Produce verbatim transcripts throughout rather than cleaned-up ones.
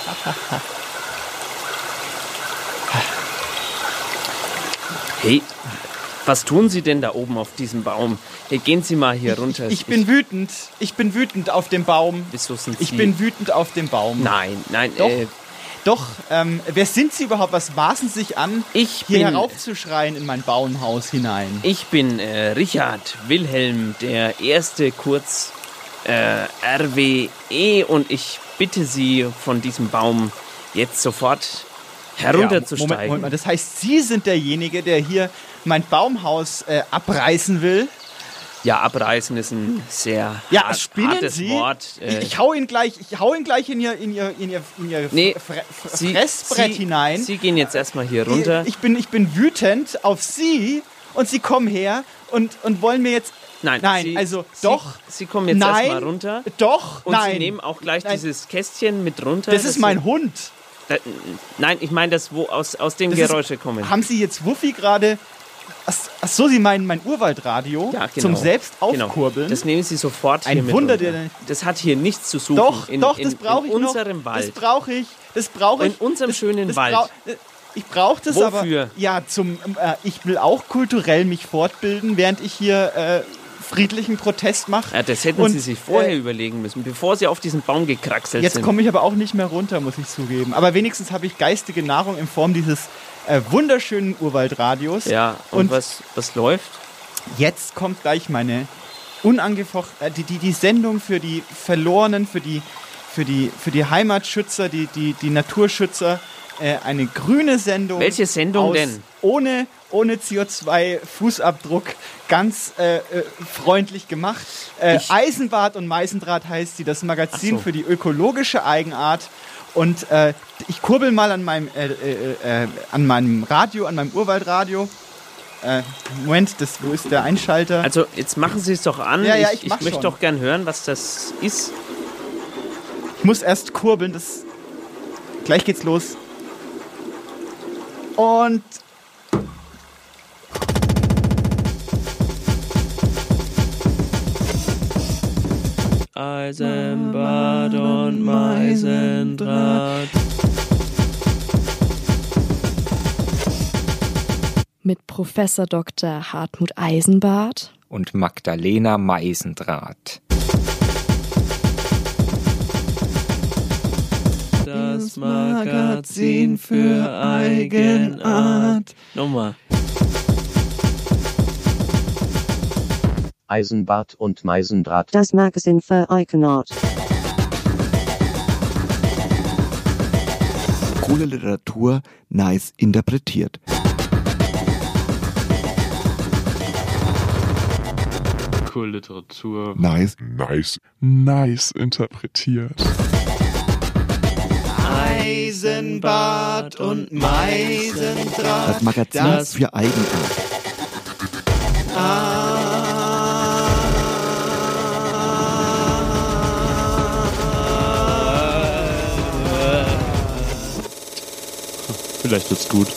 Hey, was tun Sie denn da oben auf diesem Baum? Hey, gehen Sie mal hier runter. Ich, ich bin ich, wütend. Ich bin wütend auf dem Baum. Wieso sind Sie? Ich bin wütend auf dem Baum. Nein, nein. Doch, äh, doch. Ähm, wer sind Sie überhaupt? Was maßen Sie sich an, ich hier bin, heraufzuschreien in mein Bauernhaus hinein? Ich bin äh, Richard Wilhelm, der Erste, kurz äh, R W E, und ich bitte Sie, von diesem Baum jetzt sofort herunterzusteigen. Ja, Moment, Moment mal, das heißt, Sie sind derjenige, der hier mein Baumhaus äh, abreißen will? Ja, abreißen ist ein sehr ja, hart, spinnen hartes Sie? Wort. Äh, ich, ich hau ihn gleich, ich hau ihn gleich in Ihr, in ihr, in ihr, in ihr nee, Fre Fre Sie, Fressbrett Sie, hinein. Sie gehen jetzt erstmal hier runter. Ich, ich, bin, ich bin wütend auf Sie und Sie kommen her und, und wollen mir jetzt... Nein, nein Sie, also Sie, doch. Sie kommen jetzt nein, erstmal runter. Doch, und nein. Sie nehmen auch gleich nein. dieses Kästchen mit runter. Das ist mein Hund. Da, nein, ich meine das, wo aus, aus dem das Geräusche ist, kommen. Haben Sie jetzt Wuffi gerade... Ach so, Sie meinen mein Urwaldradio ja, genau. zum selbst aufkurbeln? Genau. Das nehmen Sie sofort hier Ein mit Wunder, runter. der... Das hat hier nichts zu suchen. Doch, in, doch, in, das brauche ich in noch. unserem Wald. Das brauche ich. Das brauche ich. In unserem das, schönen das Wald. Brauch, ich brauche das Wofür? aber... Ja, zum... Äh, ich will auch kulturell mich fortbilden, während ich hier... Äh, friedlichen Protest mache. Ja, das hätten und, Sie sich vorher äh, überlegen müssen, bevor Sie auf diesen Baum gekraxelt jetzt sind. Jetzt komme ich aber auch nicht mehr runter, muss ich zugeben. Aber wenigstens habe ich geistige Nahrung in Form dieses äh, wunderschönen Urwaldradios. Ja, und, und was, was läuft? Jetzt kommt gleich meine unangefochten, äh, die, die, die Sendung für die Verlorenen, für die, für die, für die Heimatschützer, die, die, die Naturschützer. Äh, eine grüne Sendung. Welche Sendung aus, denn? Ohne, ohne C O zwei Fußabdruck, ganz äh, äh, freundlich gemacht. Äh, Eisenbart und Meisendraht heißt sie, das Magazin so. für die ökologische Eigenart. Und äh, ich kurbel mal an meinem, äh, äh, äh, an meinem Radio, an meinem Urwaldradio. Äh, Moment, das, wo ist der Einschalter? Also jetzt machen Sie es doch an. Ja, ja, ich ich, mach ich möchte schon. doch gern hören, was das ist. Ich muss erst kurbeln, das... Gleich geht's los. Und... Eisenbad und Meisendraht. Mit Professor Doktor Hartmut Eisenbart und Magdalena Meisendraht. Das Magazin für Eigenart. Nochmal. Eisenbart und Meisendraht. Das Magazin für Eigenart. Coole Literatur, nice interpretiert. Coole Literatur. Nice. Nice. Nice interpretiert. Eisenbart und Meisendraht. Das Magazin das für Eigenart. Vielleicht wird's gut.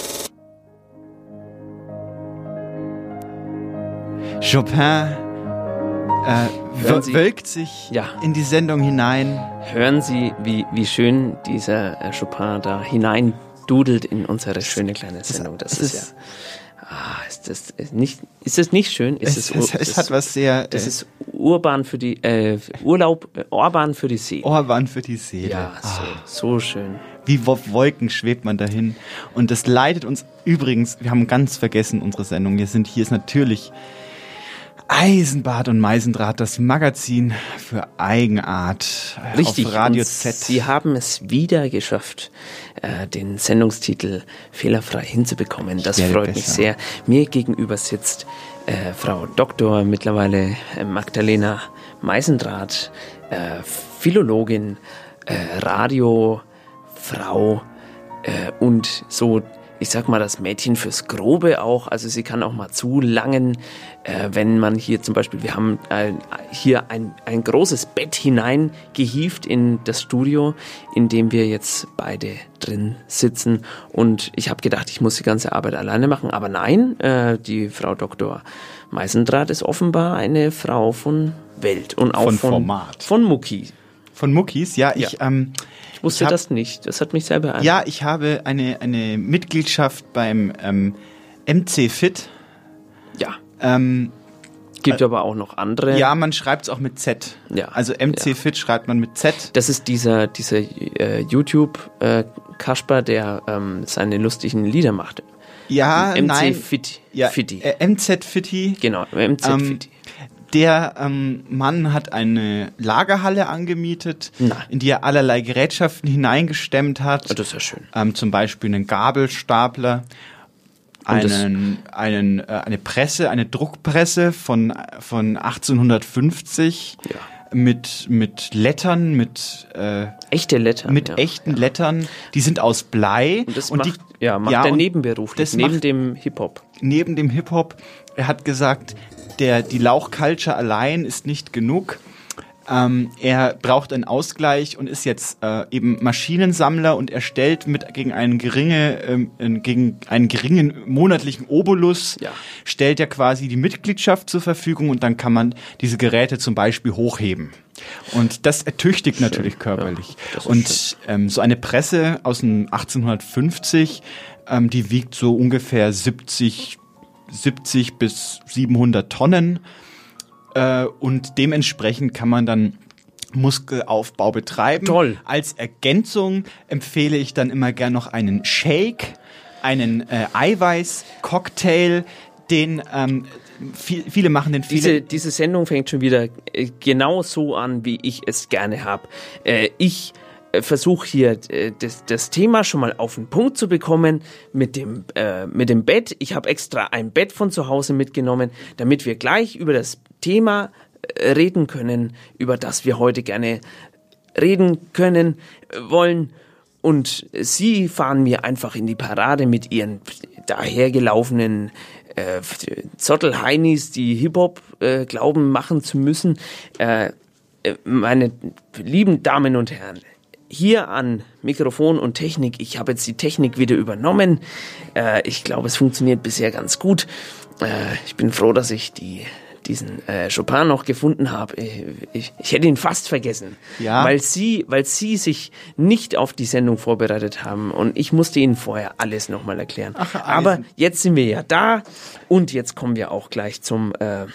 Chopin äh, wölkt sich ja. in die Sendung hinein. Hören Sie, wie, wie schön dieser äh, Chopin da hineindudelt in unsere schöne kleine Sendung. Das, das ist, ist ja... Ah, ist das ist nicht, ist das nicht schön? Ist es, es, es, es hat was sehr... Das äh, ist urban für die... Äh, Urlaub, äh, Orban für die Seele. Orban für die Seele. Ja, so, ah. so schön. Wie auf Wolken schwebt man dahin. Und das leitet uns übrigens... Wir haben ganz vergessen unsere Sendung. Wir sind hier ist natürlich... Eisenbart und Meisendraht, das Magazin für Eigenart. Richtig, auf Radio und Z. Sie haben es wieder geschafft, äh, den Sendungstitel fehlerfrei hinzubekommen. Das freut besser. mich sehr. Mir gegenüber sitzt äh, Frau Doktor, mittlerweile äh, Magdalena Meisendraht, äh, Philologin, äh, Radiofrau äh, und so, ich sag mal, das Mädchen fürs Grobe auch. Also sie kann auch mal zulangen, äh, wenn man hier zum Beispiel, wir haben äh, hier ein, ein großes Bett hineingehievt in das Studio, in dem wir jetzt beide drin sitzen. Und ich habe gedacht, ich muss die ganze Arbeit alleine machen. Aber nein, äh, die Frau Doktor Meisendraht ist offenbar eine Frau von Welt und auch von, von Format. Von Mucki. Von Muckis, ja. Ich, ja. Ähm, Ich wusste ich hab, das nicht. Das hat mich sehr beeindruckt. Ja, ich habe eine, eine Mitgliedschaft beim ähm, M C Fit. Ja. Ähm, Gibt äh, aber auch noch andere. Ja, man schreibt es auch mit Z. Ja. Also M C Fit ja. schreibt man mit Z. Das ist dieser, dieser äh, YouTube-Kasper, äh, der ähm, seine lustigen Lieder macht. Ja, M C nein. Fit, ja, Fitti. Äh, M Z Fitti. Genau, M Z ähm, Fitti. Der ähm, Mann hat eine Lagerhalle angemietet, Na. in die er allerlei Gerätschaften hineingestemmt hat. Oh, das ist ja schön. Ähm, zum Beispiel einen Gabelstapler, einen, einen, äh, eine Presse, eine Druckpresse von, von achtzehnhundertfünfzig. Ja. Mit, mit Lettern, mit äh, echte Lettern. Mit ja. echten ja. Lettern. Die sind aus Blei. Und das und macht, die, ja, macht ja, der Nebenberuf, das neben macht, dem Hip-Hop. Neben dem Hip-Hop. Er hat gesagt, der, die Lauch-Culture allein ist nicht genug. Ähm, er braucht einen Ausgleich und ist jetzt äh, eben Maschinensammler und erstellt mit gegen einen geringe, ähm, gegen einen geringen monatlichen Obolus, ja. stellt er quasi die Mitgliedschaft zur Verfügung und dann kann man diese Geräte zum Beispiel hochheben. Und das ertüchtigt schön. Natürlich körperlich. Ja, und ähm, so eine Presse aus dem achtzehnhundertfünfzig, ähm, die wiegt so ungefähr siebzig bis siebenhundert Tonnen. Äh, und dementsprechend kann man dann Muskelaufbau betreiben. Toll. Als Ergänzung empfehle ich dann immer gern noch einen Shake, einen äh, Eiweiß-Cocktail, den ähm, viel, viele machen den viele. Diese, diese Sendung fängt schon wieder äh, genau so an, wie ich es gerne habe. Äh, ich versuche hier äh, das, das Thema schon mal auf den Punkt zu bekommen mit dem, äh, mit dem Bett. Ich habe extra ein Bett von zu Hause mitgenommen, damit wir gleich über das Thema äh, reden können, über das wir heute gerne reden können, äh, wollen. Und Sie fahren mir einfach in die Parade mit Ihren dahergelaufenen äh, Zottelheinis, die Hip-Hop äh, glauben machen zu müssen. Äh, meine lieben Damen und Herren, hier an Mikrofon und Technik. Ich habe jetzt die Technik wieder übernommen. Äh, ich glaube, es funktioniert bisher ganz gut. Äh, ich bin froh, dass ich die, diesen äh, Chopin noch gefunden habe. Ich, ich, ich hätte ihn fast vergessen, ja. weil Sie, weil Sie sich nicht auf die Sendung vorbereitet haben und ich musste Ihnen vorher alles nochmal erklären. Ach, aber jetzt sind wir ja da und jetzt kommen wir auch gleich zum... Äh,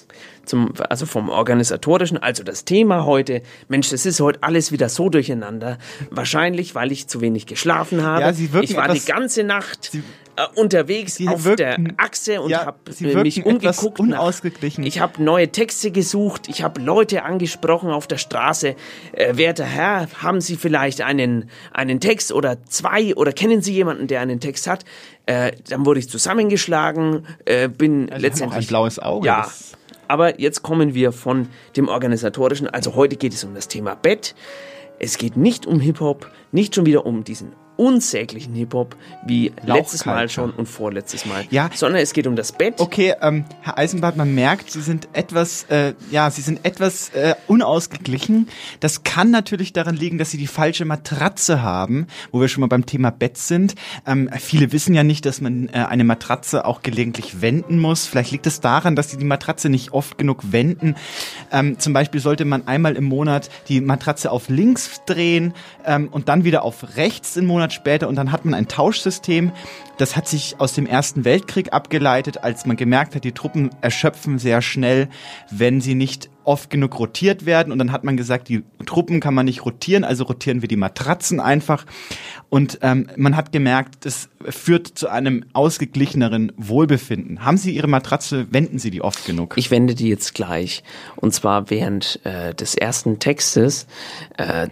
Zum, also vom Organisatorischen, also das Thema heute. Mensch, das ist heute alles wieder so durcheinander. Wahrscheinlich, weil ich zu wenig geschlafen habe. Ja, Sie wirken ich war etwas, die ganze Nacht Sie, äh, unterwegs Sie auf wirken, der Achse und ja, habe äh, mich umgeguckt. Unausgeglichen. Nach, ich habe neue Texte gesucht. Ich habe Leute angesprochen auf der Straße. Äh, werter Herr, haben Sie vielleicht einen, einen Text oder zwei oder kennen Sie jemanden, der einen Text hat? Äh, dann wurde ich zusammengeschlagen, äh, bin ja, Sie letztendlich... haben auch ein blaues Auge. Ja. Das Aber jetzt kommen wir von dem Organisatorischen. Also heute geht es um das Thema Bett. Es geht nicht um Hip-Hop, nicht schon wieder um diesen unsäglichen Hip-Hop wie letztes Mal schon und vorletztes Mal, ja. sondern es geht um das Bett. Okay, ähm, Herr Eisenbart, man merkt, Sie sind etwas, äh, ja, Sie sind etwas äh, unausgeglichen. Das kann natürlich daran liegen, dass Sie die falsche Matratze haben, wo wir schon mal beim Thema Bett sind. Ähm, viele wissen ja nicht, dass man äh, eine Matratze auch gelegentlich wenden muss. Vielleicht liegt es daran, dass Sie die Matratze nicht oft genug wenden. Ähm, zum Beispiel sollte man einmal im Monat die Matratze auf links drehen ähm, und dann wieder auf rechts im Monat später und dann hat man ein Tauschsystem. Das hat sich aus dem Ersten Weltkrieg abgeleitet, als man gemerkt hat, die Truppen erschöpfen sehr schnell, wenn sie nicht oft genug rotiert werden. Und dann hat man gesagt, die Truppen kann man nicht rotieren, also rotieren wir die Matratzen einfach. Und ähm, man hat gemerkt, das führt zu einem ausgeglicheneren Wohlbefinden. Haben Sie Ihre Matratze, wenden Sie die oft genug? Ich wende die jetzt gleich. Und zwar während äh, des ersten Textes. Äh,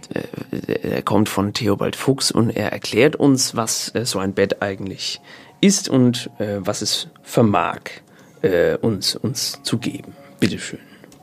er kommt von Theobald Fuchs und er erklärt uns, was äh, so ein Bett eigentlich ist und äh, was es vermag, äh, uns, uns zu geben. Bitteschön.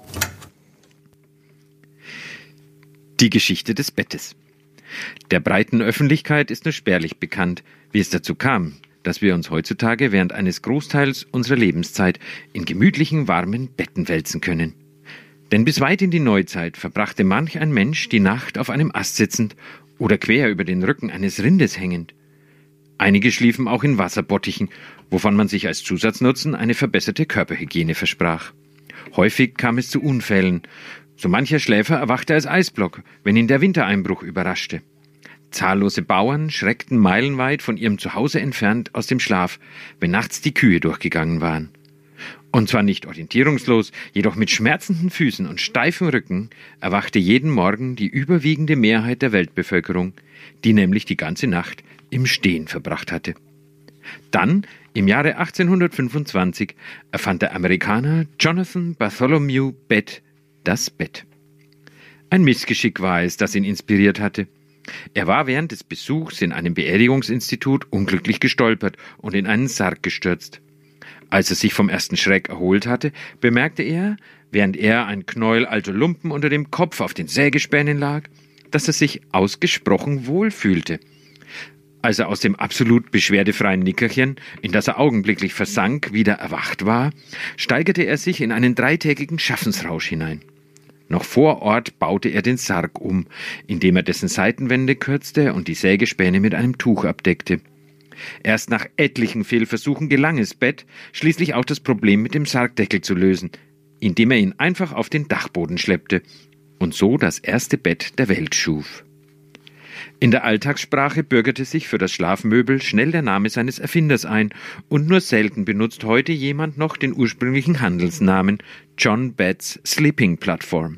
Die Geschichte des Bettes. Der breiten Öffentlichkeit ist nur spärlich bekannt, wie es dazu kam, dass wir uns heutzutage während eines Großteils unserer Lebenszeit in gemütlichen, warmen Betten wälzen können. Denn bis weit in die Neuzeit verbrachte manch ein Mensch die Nacht auf einem Ast sitzend oder quer über den Rücken eines Rindes hängend. Einige schliefen auch in Wasserbottichen, wovon man sich als Zusatznutzen eine verbesserte Körperhygiene versprach. Häufig kam es zu Unfällen. So mancher Schläfer erwachte als Eisblock, wenn ihn der Wintereinbruch überraschte. Zahllose Bauern schreckten meilenweit von ihrem Zuhause entfernt aus dem Schlaf, wenn nachts die Kühe durchgegangen waren. Und zwar nicht orientierungslos, jedoch mit schmerzenden Füßen und steifem Rücken erwachte jeden Morgen die überwiegende Mehrheit der Weltbevölkerung, die nämlich die ganze Nacht im Stehen verbracht hatte. Dann, im Jahre achtzehnhundertfünfundzwanzig, erfand der Amerikaner Jonathan Bartholomew Bett das Bett. Ein Missgeschick war es, das ihn inspiriert hatte. Er war während des Besuchs in einem Beerdigungsinstitut unglücklich gestolpert und in einen Sarg gestürzt. Als er sich vom ersten Schreck erholt hatte, bemerkte er, während er ein Knäuel alter Lumpen unter dem Kopf auf den Sägespänen lag, dass er sich ausgesprochen wohl fühlte. Als er aus dem absolut beschwerdefreien Nickerchen, in das er augenblicklich versank, wieder erwacht war, steigerte er sich in einen dreitägigen Schaffensrausch hinein. Noch vor Ort baute er den Sarg um, indem er dessen Seitenwände kürzte und die Sägespäne mit einem Tuch abdeckte. Erst nach etlichen Fehlversuchen gelang es Bett, schließlich auch das Problem mit dem Sargdeckel zu lösen, indem er ihn einfach auf den Dachboden schleppte und so das erste Bett der Welt schuf. In der Alltagssprache bürgerte sich für das Schlafmöbel schnell der Name seines Erfinders ein und nur selten benutzt heute jemand noch den ursprünglichen Handelsnamen John Betts Sleeping Platform.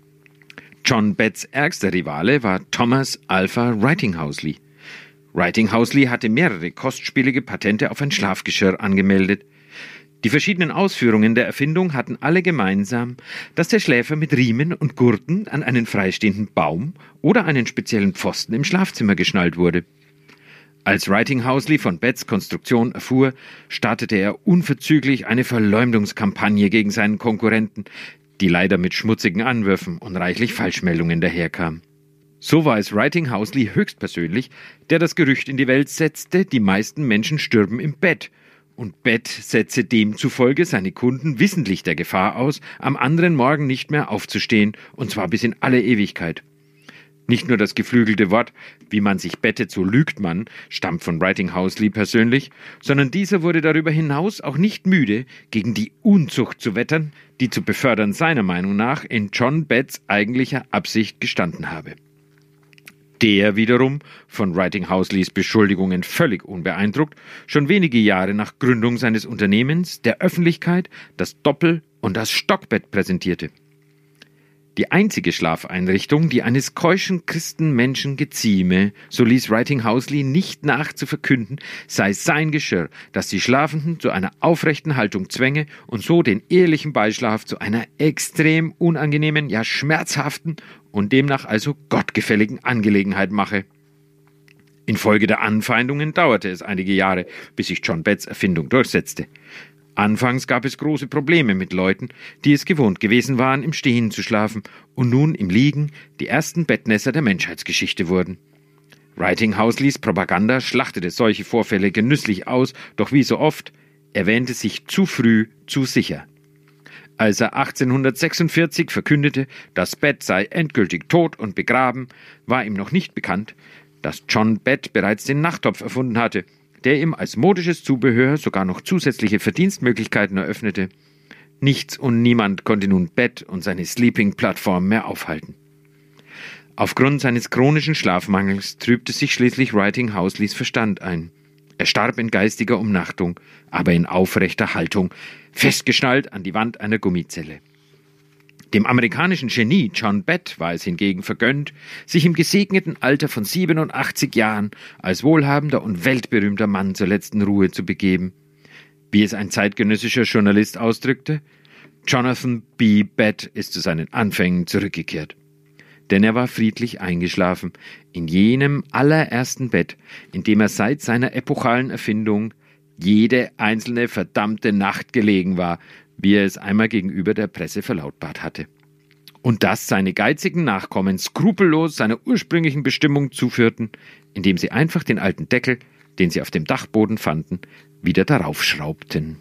John Betts ärgster Rivale war Thomas Alpha Wrightinghousely. Wrightinghousely hatte mehrere kostspielige Patente auf ein Schlafgeschirr angemeldet. Die verschiedenen Ausführungen der Erfindung hatten alle gemeinsam, dass der Schläfer mit Riemen und Gurten an einen freistehenden Baum oder einen speziellen Pfosten im Schlafzimmer geschnallt wurde. Als Wrightinghousely von Betts Konstruktion erfuhr, startete er unverzüglich eine Verleumdungskampagne gegen seinen Konkurrenten, die leider mit schmutzigen Anwürfen und reichlich Falschmeldungen daherkam. So war es Wrightinghousely höchstpersönlich, der das Gerücht in die Welt setzte, die meisten Menschen stürben im Bett. Und Bett setze demzufolge seine Kunden wissentlich der Gefahr aus, am anderen Morgen nicht mehr aufzustehen, und zwar bis in alle Ewigkeit. Nicht nur das geflügelte Wort, wie man sich bettet, so lügt man, stammt von Wrightinghousely persönlich, sondern dieser wurde darüber hinaus auch nicht müde, gegen die Unzucht zu wettern, die zu befördern seiner Meinung nach in John Betts eigentlicher Absicht gestanden habe. Der wiederum, von Wrightinghouslys Beschuldigungen völlig unbeeindruckt, schon wenige Jahre nach Gründung seines Unternehmens der Öffentlichkeit das Doppel- und das Stockbett präsentierte. Die einzige Schlafeinrichtung, die eines keuschen Christenmenschen gezieme, so ließ Wrightinghousely nicht nach zu verkünden, sei sein Geschirr, das die Schlafenden zu einer aufrechten Haltung zwänge und so den ehelichen Beischlaf zu einer extrem unangenehmen, ja schmerzhaften und demnach also gottgefälligen Angelegenheit mache. Infolge der Anfeindungen dauerte es einige Jahre, bis sich John Betts Erfindung durchsetzte. Anfangs gab es große Probleme mit Leuten, die es gewohnt gewesen waren, im Stehen zu schlafen und nun im Liegen die ersten Bettnässer der Menschheitsgeschichte wurden. Wrightinghousleys Propaganda schlachtete solche Vorfälle genüsslich aus, doch wie so oft, er wähnte sich zu früh zu sicher. Als er achtzehnhundertsechsundvierzig verkündete, das Bett sei endgültig tot und begraben, war ihm noch nicht bekannt, dass John Bett bereits den Nachttopf erfunden hatte, der ihm als modisches Zubehör sogar noch zusätzliche Verdienstmöglichkeiten eröffnete. Nichts und niemand konnte nun Bett und seine Sleeping-Plattform mehr aufhalten. Aufgrund seines chronischen Schlafmangels trübte sich schließlich Wrightinghouslys Verstand ein. Er starb in geistiger Umnachtung, aber in aufrechter Haltung, festgeschnallt an die Wand einer Gummizelle. Dem amerikanischen Genie John Bett war es hingegen vergönnt, sich im gesegneten Alter von siebenundachtzig Jahren als wohlhabender und weltberühmter Mann zur letzten Ruhe zu begeben. Wie es ein zeitgenössischer Journalist ausdrückte, Jonathan B. Bett ist zu seinen Anfängen zurückgekehrt. Denn er war friedlich eingeschlafen, in jenem allerersten Bett, in dem er seit seiner epochalen Erfindung jede einzelne verdammte Nacht gelegen war, wie er es einmal gegenüber der Presse verlautbart hatte. Und dass seine geizigen Nachkommen skrupellos seiner ursprünglichen Bestimmung zuführten, indem sie einfach den alten Deckel, den sie auf dem Dachboden fanden, wieder darauf schraubten.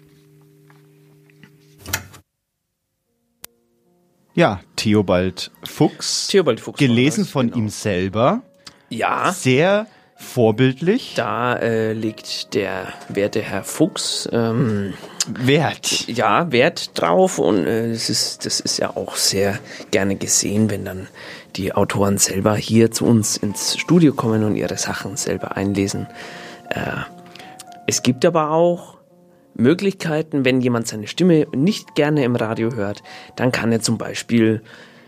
Ja, Theobald Fuchs. Theobald Fuchs. Gelesen das, von genau. ihm selber. Ja. Sehr Vorbildlich. Da äh, legt der werte Herr Fuchs ähm, Wert. Ja, Wert drauf und äh, das ist, das ist ja auch sehr gerne gesehen, wenn dann die Autoren selber hier zu uns ins Studio kommen und ihre Sachen selber einlesen. Äh, es gibt aber auch Möglichkeiten, wenn jemand seine Stimme nicht gerne im Radio hört, dann kann er zum Beispiel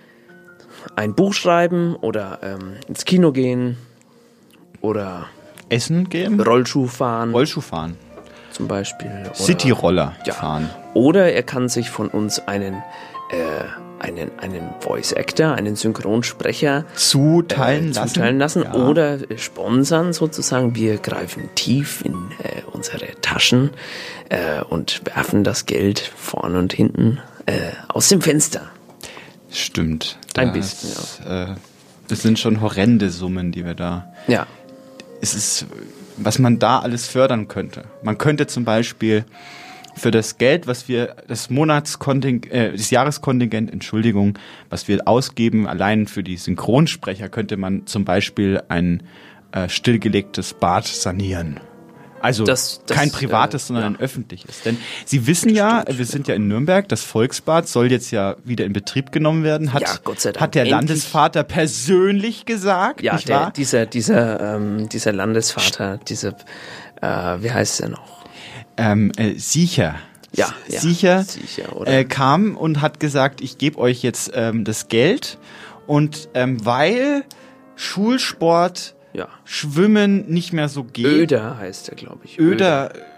ein Buch schreiben oder ähm, ins Kino gehen oder Essen gehen, Rollschuh fahren. Rollschuh fahren. Zum Beispiel. Cityroller ja. fahren. Oder er kann sich von uns einen, äh, einen, einen Voice Actor, einen Synchronsprecher zuteilen äh, lassen, zuteilen lassen ja. oder sponsern sozusagen. Wir greifen tief in äh, unsere Taschen äh, und werfen das Geld vorne und hinten äh, aus dem Fenster. Stimmt. Ein bisschen, ja. Äh, das sind schon horrende Summen, die wir da... Ja. Es ist, was man da alles fördern könnte. Man könnte zum Beispiel für das Geld, was wir, das Monatskontingent, äh, das Jahreskontingent, Entschuldigung, was wir ausgeben, allein für die Synchronsprecher, könnte man zum Beispiel ein äh, stillgelegtes Bad sanieren. Also das, das, kein privates, äh, sondern ja. ein öffentliches. Denn Sie wissen ja, wir sind ja in Nürnberg, das Volksbad soll jetzt ja wieder in Betrieb genommen werden. Hat, ja, Gott sei Dank. hat der Endlich. Landesvater persönlich gesagt, ja, nicht der, wahr? dieser, dieser, ähm, dieser Landesvater, dieser, äh, wie heißt er noch? Ähm, äh, Siecher. Ja, ja, Siecher, Siecher oder? Äh, kam und hat gesagt, ich gebe euch jetzt ähm, das Geld und ähm, weil Schulsport, ja. Schwimmen nicht mehr so geht. Öder heißt er, glaube ich. Öder. Öder.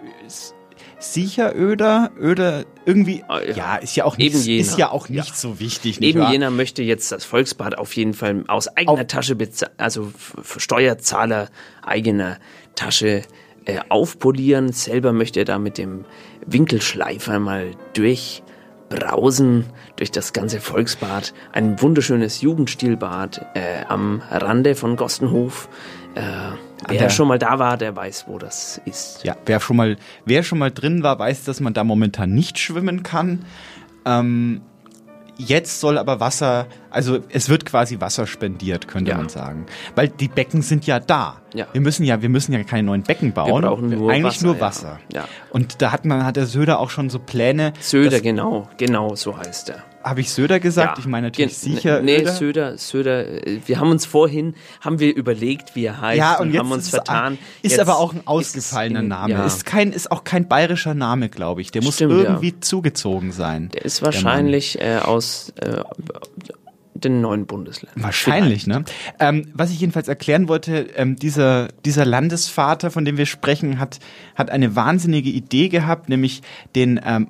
Sicher Öder, Öder, irgendwie, ah, ja. ja, ist ja auch nicht, Eben jener. ist ja auch nicht ja. so wichtig. Nicht Eben wahr? jener möchte jetzt das Volksbad auf jeden Fall aus eigener auf Tasche, also für Steuerzahler eigener Tasche äh, aufpolieren. Selber möchte er da mit dem Winkelschleifer mal durchbrausen durch das ganze Volksbad. Ein wunderschönes Jugendstilbad äh, am Rande von Gostenhof. Äh, wer der, schon mal da war, der weiß, wo das ist. Ja, wer schon mal, wer schon mal drin war, weiß, dass man da momentan nicht schwimmen kann. Ähm, jetzt soll aber Wasser, also es wird quasi Wasser spendiert, könnte ja. man sagen. Weil die Becken sind ja da. Ja. Wir müssen ja, wir müssen ja keine neuen Becken bauen. Wir brauchen nur Eigentlich Wasser, nur Wasser. Ja. Ja. Und da hat man, hat der Söder auch schon so Pläne. Söder, genau, genau so heißt er. Habe ich Söder gesagt? Ja. Ich meine natürlich Gen- sicher Nee, Öder. Söder, Söder, wir haben uns vorhin, haben wir überlegt, wie er heißt ja, und, und jetzt haben uns ist vertan. Ist jetzt aber auch ein ausgefallener in, Name. Ja. Ist, kein, ist auch kein bayerischer Name, glaube ich. Der Stimmt, muss irgendwie ja. zugezogen sein. Der ist wahrscheinlich äh, aus äh, den neuen Bundesländern. Wahrscheinlich, ne? Ähm, was ich jedenfalls erklären wollte, ähm, dieser, dieser Landesvater, von dem wir sprechen, hat, hat eine wahnsinnige Idee gehabt, nämlich den ähm,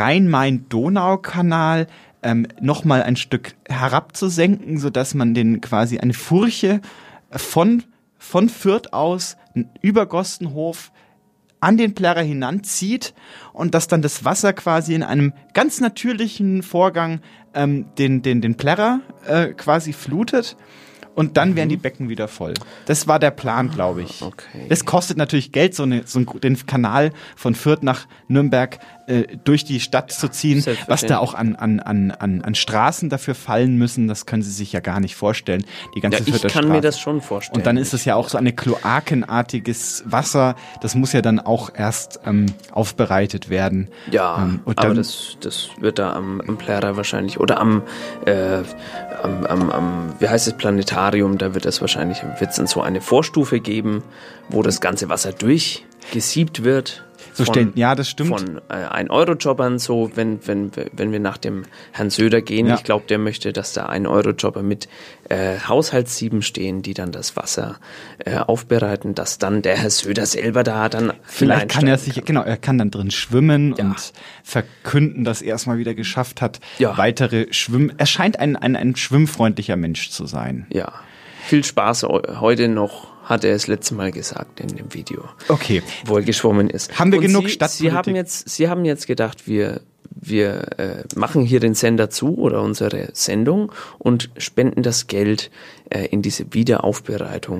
Rhein-Main-Donau-Kanal ähm, nochmal ein Stück herabzusenken, sodass man den quasi eine Furche von, von Fürth aus über Gostenhof an den Plärrer hinanzieht und dass dann das Wasser quasi in einem ganz natürlichen Vorgang ähm, den, den, den Plärrer äh, quasi flutet und dann mhm. werden die Becken wieder voll. Das war der Plan, glaube ich. Okay. Das kostet natürlich Geld, so, eine, so einen, den Kanal von Fürth nach Nürnberg äh, durch die Stadt ja, zu ziehen. Was da auch an, an, an, an, an Straßen dafür fallen müssen, das können Sie sich ja gar nicht vorstellen. Die ganze ja, ich Fürther kann Straße. mir das schon vorstellen. Und dann ist es ja auch so eine kloakenartiges Wasser. Das muss ja dann auch erst ähm, aufbereitet werden. Ja, ähm, und aber dann, das, das wird da am, am Plärrer wahrscheinlich oder am, äh, am, am, am, wie heißt es, Planetarium, da wird es wahrscheinlich, wird es dann so eine Vorstufe geben, wo das ganze Wasser durchgesiebt wird. So von, stellen, ja, das stimmt. Von äh, ein Euro Jobbern, so wenn, wenn, wenn wir nach dem Herrn Söder gehen, Ja. ich glaube, der möchte, dass da ein Euro Jobber mit äh, Haushaltssieben stehen, die dann das Wasser äh, aufbereiten, dass dann der Herr Söder selber da dann Vielleicht kann er sich, kann. genau, er kann dann drin schwimmen Ja. und verkünden, dass er es mal wieder geschafft hat, Ja. weitere Schwimmen. Er scheint ein, ein, ein schwimmfreundlicher Mensch zu sein. Ja, viel Spaß heute noch, hat er das letzte Mal gesagt in dem Video. Okay. Wo er geschwommen ist. Haben wir Und genug Sie, Stadtpolitik? Sie haben jetzt, Sie haben jetzt gedacht, wir, wir äh, machen hier den Sender zu oder unsere Sendung und spenden das Geld äh, in diese Wiederaufbereitung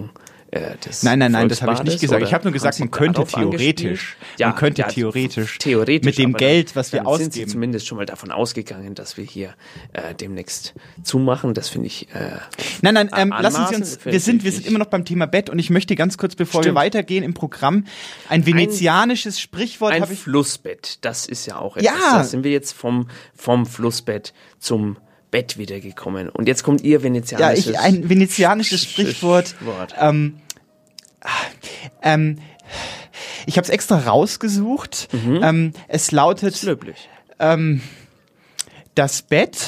äh, des Nein, nein, nein, das habe ich nicht gesagt. Ich habe nur gesagt, man könnte theoretisch, theoretisch, ja, man könnte ja, theoretisch, theoretisch mit dem Geld, was wir dann ausgeben. sind Sie zumindest schon mal davon ausgegangen, dass wir hier äh, demnächst zumachen. Das finde ich äh, Nein, nein, ähm, lassen Sie uns, wir sind, wir sind ich, immer noch beim Thema Bett und ich möchte ganz kurz, bevor Stimmt. wir weitergehen im Programm, ein venezianisches ein, Sprichwort Ein habe ich. Flussbett, das ist ja auch etwas. Ja. Da sind wir jetzt vom, vom Flussbett zum Bett wieder gekommen. Und jetzt kommt Ihr venezianisches... Ja, ich, ein venezianisches Sprichwort. Sprichwort. Ähm, ähm, ich habe es extra rausgesucht. Mhm. Ähm, es lautet... Das ist löblich. Ähm, das Bett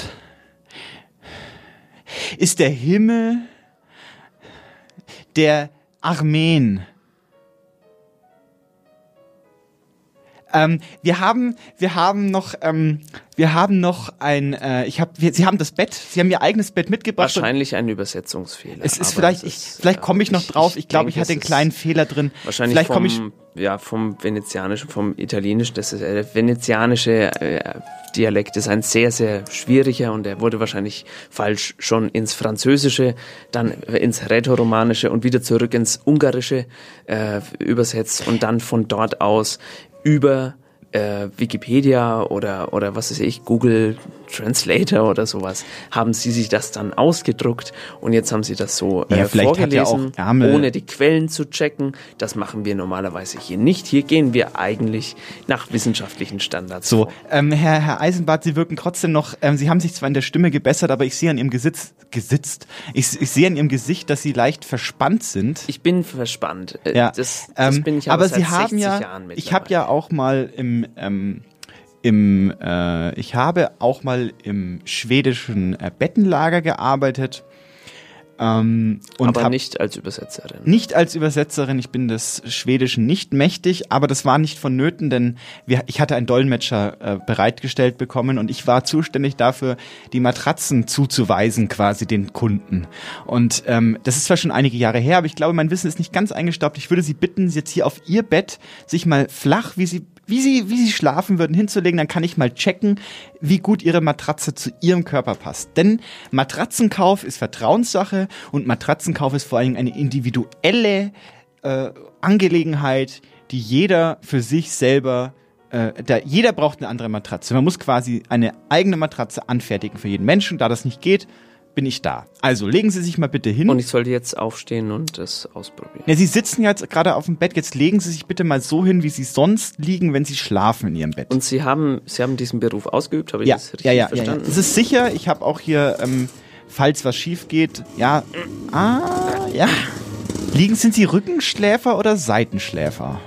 ist der Himmel der Armeen. Ähm, wir haben, wir haben noch, ähm, wir haben noch ein, äh, ich habe, Sie haben das Bett, Sie haben Ihr eigenes Bett mitgebracht. Wahrscheinlich ein Übersetzungsfehler. Es ist vielleicht, ich, vielleicht komme ich noch drauf. Ich glaube, ich hatte einen kleinen Fehler drin. Wahrscheinlich vielleicht vom, komme ich, ja, vom Venezianischen, vom Italienischen. Das ist, äh, der venezianische äh, Dialekt ist ein sehr, sehr schwieriger und er wurde wahrscheinlich falsch schon ins Französische, dann ins Rätoromanische und wieder zurück ins Ungarische äh, übersetzt und dann von dort aus über äh, Wikipedia oder oder was weiß ich, Google Translator oder sowas, haben sie sich das dann ausgedruckt und jetzt haben sie das so äh, ja, vielleicht hat ja auch vorgelesen, Ärmel. ohne die Quellen zu checken. Das machen wir normalerweise hier nicht. Hier gehen wir eigentlich nach wissenschaftlichen Standards so, vor. ähm, Herr, Herr Eisenbart, Sie wirken trotzdem noch, ähm, Sie haben sich zwar in der Stimme gebessert, aber ich sehe an Ihrem Gesitz, gesitzt, ich, ich sehe an Ihrem Gesicht, dass Sie leicht verspannt sind. Ich bin verspannt. Äh, Ja, das, das ähm, bin ich aber, aber seit Sie haben sechzig ja, Jahren ich habe mittlerweile. ja auch mal im, ähm, im, äh, ich habe auch mal im schwedischen äh, Bettenlager gearbeitet. Ähm, und aber hab nicht als Übersetzerin. Nicht als Übersetzerin, ich bin des Schwedischen nicht mächtig, aber das war nicht vonnöten, denn wir, ich hatte einen Dolmetscher äh, bereitgestellt bekommen und ich war zuständig dafür, die Matratzen zuzuweisen quasi den Kunden. Und ähm, das ist zwar schon einige Jahre her, aber ich glaube, mein Wissen ist nicht ganz eingestaubt. Ich würde Sie bitten, jetzt hier auf Ihr Bett sich mal flach, wie Sie wie sie, wie sie schlafen würden, hinzulegen, dann kann ich mal checken, wie gut ihre Matratze zu ihrem Körper passt. Denn Matratzenkauf ist Vertrauenssache und Matratzenkauf ist vor allem eine individuelle äh, Angelegenheit, die jeder für sich selber, äh, da, jeder braucht eine andere Matratze. Man muss quasi eine eigene Matratze anfertigen für jeden Menschen. Da das nicht geht, bin ich da. Also legen Sie sich mal bitte hin. Und ich sollte jetzt aufstehen und das ausprobieren. Ja, Sie sitzen jetzt gerade auf dem Bett. Jetzt legen Sie sich bitte mal so hin, wie Sie sonst liegen, wenn Sie schlafen in Ihrem Bett. Und Sie haben, Sie haben diesen Beruf ausgeübt, habe ich ja, das richtig ja, ja, verstanden? Ja, ja. Es ist sicher. Ich habe auch hier, ähm, falls was schief geht, ja, ah, ja. Liegen, sind Sie Rückenschläfer oder Seitenschläfer?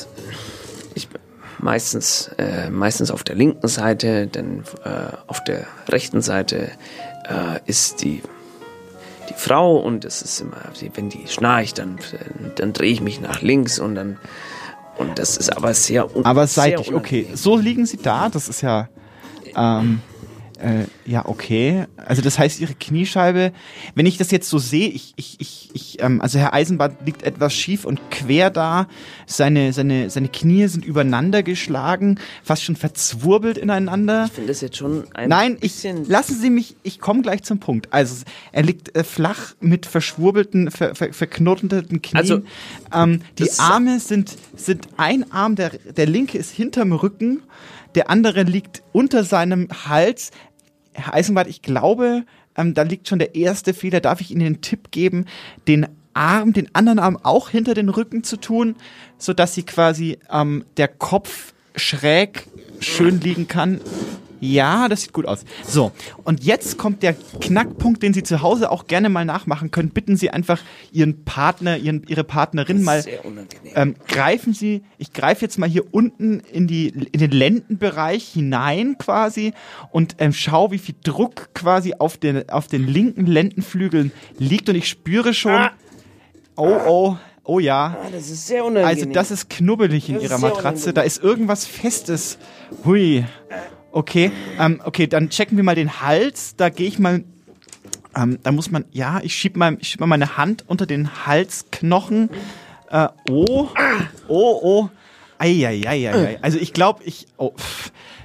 Ich meistens, äh, meistens auf der linken Seite, denn äh, auf der rechten Seite äh, ist die die Frau und es ist immer, wenn die schnarcht, dann dann drehe ich mich nach links und dann und das ist aber sehr un- aber sehr seitlich, okay. So liegen Sie da. Das ist ja ähm, äh, ja okay. Also das heißt, Ihre Kniescheibe, wenn ich das jetzt so sehe, ich ich ich, ich ähm, also Herr Eisenbart liegt etwas schief und quer da. Seine seine seine Knie sind übereinander geschlagen, fast schon verzwurbelt ineinander. Ich finde das jetzt schon ein Nein, bisschen... ich, lassen Sie mich, ich komme gleich zum Punkt. Also er liegt äh, flach mit verschwurbelten, ver, ver, verknoteten Knien. Also, ähm, die das- Arme sind, sind ein Arm, der, der linke ist hinterm Rücken, der andere liegt unter seinem Hals. Herr Eisenbart, ich glaube, ähm, da liegt schon der erste Fehler. Darf ich Ihnen den Tipp geben, den Arm, den anderen Arm auch hinter den Rücken zu tun, sodass Sie quasi ähm, der Kopf schräg schön liegen kann. Ja, das sieht gut aus. So, und jetzt kommt der Knackpunkt, den Sie zu Hause auch gerne mal nachmachen können. Bitten Sie einfach Ihren Partner, Ihren, Ihre Partnerin mal, sehr unangenehm. ähm, greifen Sie, ich greife jetzt mal hier unten in, die, in den Lendenbereich hinein quasi und ähm, schau, wie viel Druck quasi auf den, auf den linken Lendenflügeln liegt und ich spüre schon, Ah. oh, oh, oh ja. Ah, das ist sehr unangenehm. Also das ist knubbelig in Das ist ihrer sehr Matratze. unangenehm. Da ist irgendwas Festes. Hui. Okay, ähm, okay, dann checken wir mal den Hals. Da gehe ich mal, ähm, da muss man, ja, ich schieb mal, ich schieb mal meine Hand unter den Halsknochen. Äh, oh, oh, oh. Eieieiei. Also ich glaube, ich, oh, pff,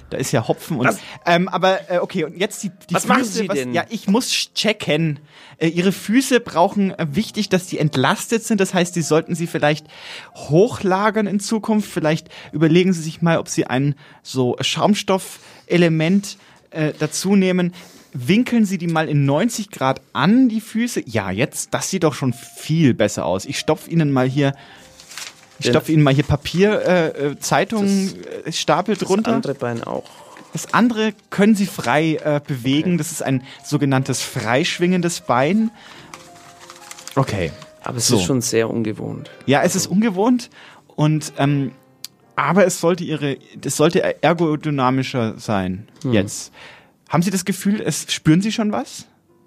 Da ist ja Hopfen und. Ähm, aber äh, okay, und jetzt die, die was Füße. Machen Sie was, denn? Ja, ich muss checken. Äh, ihre Füße brauchen äh, wichtig, dass die entlastet sind. Das heißt, Sie sollten sie vielleicht hochlagern in Zukunft. Vielleicht überlegen Sie sich mal, ob Sie ein so Schaumstoffelement äh, dazu nehmen. Winkeln Sie die mal in neunzig Grad an, die Füße. Ja, jetzt, das sieht doch schon viel besser aus. Ich stopfe Ihnen mal hier. Ich stopfe Ihnen mal hier Papier, äh, Zeitungen, äh, Stapel drunter. Das andere Bein auch. Das andere können Sie frei äh, bewegen. Okay. Das ist ein sogenanntes freischwingendes Bein. Okay. Aber es so. ist schon sehr ungewohnt. Ja, es ist ungewohnt. Und ähm, aber es sollte Ihre, das sollte ergodynamischer sein. Hm. Jetzt. Haben Sie das Gefühl, es spüren Sie schon was?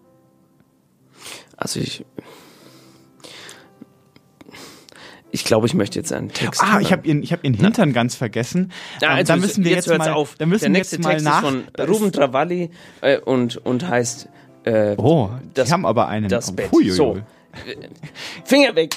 Also ich. Ich glaube, ich möchte jetzt einen Text. Ah, hören. ich habe ihren, ich hab ihren Hintern Na. ganz vergessen. Ja, also da müssen wir jetzt, jetzt mal, auf. Da müssen Der wir nächste jetzt mal Text nach. ist von Ruben Travalli äh, und und heißt. Äh, oh, das, die haben aber einen. Das Bett. Huiuiui. So, Finger weg.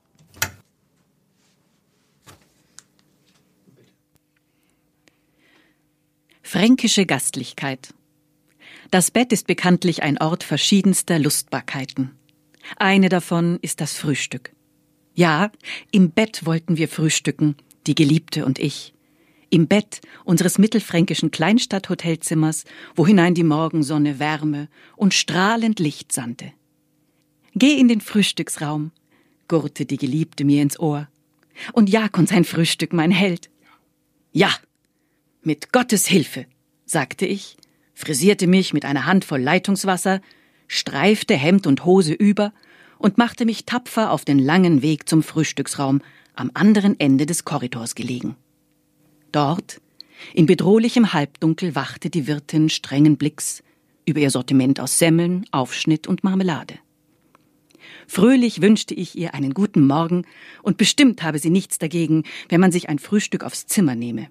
Fränkische Gastlichkeit. Das Bett ist bekanntlich ein Ort verschiedenster Lustbarkeiten. Eine davon ist das Frühstück. Ja, im Bett wollten wir frühstücken, die Geliebte und ich. Im Bett unseres mittelfränkischen Kleinstadt-Hotelzimmers, wo hinein die Morgensonne Wärme und strahlend Licht sandte. Geh in den Frühstücksraum, gurrte die Geliebte mir ins Ohr. Und jag uns ein Frühstück, mein Held. Ja, mit Gottes Hilfe, sagte ich, frisierte mich mit einer Handvoll Leitungswasser, streifte Hemd und Hose über und machte mich tapfer auf den langen Weg zum Frühstücksraum, am anderen Ende des Korridors gelegen. Dort, in bedrohlichem Halbdunkel, wachte die Wirtin strengen Blicks über ihr Sortiment aus Semmeln, Aufschnitt und Marmelade. Fröhlich wünschte ich ihr einen guten Morgen, und bestimmt habe sie nichts dagegen, wenn man sich ein Frühstück aufs Zimmer nehme.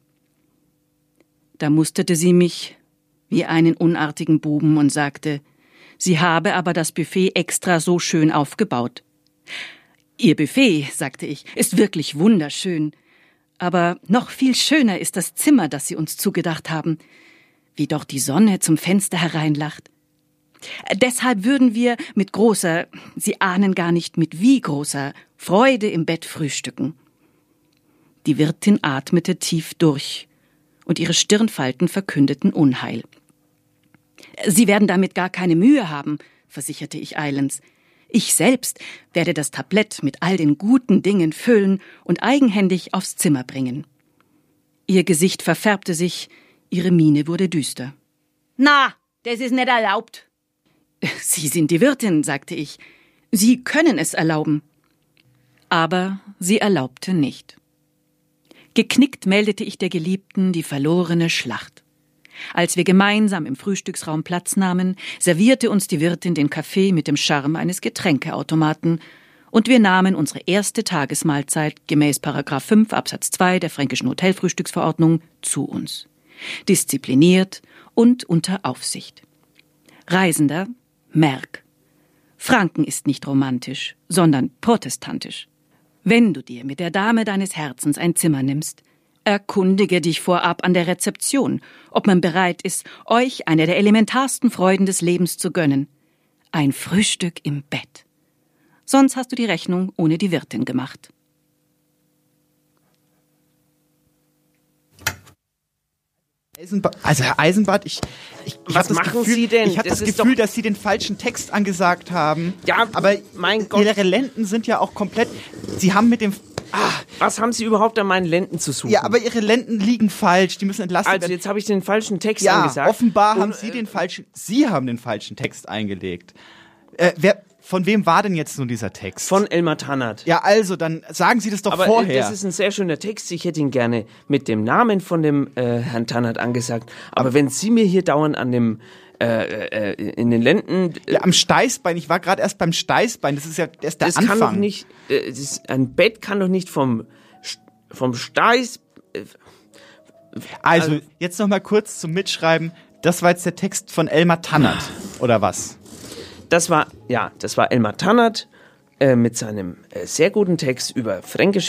Da musterte sie mich wie einen unartigen Buben und sagte, sie habe aber das Buffet extra so schön aufgebaut. Ihr Buffet, sagte ich, ist wirklich wunderschön. Aber noch viel schöner ist das Zimmer, das Sie uns zugedacht haben, wie dort die Sonne zum Fenster hereinlacht. Deshalb würden wir mit großer, Sie ahnen gar nicht mit wie großer, Freude im Bett frühstücken. Die Wirtin atmete tief durch, und ihre Stirnfalten verkündeten Unheil. Sie werden damit gar keine Mühe haben, versicherte ich eilends. Ich selbst werde das Tablett mit all den guten Dingen füllen und eigenhändig aufs Zimmer bringen. Ihr Gesicht verfärbte sich, ihre Miene wurde düster. Na, das ist nicht erlaubt. Sie sind die Wirtin, sagte ich. Sie können es erlauben. Aber sie erlaubte nicht. Geknickt meldete ich der Geliebten die verlorene Schlacht. Als wir gemeinsam im Frühstücksraum Platz nahmen, servierte uns die Wirtin den Kaffee mit dem Charme eines Getränkeautomaten, und wir nahmen unsere erste Tagesmahlzeit gemäß Paragraph fünf Absatz zwei der Fränkischen Hotelfrühstücksverordnung zu uns. Diszipliniert und unter Aufsicht. Reisender, merk, Franken ist nicht romantisch, sondern protestantisch. Wenn du dir mit der Dame deines Herzens ein Zimmer nimmst, erkundige dich vorab an der Rezeption, ob man bereit ist, euch eine der elementarsten Freuden des Lebens zu gönnen. Ein Frühstück im Bett. Sonst hast du die Rechnung ohne die Wirtin gemacht. Eisenbart, also Herr Eisenbart, ich, ich, ich Was hab machen Gefühl, Sie denn? Ich habe das, das Gefühl, dass Sie den falschen Text angesagt haben. Ja, aber mein Gott. Ihre Lenden sind ja auch komplett. Sie haben mit dem. Ah, Was haben Sie überhaupt an meinen Lenden zu suchen? ja, aber Ihre Lenden liegen falsch. Die müssen entlastet Also werden. jetzt habe ich den falschen Text Ja, angesagt. offenbar haben Und, Sie äh, den falschen. Sie haben den falschen Text eingelegt. Äh, wer? Von wem war denn jetzt nun dieser Text? Von Elmar Tannert. Ja, also, dann sagen Sie das doch Aber vorher. äh, das ist ein sehr schöner Text. Ich hätte ihn gerne mit dem Namen von dem äh, Herrn Tannert angesagt. Aber, Aber wenn Sie mir hier dauernd an dem äh, äh, in den Lenden äh, ja, am Steißbein. Ich war gerade erst beim Steißbein. Das ist ja erst der das Anfang. Kann doch nicht. Äh, das ist, ein Bett kann doch nicht vom vom Steiß. Äh, also, also jetzt noch mal kurz zum Mitschreiben. Das war jetzt der Text von Elmar Tannert, oder was? Das war, ja, das war Elmar Tannert äh, mit seinem äh, sehr guten Text über fränkische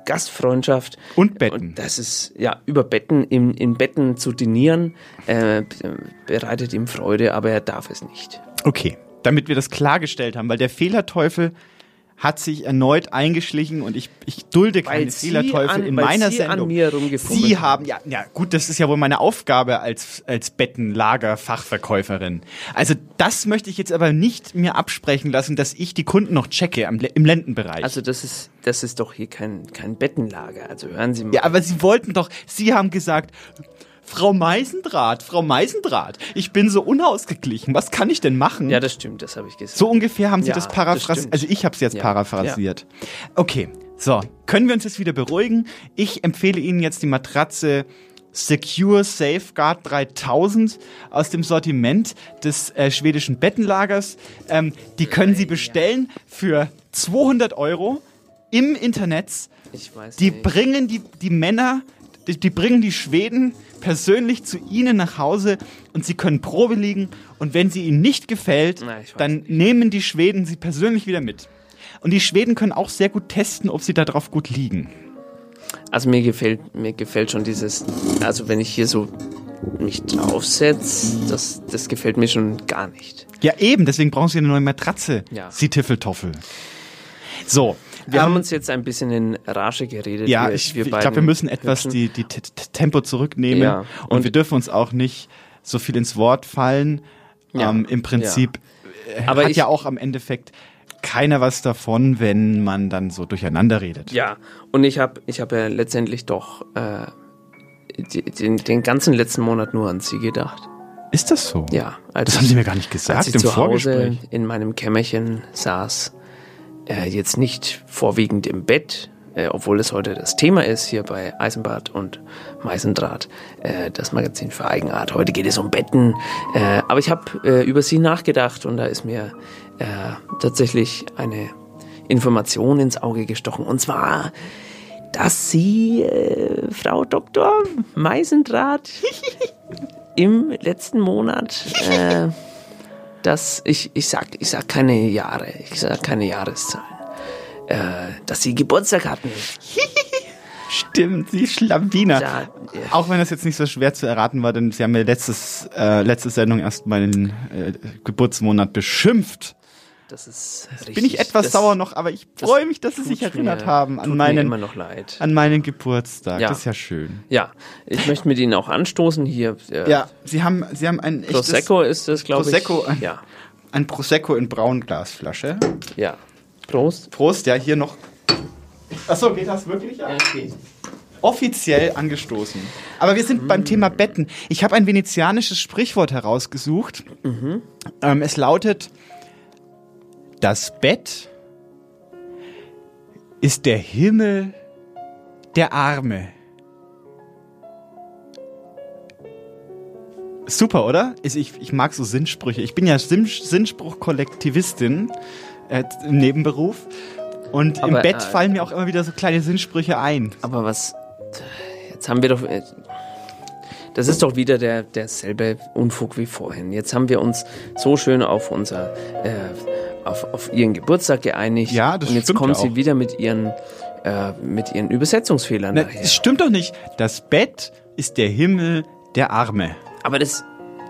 Gastfreundschaft. Und Betten. Und das ist, ja, über Betten, in, in Betten zu dinieren, äh, bereitet ihm Freude, aber er darf es nicht. Okay, damit wir das klargestellt haben, weil der Fehlerteufel hat sich erneut eingeschlichen und ich, ich dulde keine Fehlerteufel an, in weil meiner Sie Sendung. An mir rumgefummelt Sie haben, ja, ja gut, das ist ja wohl meine Aufgabe als, als Bettenlager-Fachverkäuferin. Also das möchte ich jetzt aber nicht mir absprechen lassen, dass ich die Kunden noch checke am, im Lendenbereich. Also das ist, das ist doch hier kein, kein Bettenlager, also hören Sie mal. Ja, aber Sie wollten doch, Sie haben gesagt, Frau Meisendrath, Frau Meisendrath, ich bin so unausgeglichen, was kann ich denn machen? Ja, das stimmt, das habe ich gesagt. So ungefähr haben Sie ja, das paraphrasiert, also ich habe es jetzt ja. paraphrasiert. Ja. Okay, so, können wir uns jetzt wieder beruhigen? Ich empfehle Ihnen jetzt die Matratze Secure Safeguard dreitausend aus dem Sortiment des äh, schwedischen Bettenlagers. Ähm, die können Sie bestellen für zweihundert Euro im Internet. Ich weiß die nicht. bringen die, die Männer, die, die bringen die Schweden persönlich zu Ihnen nach Hause und Sie können Probe liegen und wenn sie Ihnen nicht gefällt, Na, dann nicht. nehmen die Schweden Sie persönlich wieder mit. Und die Schweden können auch sehr gut testen, ob sie darauf gut liegen. Also mir gefällt, mir gefällt schon dieses, also wenn ich hier so mich draufsetze, das, das gefällt mir schon gar nicht. Ja eben, deswegen brauchen Sie eine neue Matratze, Ja. Sie Tiffeltoffel. So. Wir ähm, haben uns jetzt ein bisschen in Rage geredet. Ja, wir, ich, wir ich beiden glaube, wir müssen etwas Hübschen. die, die T- T- Tempo zurücknehmen Ja. und, Und- wir dürfen uns auch nicht so viel ins Wort fallen. Ja. Ähm, Im Prinzip äh, Aber hat ich- ja auch am Endeffekt keiner was davon, wenn man dann so durcheinander redet. Ja, und ich habe ich hab ja letztendlich doch äh, die, den, den ganzen letzten Monat nur an Sie gedacht. Ist das so? Ja. Als Das haben Sie mir gar nicht als gesagt ich im zu Hause Vorgespräch. in meinem Kämmerchen saß, äh, jetzt nicht vorwiegend im Bett, äh, obwohl es heute das Thema ist hier bei Eisenbart und Meisendraht, äh, das Magazin für Eigenart. Heute geht es um Betten, äh, aber ich habe äh, über Sie nachgedacht und da ist mir äh, tatsächlich eine Information ins Auge gestochen und zwar, dass Sie, äh, Frau Doktor Meisendrath, im letzten Monat, äh, dass ich, ich sag, ich sag keine Jahre, ich sag keine Jahreszahlen, äh, dass Sie Geburtstag hatten. Stimmt, Sie Schlawiner. Ja, ja. Auch wenn das jetzt nicht so schwer zu erraten war, denn Sie haben ja letztes, äh, letzte Sendung erst meinen äh, Geburtsmonat beschimpft. Das ist richtig. Bin ich etwas das, sauer noch, aber ich freue mich, dass Sie sich erinnert mir, haben an tut meinen, mir immer noch leid. an meinen Geburtstag. Ja. Das ist ja schön. Ja, ich möchte mit Ihnen auch anstoßen hier. Äh, Ja, Sie haben, Sie haben ein echtes Prosecco ist das, glaube ich. Prosecco, ein, Ja, ein Prosecco in Braunglasflasche. ja. Prost. Prost, ja, hier noch. Achso, geht das wirklich? Ja. Okay. Offiziell angestoßen. Aber wir sind mm. beim Thema Betten. Ich habe ein venezianisches Sprichwort herausgesucht. Mhm. Ähm, es lautet: Das Bett ist der Himmel der Arme. Super, oder? Ich, ich mag so Sinnsprüche. Ich bin ja Sin- Sinnspruch-Kollektivistin äh, im Nebenberuf. Und Aber, im Bett äh, fallen mir auch immer wieder so kleine Sinnsprüche ein. Aber was, jetzt haben wir doch, das ist doch wieder der derselbe Unfug wie vorhin. Jetzt haben wir uns so schön auf unser, äh, auf, auf ihren Geburtstag geeinigt. Ja, das Und jetzt stimmt kommen ja sie auch. wieder mit ihren, äh, mit ihren Übersetzungsfehlern Na, daher. das stimmt doch nicht. Das Bett ist der Himmel der Arme. Aber das,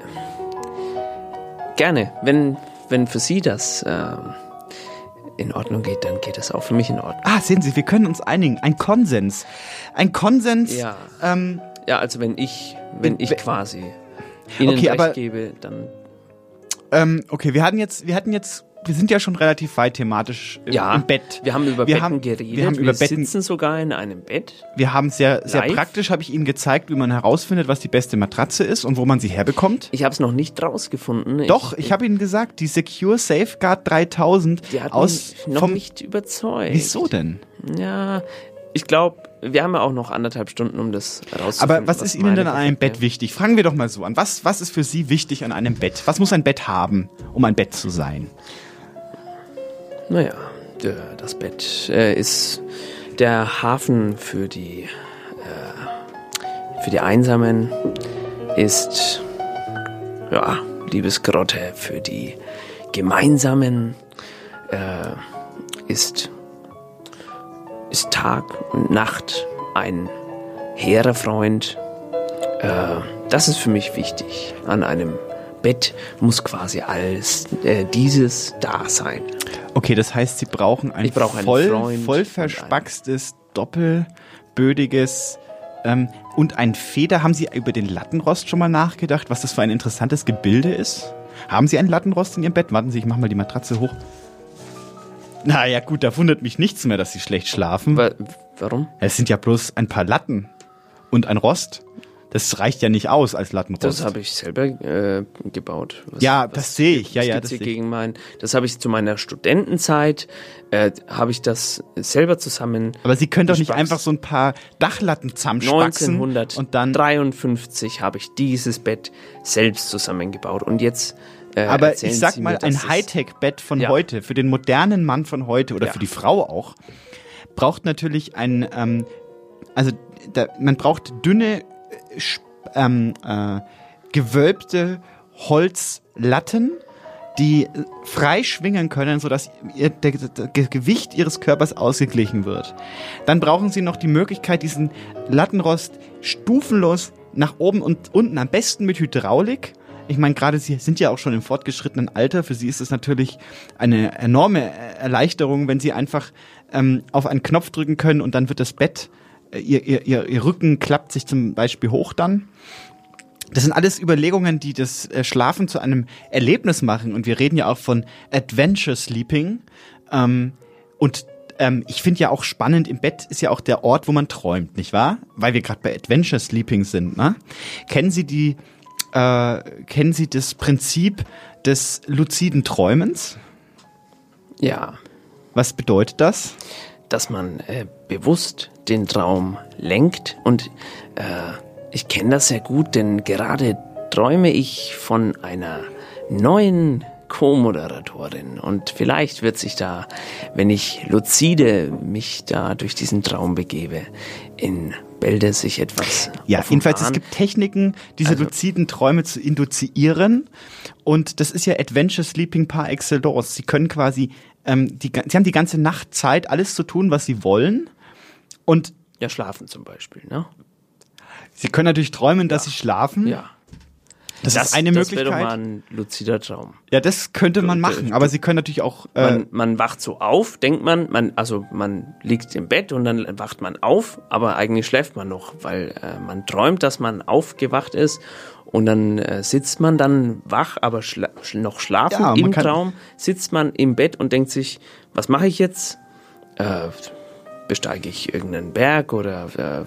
gerne, wenn, wenn für Sie das äh, in Ordnung geht, dann geht das auch für mich in Ordnung. Ah, sehen Sie, wir können uns einigen. Ein Konsens. Ein Konsens. Ja. Ähm, Ja, also wenn ich, wenn ich Wenn- quasi Ihnen Okay, recht aber- gebe, dann ähm, okay, wir hatten jetzt, wir hatten jetzt, wir sind ja schon relativ weit thematisch im, ja, im Bett. wir haben über Wir Betten haben- geredet, wir haben über Betten- sitzen sogar in einem Bett. Wir haben sehr, sehr Live? praktisch, habe ich Ihnen gezeigt, wie man herausfindet, was die beste Matratze ist und wo man sie herbekommt. Ich habe es noch nicht rausgefunden. Doch, ich habe Ihnen gesagt, die Secure Safeguard dreitausend Die hat aus mich noch vom. nicht überzeugt. Wieso denn? Ja, ich glaube, wir haben ja auch noch anderthalb Stunden, um das rauszufinden. Aber was ist Ihnen denn an einem perfekte- Bett wichtig? Fragen wir doch mal so an. Was, was ist für Sie wichtig an einem Bett? Was muss ein Bett haben, um ein Bett zu sein? Naja, der, das Bett äh, ist der Hafen für die, äh, für die Einsamen, ist ja, Liebesgrotte für die Gemeinsamen, äh, ist ist Tag und Nacht ein hehrer Freund. Äh, das ist für mich wichtig. An einem Bett muss quasi alles äh, dieses da sein. Okay, das heißt, Sie brauchen ein ich brauch voll, Freund voll verspackstes, doppelbödiges ähm, und ein Feder. Haben Sie über den Lattenrost schon mal nachgedacht, was das für ein interessantes Gebilde ist? Haben Sie einen Lattenrost in Ihrem Bett? Warten Sie, ich mach mal die Matratze hoch. Naja gut, da wundert mich nichts mehr, dass Sie schlecht schlafen. Wa- warum? Es sind ja bloß ein paar Latten und ein Rost. Das reicht ja nicht aus als Lattenrost. Das habe ich selber äh, gebaut. Was, ja, was das sehe ich. Ja, ja, das das hier sehe ich. gegen mein, das habe ich zu meiner Studentenzeit, äh, habe ich das selber zusammen. Aber Sie können doch nicht gespackst. einfach so ein paar Dachlatten zusammenspacksen und dann. neunzehnhundertdreiundfünfzig habe ich dieses Bett selbst zusammengebaut. Und jetzt äh, Aber erzählen ich sag Sie mal, mir, dass ein es- Hightech-Bett von Ja. heute, für den modernen Mann von heute oder Ja. für die Frau auch, braucht natürlich ein, ähm, also da, man braucht dünne, äh, sch- ähm, äh, gewölbte Holzlatten, die äh, frei schwingen können, sodass ihr, der, der Ge- Gewicht ihres Körpers ausgeglichen wird. Dann brauchen sie noch die Möglichkeit, diesen Lattenrost stufenlos nach oben und unten, am besten mit Hydraulik. Ich meine, gerade Sie sind ja auch schon im fortgeschrittenen Alter. Für Sie ist es natürlich eine enorme Erleichterung, wenn Sie einfach ähm, auf einen Knopf drücken können und dann wird das Bett, äh, ihr, ihr, ihr, ihr Rücken klappt sich zum Beispiel hoch dann. Das sind alles Überlegungen, die das äh, Schlafen zu einem Erlebnis machen. Und wir reden ja auch von Adventure Sleeping. Ähm, und ähm, ich finde ja auch spannend, im Bett ist ja auch der Ort, wo man träumt, nicht wahr? Weil wir gerade bei Adventure Sleeping sind. Ne? Kennen Sie die, äh, kennen Sie das Prinzip des luziden Träumens? Ja, Was bedeutet das? dass man äh, bewusst den Traum lenkt. Und äh, ich kenne das sehr gut, denn gerade träume ich von einer neuen Co-Moderatorin. Und vielleicht wird sich da, wenn ich lucide mich da durch diesen Traum begebe, in Bälde sich etwas Ja, offenbaren. jedenfalls, es gibt Techniken, diese Also- luziden Träume zu induzieren. Und das ist ja Adventure Sleeping par excellence. Sie können quasi, ähm, die, Sie haben die ganze Nacht Zeit, alles zu tun, was Sie wollen. Und Ja, schlafen zum Beispiel, ne? Sie können natürlich träumen, dass Sie schlafen. Ja. Das, ist eine das wäre doch Möglichkeit. mal ein luzider Traum. Ja, das könnte man Du- machen. du- Aber Sie können natürlich auch. Äh, Man, man wacht so auf, denkt man, man, also man liegt im Bett und dann wacht man auf, aber eigentlich schläft man noch, weil äh, man träumt, dass man aufgewacht ist und dann äh, sitzt man dann wach, aber schla sch noch schlafen Ja, man im kann- Traum, sitzt man im Bett und denkt sich, was mache ich jetzt? Äh, besteige ich irgendeinen Berg oder äh,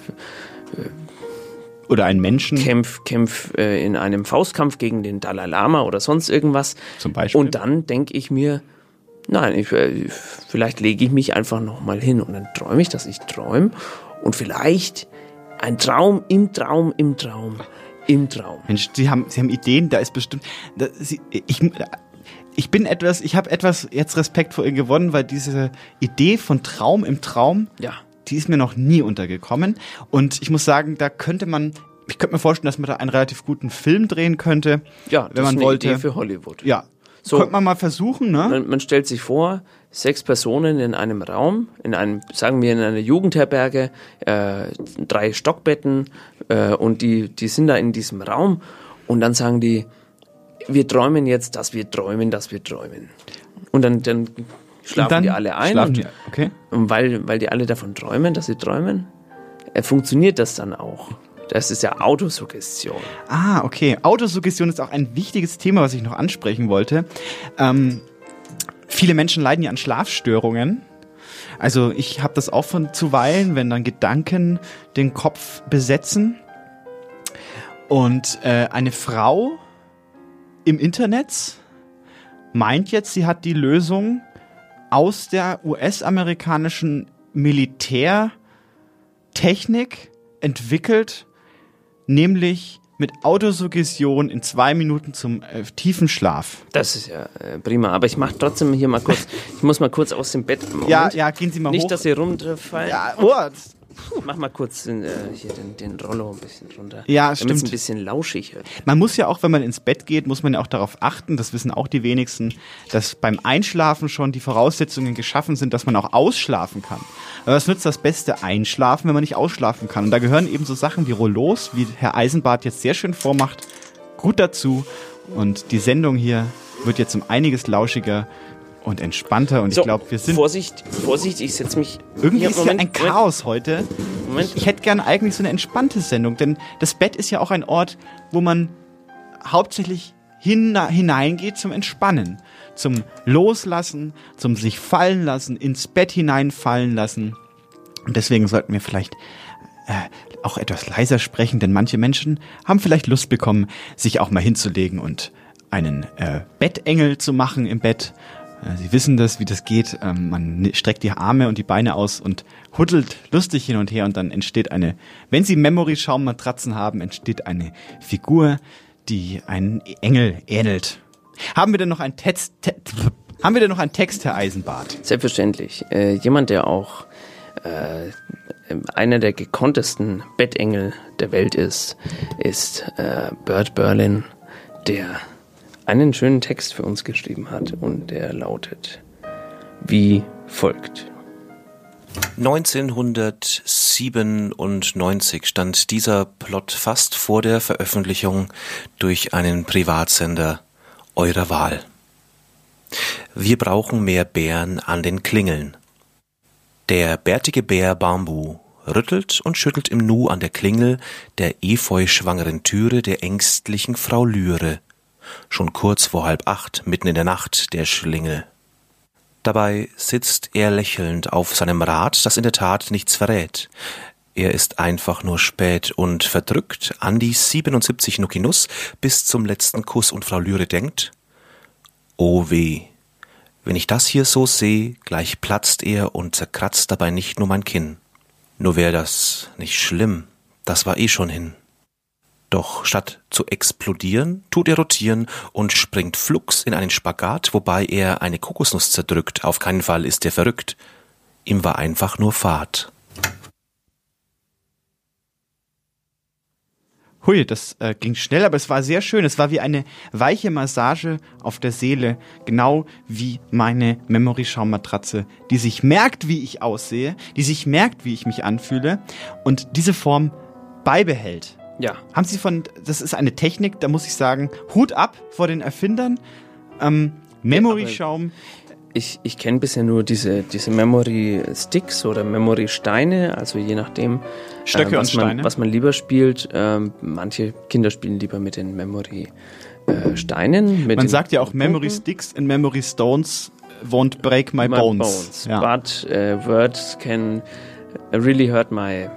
oder einen Menschen. kämpf, kämpf äh, in einem Faustkampf gegen den Dalai Lama oder sonst irgendwas. Zum Beispiel. Und dann denke ich mir, nein, ich, äh, vielleicht lege ich mich einfach nochmal hin und dann träume ich, dass ich träume und vielleicht ein Traum im Traum, im Traum, im Traum. Mensch, Sie haben, Sie haben Ideen, da ist bestimmt. Da, Sie, ich, ich bin etwas, ich habe etwas jetzt Respekt vor Ihnen gewonnen, weil diese Idee von Traum im Traum, Ja. die ist mir noch nie untergekommen. Und ich muss sagen, da könnte man, ich könnte mir vorstellen, dass man da einen relativ guten Film drehen könnte, Ja, das wenn man ist eine wollte. Idee für Hollywood. Ja, So. könnte man mal versuchen, ne? Man, man stellt sich vor, sechs Personen in einem Raum, in einem, sagen wir in einer Jugendherberge, äh, drei Stockbetten äh, und die, die sind da in diesem Raum und dann sagen die, wir träumen jetzt, dass wir träumen, dass wir träumen. Und dann, dann schlafen Und dann die alle ein schlafen und, die, okay. und weil, weil die alle davon träumen, dass sie träumen, äh, funktioniert das dann auch. Das ist ja Autosuggestion. Ah, okay. Autosuggestion ist auch ein wichtiges Thema, was ich noch ansprechen wollte. Ähm, viele Menschen leiden ja an Schlafstörungen. Also ich habe das auch von zuweilen, wenn dann Gedanken den Kopf besetzen. Und äh, eine Frau im Internet meint jetzt, sie hat die Lösung aus der U S-amerikanischen Militärtechnik entwickelt, nämlich mit Autosuggestion in zwei Minuten zum äh, tiefen Schlaf. Das ist ja äh, prima. Aber ich mache trotzdem hier mal kurz, ich muss mal kurz aus dem Bett. Moment. Ja, ja, gehen Sie mal Nicht, hoch. dass Sie runterfallen. Ja, oh, Ich mach mal kurz den, äh, hier den, den Rollo ein bisschen runter. Ja, damit stimmt. es ein bisschen lauschig wird. Man muss ja auch, wenn man ins Bett geht, muss man ja auch darauf achten, das wissen auch die wenigsten, dass beim Einschlafen schon die Voraussetzungen geschaffen sind, dass man auch ausschlafen kann. Aber was nützt das beste Einschlafen, wenn man nicht ausschlafen kann? Und da gehören eben so Sachen wie Rollos, wie Herr Eisenbart jetzt sehr schön vormacht, gut dazu. Und die Sendung hier wird jetzt um einiges lauschiger und entspannter. Und so, ich glaube, wir sind... Vorsicht, Vorsicht, ich setze mich... Irgendwie hier, ist Moment, ja ein Chaos Moment. heute. Moment. Ich, ich hätte gern eigentlich so eine entspannte Sendung, denn das Bett ist ja auch ein Ort, wo man hauptsächlich hin, hineingeht zum Entspannen, zum Loslassen, zum sich fallen lassen, ins Bett hineinfallen lassen. Und deswegen sollten wir vielleicht äh, auch etwas leiser sprechen, denn manche Menschen haben vielleicht Lust bekommen, sich auch mal hinzulegen und einen äh, Bettengel zu machen im Bett. Sie wissen das, wie das geht. Man streckt die Arme und die Beine aus und huddelt lustig hin und her und dann entsteht eine, wenn Sie Memory-Schaummatratzen haben, entsteht eine Figur, die einen Engel ähnelt. Haben wir denn noch einen Text, te- haben wir denn noch einen Text, Herr Eisenbart? Selbstverständlich. Äh, jemand, der auch äh, einer der gekonntesten Bettengel der Welt ist, ist äh, Bert Berlin, der einen schönen Text für uns geschrieben hat und der lautet wie folgt. neunzehnhundertsiebenundneunzig stand dieser Plot fast vor der Veröffentlichung durch einen Privatsender eurer Wahl. Wir brauchen mehr Bären an den Klingeln. Der bärtige Bär Bambu rüttelt und schüttelt im Nu an der Klingel der efeu-schwangeren Türe der ängstlichen Frau Lyre. Schon kurz vor halb acht, mitten in der Nacht, der Schlingel. Dabei sitzt er lächelnd auf seinem Rad, das in der Tat nichts verrät. Er ist einfach nur spät und verdrückt an die siebenundsiebzig Nuckinus bis zum letzten Kuss und Frau Lyre denkt, oh weh, wenn ich das hier so seh, gleich platzt er und zerkratzt dabei nicht nur mein Kinn. Nur wär das nicht schlimm, das war eh schon hin. Doch statt zu explodieren, tut er rotieren und springt flugs in einen Spagat, wobei er eine Kokosnuss zerdrückt. Auf keinen Fall ist er verrückt. Ihm war einfach nur Fahrt. Hui, das äh, ging schnell, aber es war sehr schön. Es war wie eine weiche Massage auf der Seele, genau wie meine Memory-Schaummatratze, die sich merkt, wie ich aussehe, die sich merkt, wie ich mich anfühle und diese Form beibehält. Ja. Haben Sie von, das ist eine Technik, da muss ich sagen, Hut ab vor den Erfindern. Ähm, Memory-Schaum. Ich, ich kenne bisher nur diese, diese Memory-Sticks oder Memory-Steine, also je nachdem, Stöcke äh, was, und Steine. Man, was man lieber spielt. Ähm, manche Kinder spielen lieber mit den Memory-Steinen. Man sagt ja auch Memory-Sticks and Memory-Stones won't break my, my bones. bones. Ja. But uh, words can really hurt my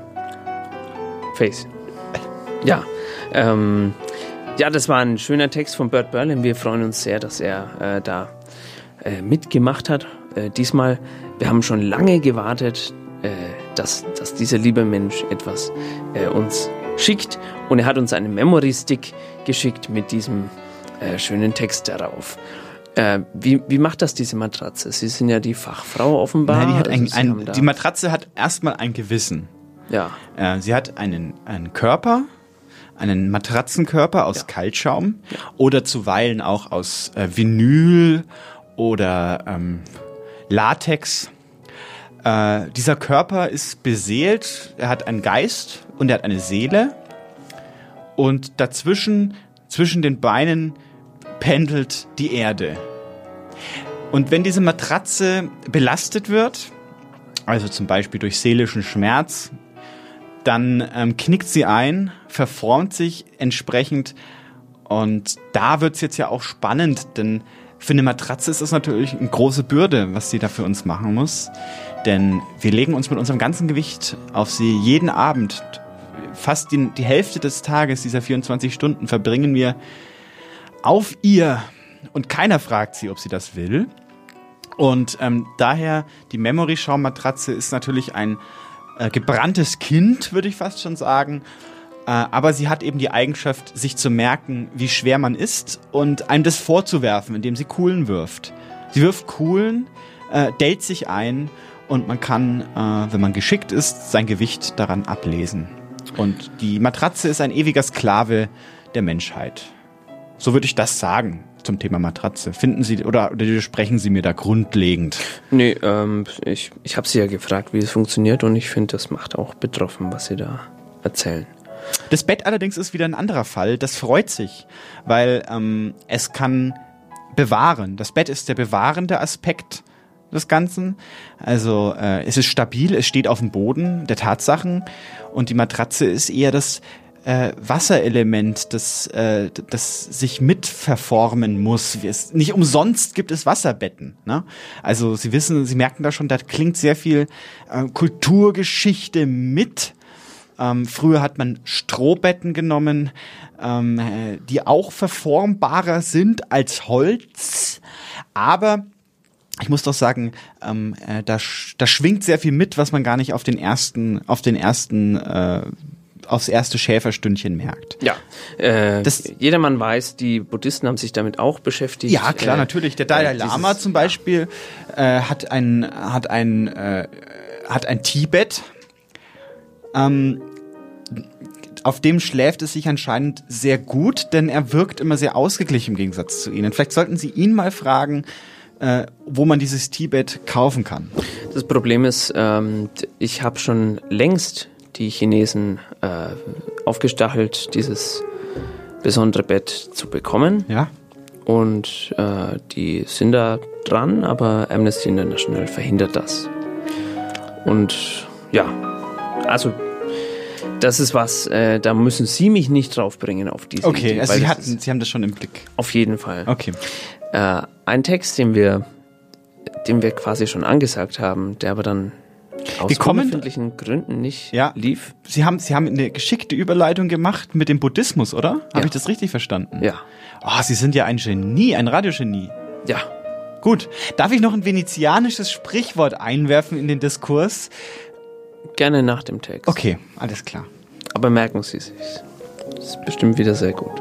face. Ja, ähm, ja, das war ein schöner Text von Bert Berlin. Wir freuen uns sehr, dass er äh, da äh, mitgemacht hat. Äh, diesmal, wir haben schon lange gewartet, äh, dass, dass dieser liebe Mensch etwas äh, uns schickt. Und er hat uns einen Memory-Stick geschickt mit diesem äh, schönen Text darauf. Äh, wie, wie macht das diese Matratze? Sie sind ja die Fachfrau offenbar. Nein, die, hat ein, also ein, die Matratze hat erstmal ein Gewissen. Ja. Äh, sie hat einen, einen Körper, einen Matratzenkörper aus ja. Kaltschaum ja. oder zuweilen auch aus äh, Vinyl oder ähm, Latex. Äh, dieser Körper ist beseelt, er hat einen Geist und er hat eine Seele und dazwischen, zwischen den Beinen pendelt die Erde. Und wenn diese Matratze belastet wird, also zum Beispiel durch seelischen Schmerz, dann ähm, knickt sie ein, verformt sich entsprechend und da wird's jetzt ja auch spannend, denn für eine Matratze ist das natürlich eine große Bürde, was sie da für uns machen muss, denn wir legen uns mit unserem ganzen Gewicht auf sie jeden Abend, fast die, die Hälfte des Tages dieser vierundzwanzig Stunden verbringen wir auf ihr und keiner fragt sie, ob sie das will. Und ähm, daher, die Memory-Schaummatratze ist natürlich ein äh, gebranntes Kind, würde ich fast schon sagen. Äh, aber sie hat eben die Eigenschaft, sich zu merken, wie schwer man ist und einem das vorzuwerfen, indem sie Kugeln wirft. Sie wirft Kugeln, äh, dellt sich ein und man kann, äh, wenn man geschickt ist, sein Gewicht daran ablesen. Und die Matratze ist ein ewiger Sklave der Menschheit. So würde ich das sagen zum Thema Matratze. Finden Sie, oder, oder sprechen Sie mir da grundlegend? Nee, ähm, ich, ich habe Sie ja gefragt, wie es funktioniert, und ich finde, das macht auch betroffen, was Sie da erzählen. Das Bett allerdings ist wieder ein anderer Fall. Das freut sich, weil ähm, es kann bewahren. Das Bett ist der bewahrende Aspekt des Ganzen. Also äh, es ist stabil, es steht auf dem Boden der Tatsachen, und die Matratze ist eher das äh, Wasserelement, das, äh, das sich mitverformen muss. Es, nicht umsonst gibt es Wasserbetten. Ne? Also Sie wissen, Sie merken da schon, da klingt sehr viel äh, Kulturgeschichte mit. Ähm, früher hat man Strohbetten genommen, ähm, die auch verformbarer sind als Holz, aber ich muss doch sagen, ähm, äh, da, sch- da schwingt sehr viel mit, was man gar nicht auf den ersten, auf den ersten, äh, aufs erste Schäferstündchen merkt. Ja, äh, das, jedermann weiß, die Buddhisten haben sich damit auch beschäftigt. Ja, klar, äh, natürlich. Der Dalai Lama dieses, zum Beispiel äh, hat ein, hat ein, äh, hat ein Tibet. Ähm, auf dem schläft es sich anscheinend sehr gut, denn er wirkt immer sehr ausgeglichen im Gegensatz zu Ihnen. Vielleicht sollten Sie ihn mal fragen, äh, wo man dieses Tibet kaufen kann. Das Problem ist, ähm, ich habe schon längst die Chinesen äh, aufgestachelt, dieses besondere Bett zu bekommen. Ja. Und äh, die sind da dran, aber Amnesty International verhindert das. Und ja, also das ist was, äh, da müssen Sie mich nicht draufbringen auf diese Okay, Idee. also Sie, hatten, Sie haben das schon im Blick. Auf jeden Fall. Okay. Äh, ein Text, den wir, den wir quasi schon angesagt haben, der aber dann aus unerfindlichen Gründen nicht ja, lief. Sie haben, Sie haben eine geschickte Überleitung gemacht mit dem Buddhismus, oder? Habe ja. ich das richtig verstanden? Ja. Oh, Sie sind ja ein Genie, ein Radiogenie. Ja. Gut. Darf ich noch ein venezianisches Sprichwort einwerfen in den Diskurs? Gerne nach dem Text. Okay, alles klar. Aber merken Sie sich. Das ist bestimmt wieder sehr gut.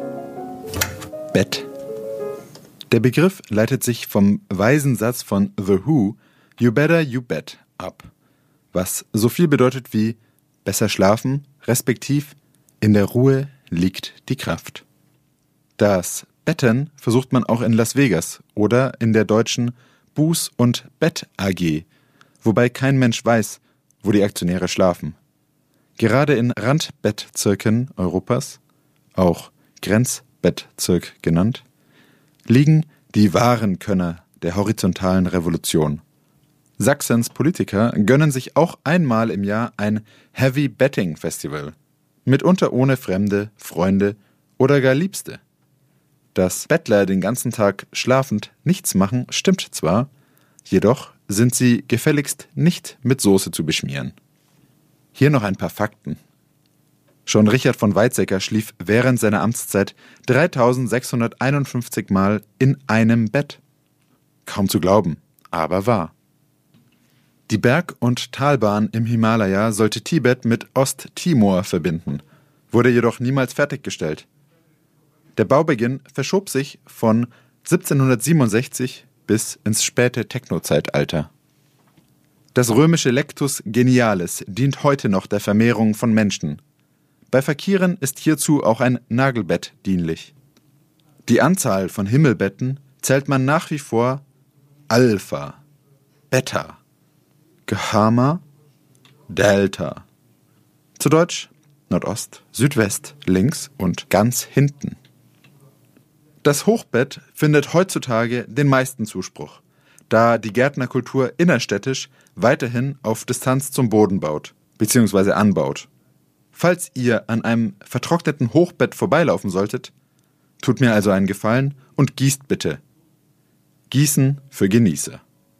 Bett. Der Begriff leitet sich vom weisen Satz von The Who, You better you bet, ab. Was so viel bedeutet wie besser schlafen, respektiv in der Ruhe liegt die Kraft. Das Betten versucht man auch in Las Vegas oder in der deutschen Buß- und Bett A G, wobei kein Mensch weiß, wo die Aktionäre schlafen. Gerade in Randbettzirken Europas, auch Grenzbettzirk genannt, liegen die wahren Könner der horizontalen Revolution. Sachsens Politiker gönnen sich auch einmal im Jahr ein Heavy Betting Festival, mitunter ohne Fremde, Freunde oder gar Liebste. Dass Bettler den ganzen Tag schlafend nichts machen, stimmt zwar, jedoch sind sie gefälligst nicht mit Soße zu beschmieren. Hier noch ein paar Fakten. Schon Richard von Weizsäcker schlief während seiner Amtszeit dreitausendsechshunderteinundfünfzig Mal in einem Bett. Kaum zu glauben, aber wahr. Die Berg- und Talbahn im Himalaya sollte Tibet mit Osttimor verbinden, wurde jedoch niemals fertiggestellt. Der Baubeginn verschob sich von siebzehnhundertsiebenundsechzig bis ins späte Techno-Zeitalter. Das römische Lectus Genialis dient heute noch der Vermehrung von Menschen. Bei Fakiren ist hierzu auch ein Nagelbett dienlich. Die Anzahl von Himmelbetten zählt man nach wie vor Alpha, Beta, Gamma, Delta. Zu Deutsch Nordost, Südwest, links und ganz hinten. Das Hochbett findet heutzutage den meisten Zuspruch, da die Gärtnerkultur innerstädtisch weiterhin auf Distanz zum Boden baut bzw. anbaut. Falls ihr an einem vertrockneten Hochbett vorbeilaufen solltet, tut mir also einen Gefallen und gießt bitte. Gießen für Genießer.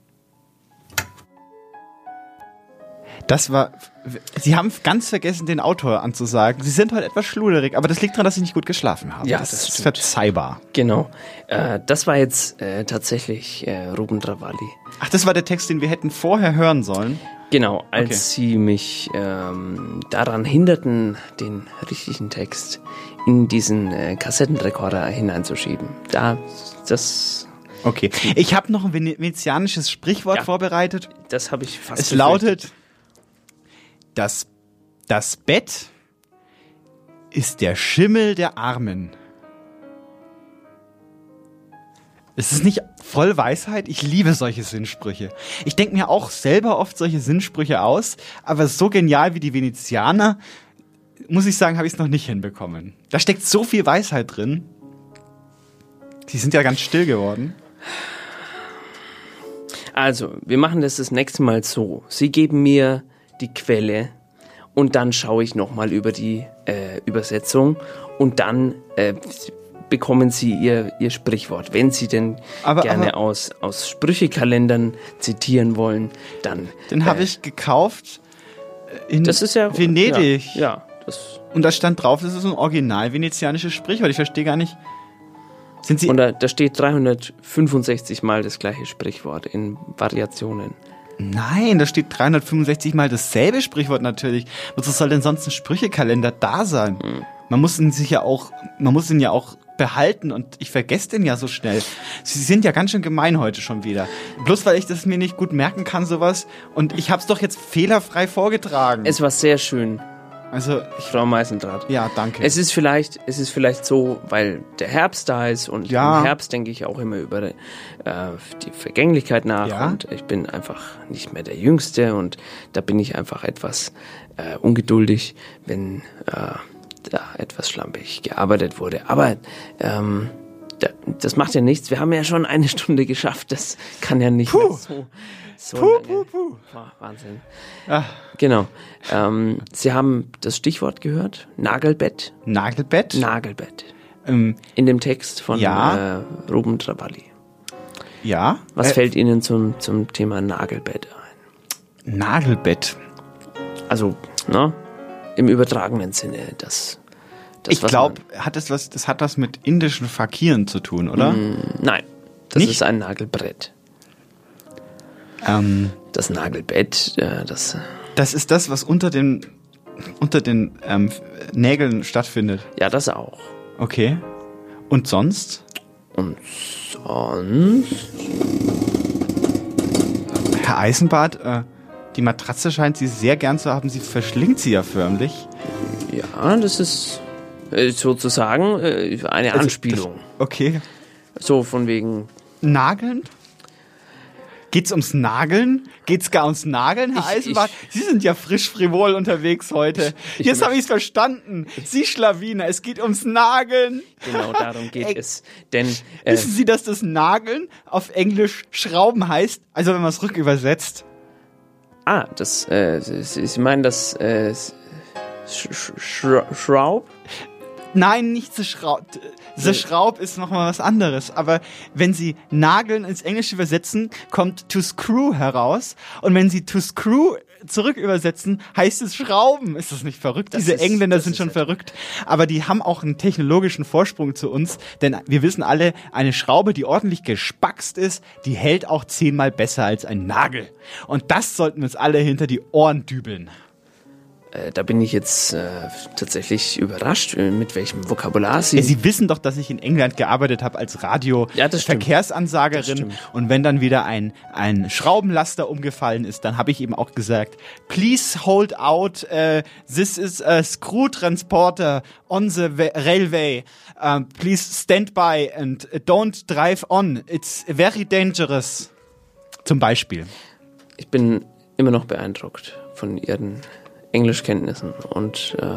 Das war, Sie haben ganz vergessen, den Autor anzusagen. Sie sind heute etwas schluderig, aber das liegt daran, dass Sie nicht gut geschlafen haben. Ja, das, das ist stimmt. verzeihbar. Genau. Äh, das war jetzt äh, tatsächlich äh, Ruben Dravalli. Ach, das war der Text, den wir hätten vorher hören sollen? Genau, als Okay. Sie mich ähm, daran hinderten, den richtigen Text in diesen äh, Kassettenrekorder hineinzuschieben. Da, das Okay, ich habe noch ein venezianisches Sprichwort ja, vorbereitet. Das habe ich fast Es lautet, das, das Bett ist der Schimmel der Armen. Ist es nicht voll Weisheit? Ich liebe solche Sinnsprüche. Ich denke mir auch selber oft solche Sinnsprüche aus, aber so genial wie die Venezianer, muss ich sagen, habe ich es noch nicht hinbekommen. Da steckt so viel Weisheit drin. Die sind ja ganz still geworden. Also, wir machen das das nächste Mal so. Sie geben mir die Quelle und dann schaue ich nochmal über die äh, Übersetzung und dann äh, bekommen Sie ihr, ihr Sprichwort. Wenn Sie denn aber, gerne aber, aus, aus Sprüchekalendern zitieren wollen, dann... Den äh, habe ich gekauft in das ist ja, Venedig. Ja, ja, das und da stand drauf, das ist ein original venezianisches Sprichwort. Ich verstehe gar nicht... Sind Sie und da, da steht dreihundertfünfundsechzig Mal das gleiche Sprichwort in Variationen. Nein, da steht dreihundertfünfundsechzig Mal dasselbe Sprichwort natürlich. Wozu soll denn sonst ein Sprüchekalender da sein? Hm. Man muss ihn sich ja auch, man muss ihn ja auch behalten und ich vergesse den ja so schnell. Sie sind ja ganz schön gemein heute schon wieder. Bloß weil ich das mir nicht gut merken kann, sowas. Und ich hab's doch jetzt fehlerfrei vorgetragen. Es war sehr schön. Also, ich, Frau Meisendrath. Ja, danke. Es ist vielleicht, es ist vielleicht so, weil der Herbst da ist und ja. im Herbst denke ich auch immer über äh, die Vergänglichkeit nach ja. und ich bin einfach nicht mehr der Jüngste und da bin ich einfach etwas äh, ungeduldig, wenn äh, da etwas schlampig gearbeitet wurde. Aber ähm, da, das macht ja nichts. Wir haben ja schon eine Stunde geschafft. Das kann ja nicht mehr so. So puh, lange. puh, puh. Oh, Wahnsinn. Ach. Genau. Ähm, Sie haben das Stichwort gehört? Nagelbett? Nagelbett? Nagelbett. Ähm, In dem Text von ja. äh, Ruben Travalli. Ja. Was äh, fällt Ihnen zum, zum Thema Nagelbett ein? Nagelbett? Also, ne? Im übertragenen Sinne. Das, das, ich glaube, hat das was, das hat was mit indischen Fakiren zu tun, oder? Mm, nein. Das Nicht? ist ein Nagelbrett. Ähm, das Nagelbett, äh, das... Das ist das, was unter den, unter den ähm, Nägeln stattfindet? Ja, das auch. Okay. Und sonst? Und sonst? Herr Eisenbart, äh, die Matratze scheint Sie sehr gern zu haben. Sie verschlingt sie ja förmlich. Ja, das ist äh, sozusagen äh, eine also, Anspielung. Das, okay. So von wegen... Nageln? Geht's ums Nageln? Geht's gar ums Nageln, Herr ich, Eisenbart? Ich, Sie sind ja frisch frivol unterwegs heute. Ich, Jetzt habe ich es verstanden. Sie Schlawiner, es geht ums Nageln. Genau, darum geht Ä es. Denn äh, wissen Sie, dass das Nageln auf Englisch Schrauben heißt? Also wenn man es rückübersetzt. Ah, das, äh, Sie, Sie meinen das äh, Sch Sch Schraub? Nein, nicht the Schraub. The Schraub ist nochmal was anderes. Aber wenn Sie Nageln ins Englische übersetzen, kommt to screw heraus. Und wenn Sie to screw zurück übersetzen, heißt es Schrauben. Ist das nicht verrückt? Das Diese ist, Engländer sind schon verrückt. Aber die haben auch einen technologischen Vorsprung zu uns. Denn wir wissen alle, eine Schraube, die ordentlich gespackst ist, die hält auch zehnmal besser als ein Nagel. Und das sollten wir uns alle hinter die Ohren dübeln. Da bin ich jetzt äh, tatsächlich überrascht, mit welchem Vokabular Sie... Ja, Sie wissen doch, dass ich in England gearbeitet habe als Radio-Verkehrsansagerin. Ja, und wenn dann wieder ein, ein Schraubenlaster umgefallen ist, dann habe ich eben auch gesagt, please hold out, uh, this is a screw transporter on the railway. Uh, please stand by and don't drive on. It's very dangerous. Zum Beispiel. Ich bin immer noch beeindruckt von Ihren Englischkenntnissen und äh,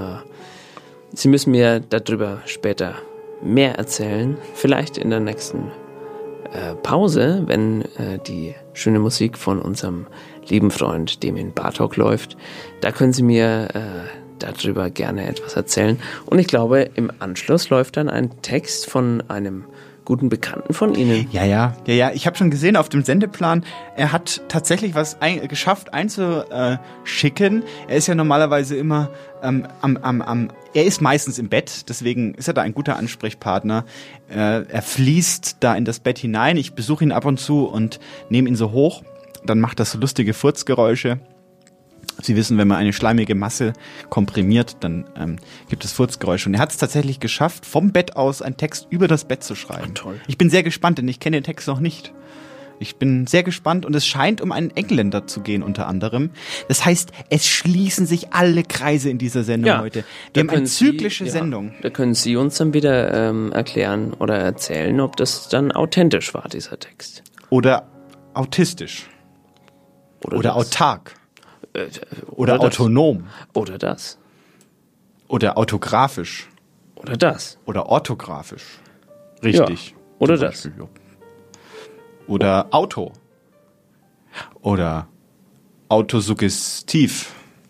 Sie müssen mir darüber später mehr erzählen, vielleicht in der nächsten äh, Pause, wenn äh, die schöne Musik von unserem lieben Freund Demin Bartok läuft. Da können Sie mir äh, darüber gerne etwas erzählen und ich glaube, im Anschluss läuft dann ein Text von einem guten Bekannten von Ihnen. Ja, ja, ja, ja. Ich habe schon gesehen auf dem Sendeplan, er hat tatsächlich was ein, geschafft einzuschicken. Er ist ja normalerweise immer ähm, am, am, am, er ist meistens im Bett, deswegen ist er da ein guter Ansprechpartner. Äh, er fließt da in das Bett hinein. Ich besuche ihn ab und zu und nehme ihn so hoch. Dann macht das so lustige Furzgeräusche. Sie wissen, wenn man eine schleimige Masse komprimiert, dann ähm, gibt es Furzgeräusche. Und er hat es tatsächlich geschafft, vom Bett aus einen Text über das Bett zu schreiben. Ach, toll. Ich bin sehr gespannt, denn ich kenne den Text noch nicht. Ich bin sehr gespannt und es scheint um einen Engländer zu gehen unter anderem. Das heißt, es schließen sich alle Kreise in dieser Sendung Ja, heute. da Wir haben eine können Sie- zyklische ja, Sendung. Da können Sie uns dann wieder ähm, erklären oder erzählen, ob das dann authentisch war, dieser Text. Oder autistisch. Oder, Oder das. autark. Äh, Oder, oder das. autonom. Oder das. Oder autografisch. Oder das. Oder orthografisch. Richtig. Ja, oder Zum das. Beispiel, ja. Oder Auto. Oder autosuggestiv.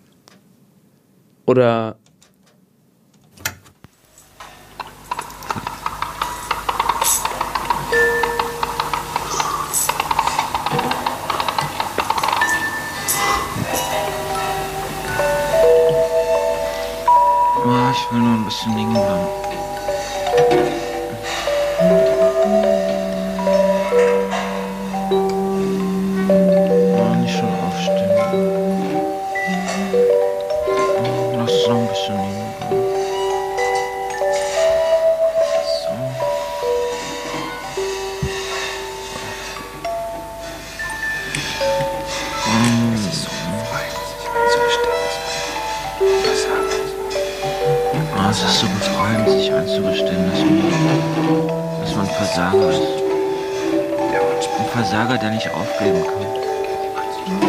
Oder Oh, ich will nur ein bisschen liegen bleiben. Oh, nicht schon aufstehen. Lass es noch ein bisschen liegen bleiben. So. Mm. Oh, es ist so befreiend, sich einzugestehen, dass man, dass man ein Versager ist. Ein Versager, der nicht aufgeben kann.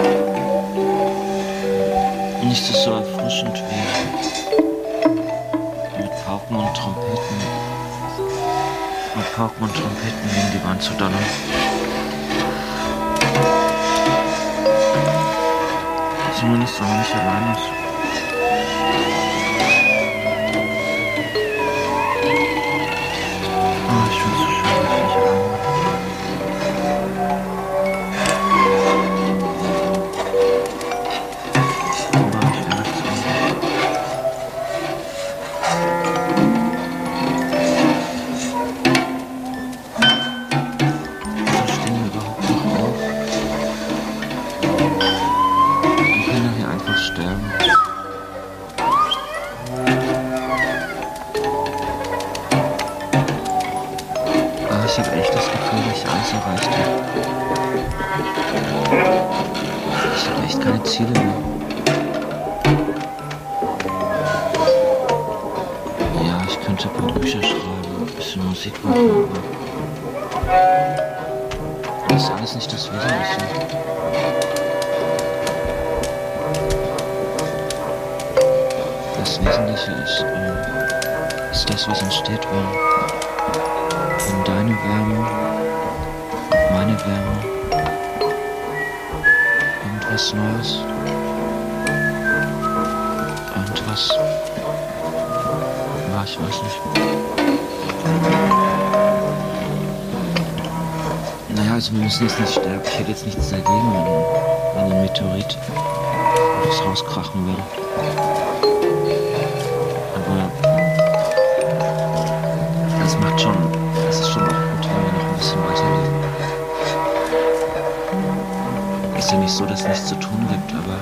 Nichts ist so erfrischend wie mit Pauken und Trompeten. Mit Pauken und Trompeten gegen die Wand zu donnern. Zumindest, wenn man nicht allein ist. Oh, ich find's so schön, dass ich nicht allein bin. Aber ich will das So stehen wir überhaupt noch auf. Wir können doch hier einfach sterben. Aber ich habe echt das Gefühl, dass ich alles erreicht habe. Ich habe echt keine Ziele mehr. Ja, ich könnte ein paar Bücher schreiben, ein bisschen Musik machen, aber das ist alles nicht das Wesentliche. Das Wesentliche ist, äh, ist das, was entsteht, wenn, wenn deine Wärme und meine Wärme irgendwas Neues, irgendwas, ja, ich weiß nicht. Naja, also wir müssen jetzt nicht sterben. Ich hätte jetzt nichts dagegen, wenn, wenn ein Meteorit aufs Haus krachen würde. Aber das macht schon, das ist schon auch gut, wenn wir noch ein bisschen weiterleben. Ist ja nicht so, dass es nichts zu tun gibt, aber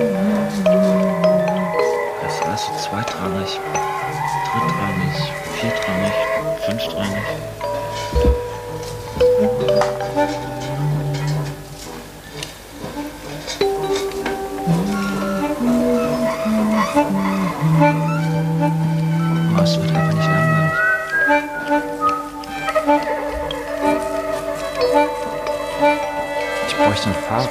das ist alles so zweitrangig, drittrangig, viertrangig, fünftrangig. Oh, es wird einfach nicht langweilig. Ich bräuchte ein Fahrrad.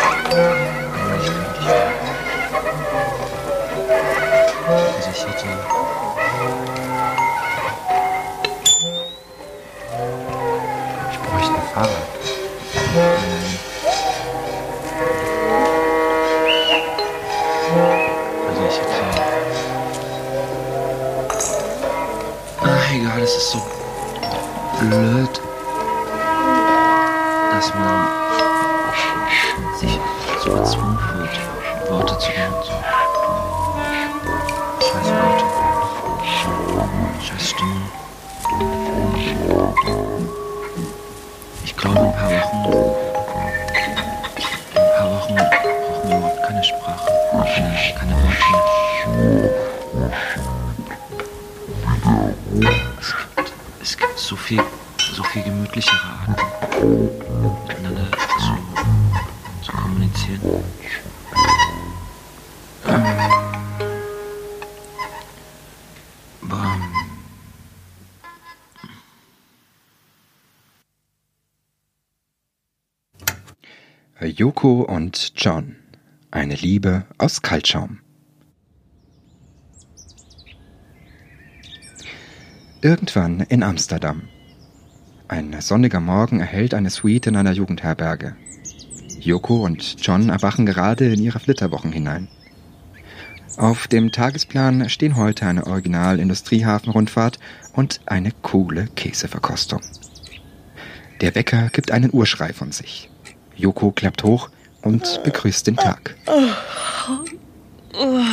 Also ich hätte das ist so blöd, dass man sich so gezwungen fühlt, Worte zu benutzen. Scheiß Worte. Scheiß Stimmung. Ich glaube, in ein paar Wochen, in ein paar Wochen brauchen wir überhaupt keine Sprache, keine, keine Worte mehr. Es gibt, es gibt so viel, so viel gemütlichere Arten, miteinander zu, zu kommunizieren. Ähm, aber, Yoko und John. Eine Liebe aus Kaltschaum. Irgendwann in Amsterdam. Ein sonniger Morgen erhellt eine Suite in einer Jugendherberge. Yoko und John erwachen gerade in ihre Flitterwochen hinein. Auf dem Tagesplan stehen heute eine Original-Industriehafenrundfahrt und eine coole Käseverkostung. Der Wecker gibt einen Urschrei von sich. Yoko klappt hoch und begrüßt den Tag. Oh. Oh.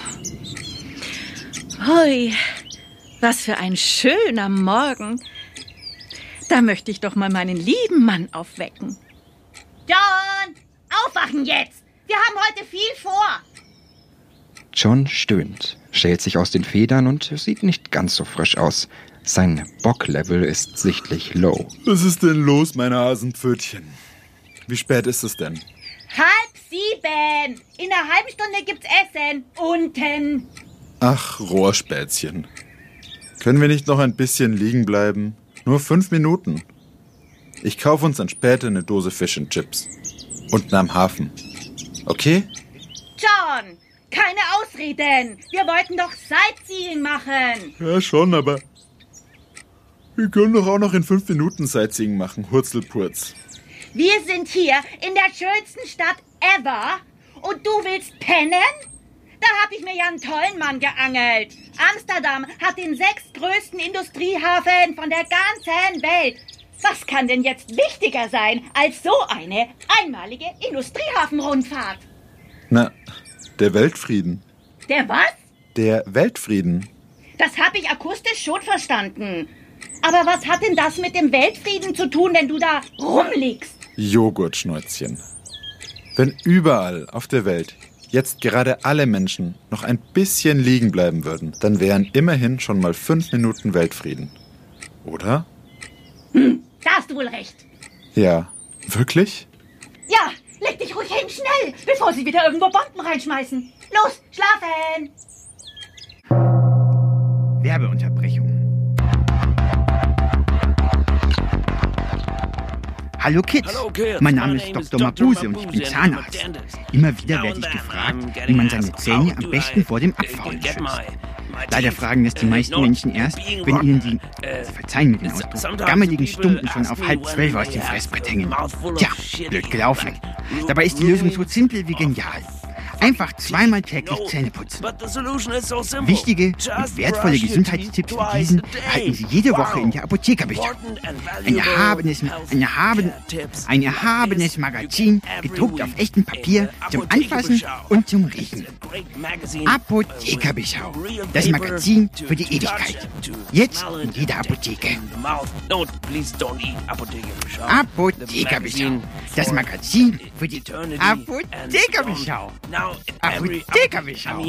Hui, was für ein schöner Morgen. Da möchte ich doch mal meinen lieben Mann aufwecken. John, aufwachen jetzt! Wir haben heute viel vor. John stöhnt, schält sich aus den Federn und sieht nicht ganz so frisch aus. Sein Bocklevel ist sichtlich low. Was ist denn los, meine Hasenpfötchen? Wie spät ist es denn? Halb sieben. In einer halben Stunde gibt's Essen. Unten. Ach, Rohrspätzchen. Können wir nicht noch ein bisschen liegen bleiben? Nur fünf Minuten. Ich kaufe uns dann später eine Dose Fish and Chips. Unten am Hafen. Okay? John, keine Ausreden. Wir wollten doch Sightseeing machen. Ja, schon, aber wir können doch auch noch in fünf Minuten Sightseeing machen. Hurzelpurz. Wir sind hier in der schönsten Stadt ever und du willst pennen? Da habe ich mir ja einen tollen Mann geangelt. Amsterdam hat den sechstgrößten Industriehafen von der ganzen Welt. Was kann denn jetzt wichtiger sein als so eine einmalige Industriehafenrundfahrt? Na, der Weltfrieden. Der was? Der Weltfrieden. Das habe ich akustisch schon verstanden. Aber was hat denn das mit dem Weltfrieden zu tun, wenn du da rumliegst? Joghurtschnäuzchen. Wenn überall auf der Welt jetzt gerade alle Menschen noch ein bisschen liegen bleiben würden, dann wären immerhin schon mal fünf Minuten Weltfrieden. Oder? Hm, da hast du wohl recht. Ja, wirklich? Ja, leg dich ruhig hin, schnell, bevor sie wieder irgendwo Bomben reinschmeißen. Los, schlafen! Werbeunterbrechung. Hallo Kids, Hello, kids. mein Name My ist name is Doktor Doktor Mabuse und ich bin Mabuse Zahnarzt. and I'm a dentist. Immer wieder werde Now ich gefragt, I'm wie getting man seine asked, Zähne how am do besten I vor dem get Abfaulen my- schützt. my Leider teeth, fragen das die uh, meisten not Menschen erst, being wenn ihnen rotten. die, Uh, verzeihen mir den Ausdruck, sometimes gammeligen people Stumpen schon ask auf me halb when zwölf aus they dem have Fressbrett a hängen. mouthful of Tja, shit blöd in gelaufen. like Dabei ist die Lösung so simpel wie genial. Einfach zweimal täglich Zähne putzen. But the solution is so simple. Wichtige Just und wertvolle brush your Gesundheitstipps teeth wie twice diesen a day. erhalten Sie jede Woche Wow. in der Apothekerbücher. Important and Ein valuable erhabenes, health ein, erhaben, care tips ein erhabenes Magazin, gedruckt auf echtem Papier, zum Anfassen und zum Riechen. Apothekerbeschau, das Magazin für die Ewigkeit. Jetzt in jeder Apotheke. Apothekerbeschau, das Magazin für die Apothekerbeschau. Apothekerbeschau.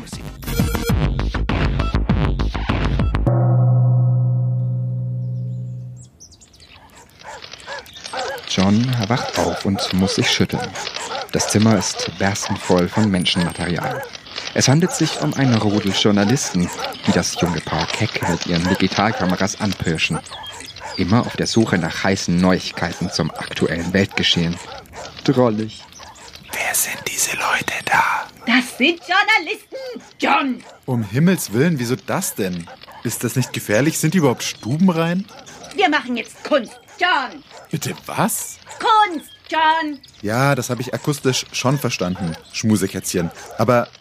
John wacht auf und muss sich schütteln. Das Zimmer ist berstend voll von Menschenmaterial. Es handelt sich um einen Rudel Journalisten, die das junge Paar keck mit ihren Digitalkameras anpirschen. Immer auf der Suche nach heißen Neuigkeiten zum aktuellen Weltgeschehen. Drollig. Wer sind diese Leute da? Das sind Journalisten, John. Um Himmels Willen, wieso das denn? Ist das nicht gefährlich? Sind die überhaupt stubenrein? Wir machen jetzt Kunst, John. Bitte was? Kunst, John. Ja, das habe ich akustisch schon verstanden, Schmusekätzchen. Aber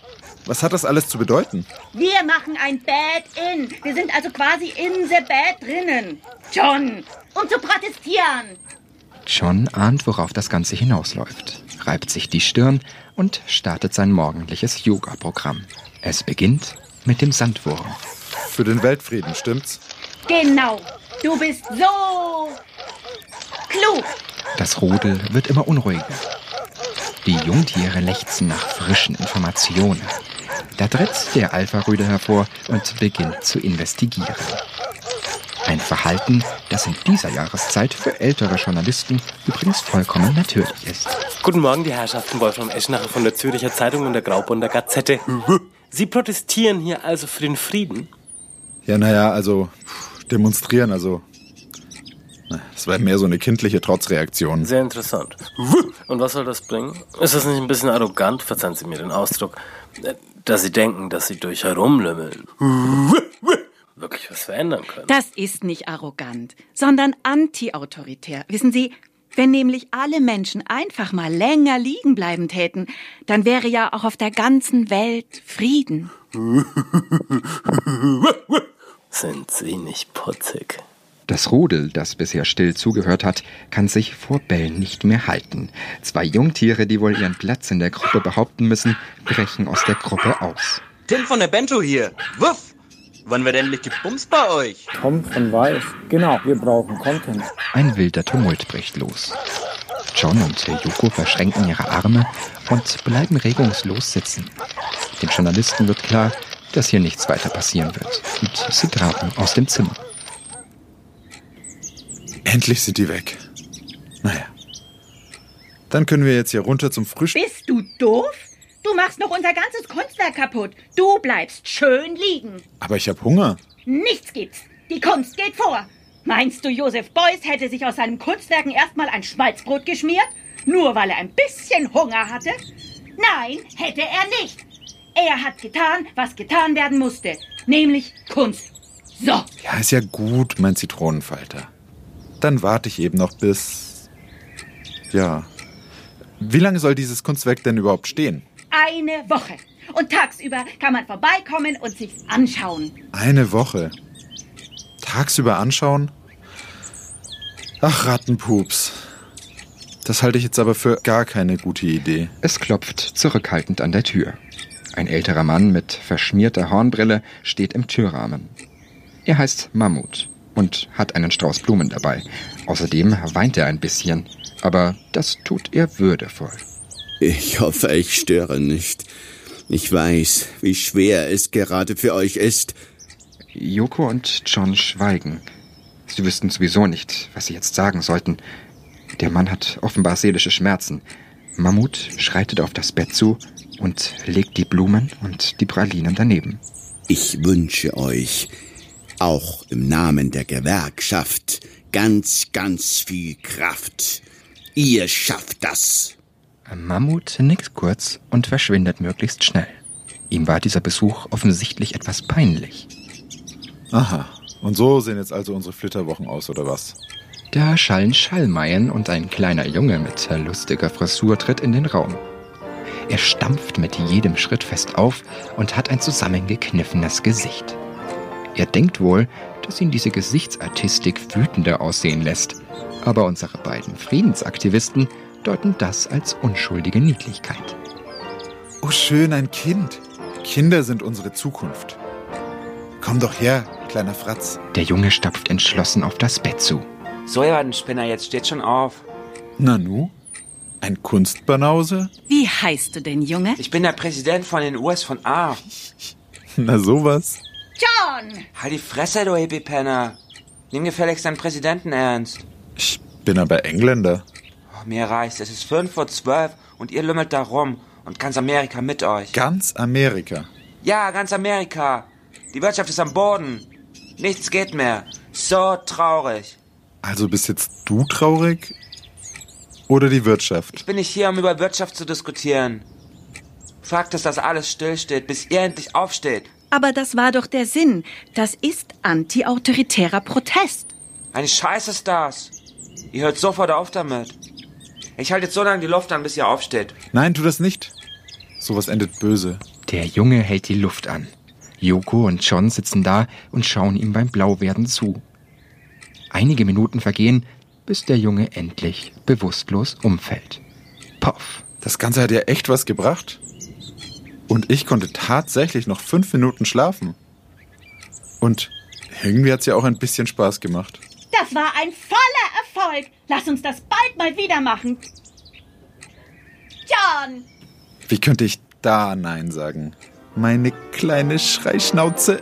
Was hat das alles zu bedeuten? Wir machen ein Bed-In. Wir sind also quasi in the bed drinnen. John, um zu protestieren. John ahnt, worauf das Ganze hinausläuft, reibt sich die Stirn und startet sein morgendliches Yoga-Programm. Es beginnt mit dem Sandwurm. Für den Weltfrieden, stimmt's? Genau. Du bist so klug. Das Rudel wird immer unruhiger. Die Jungtiere lechzen nach frischen Informationen. Da tritt der Alpha-Rüde hervor und beginnt zu investigieren. Ein Verhalten, das in dieser Jahreszeit für ältere Journalisten übrigens vollkommen natürlich ist. Guten Morgen, die Herrschaften. Wolfram Eschnacher von der Zürcher Zeitung und der Graubünden Gazette. Sie protestieren hier also für den Frieden? Ja, naja, also demonstrieren, also das war mehr so eine kindliche Trotzreaktion. Sehr interessant. Und was soll das bringen? Ist das nicht ein bisschen arrogant, verzeihen Sie mir den Ausdruck, dass Sie denken, dass Sie durch herumlümmeln wirklich was verändern können? Das ist nicht arrogant, sondern anti-autoritär. Wissen Sie, wenn nämlich alle Menschen einfach mal länger liegen bleiben täten, dann wäre ja auch auf der ganzen Welt Frieden. Sind Sie nicht putzig? Das Rudel, das bisher still zugehört hat, kann sich vor Bällen nicht mehr halten. Zwei Jungtiere, die wohl ihren Platz in der Gruppe behaupten müssen, brechen aus der Gruppe aus. Tim von der Bento hier. Wuff! Wann wird endlich gebumst bei euch? Tom von Weiß. Genau, wir brauchen Content. Ein wilder Tumult bricht los. John und Yoko verschränken ihre Arme und bleiben regungslos sitzen. Den Journalisten wird klar, dass hier nichts weiter passieren wird. Und sie traten aus dem Zimmer. Endlich sind die weg. Naja. Dann können wir jetzt hier runter zum Frühstück. Bist du doof? Du machst noch unser ganzes Kunstwerk kaputt. Du bleibst schön liegen. Aber ich habe Hunger. Nichts gibt's. Die Kunst geht vor. Meinst du, Joseph Beuys hätte sich aus seinen Kunstwerken erstmal ein Schmalzbrot geschmiert? Nur weil er ein bisschen Hunger hatte? Nein, hätte er nicht. Er hat getan, was getan werden musste. Nämlich Kunst. So. Ja, ist ja gut, mein Zitronenfalter. Dann warte ich eben noch bis... Ja. Wie lange soll dieses Kunstwerk denn überhaupt stehen? Eine Woche. Und tagsüber kann man vorbeikommen und sich's anschauen. Eine Woche? Tagsüber anschauen? Ach, Rattenpups. Das halte ich jetzt aber für gar keine gute Idee. Es klopft zurückhaltend an der Tür. Ein älterer Mann mit verschmierter Hornbrille steht im Türrahmen. Er heißt Mammut und hat einen Strauß Blumen dabei. Außerdem weint er ein bisschen, aber das tut er würdevoll. Ich hoffe, ich störe nicht. Ich weiß, wie schwer es gerade für euch ist. Yoko und John schweigen. Sie wüssten sowieso nicht, was sie jetzt sagen sollten. Der Mann hat offenbar seelische Schmerzen. Mammut schreitet auf das Bett zu und legt die Blumen und die Pralinen daneben. Ich wünsche euch, auch im Namen der Gewerkschaft, ganz, ganz viel Kraft. Ihr schafft das. Mammut nickt kurz und verschwindet möglichst schnell. Ihm war dieser Besuch offensichtlich etwas peinlich. Aha, und so sehen jetzt also unsere Flitterwochen aus, oder was? Da schallen Schallmeien und ein kleiner Junge mit lustiger Frisur tritt in den Raum. Er stampft mit jedem Schritt fest auf und hat ein zusammengekniffenes Gesicht. Er denkt wohl, dass ihn diese Gesichtsartistik wütender aussehen lässt. Aber unsere beiden Friedensaktivisten deuten das als unschuldige Niedlichkeit. Oh, schön, ein Kind. Kinder sind unsere Zukunft. Komm doch her, kleiner Fratz. Der Junge stapft entschlossen auf das Bett zu. So, ihr beiden Spinner, jetzt steht schon auf. Nanu? Ein Kunstbanause? Wie heißt du denn, Junge? Ich bin der Präsident von den U S von A. Na sowas. John! Halt die Fresse, du Hippie-Penner. Nimm gefälligst deinen Präsidenten ernst. Ich bin aber Engländer. Oh, mir reicht's. Es ist fünf vor zwölf und ihr lümmelt da rum. Und ganz Amerika mit euch. Ganz Amerika? Ja, ganz Amerika. Die Wirtschaft ist am Boden. Nichts geht mehr. So traurig. Also bist jetzt du traurig? Oder die Wirtschaft? Ich bin nicht hier, um über Wirtschaft zu diskutieren. Fakt ist, dass alles stillsteht, bis ihr endlich aufsteht. Aber das war doch der Sinn. Das ist anti-autoritärer Protest. Eine Scheiße ist das. Ihr hört sofort auf damit. Ich halte jetzt so lange die Luft an, bis ihr aufsteht. Nein, tu das nicht. Sowas endet böse. Der Junge hält die Luft an. Yoko und John sitzen da und schauen ihm beim Blauwerden zu. Einige Minuten vergehen, bis der Junge endlich bewusstlos umfällt. Poff. Das Ganze hat ja echt was gebracht. Und ich konnte tatsächlich noch fünf Minuten schlafen. Und irgendwie hat es ja auch ein bisschen Spaß gemacht. Das war ein voller Erfolg. Lass uns das bald mal wieder machen. John! Wie könnte ich da Nein sagen? Meine kleine Schreischnauze.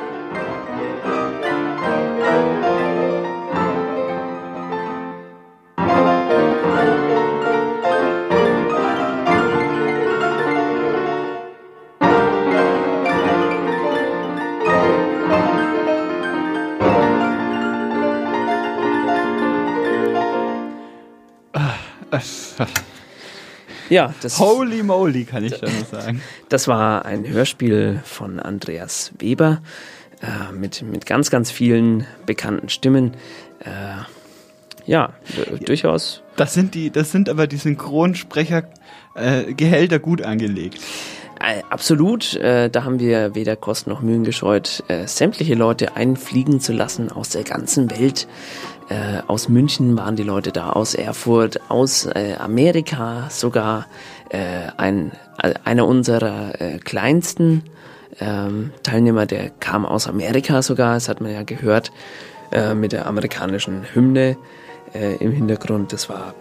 Ja, das Holy moly, kann ich da nur sagen. Das war ein Hörspiel von Andreas Weber äh, mit, mit ganz, ganz vielen bekannten Stimmen. Äh, ja, d- durchaus. Das sind die, das sind aber die Synchronsprecher äh, Gehälter gut angelegt. Äh, absolut, äh, da haben wir weder Kosten noch Mühen gescheut, äh, sämtliche Leute einfliegen zu lassen aus der ganzen Welt. Äh, aus München waren die Leute da, aus Erfurt, aus äh, Amerika sogar. Äh, ein, äh, einer unserer äh, kleinsten ähm, Teilnehmer, der kam aus Amerika sogar, das hat man ja gehört, äh, mit der amerikanischen Hymne äh, im Hintergrund. Das war,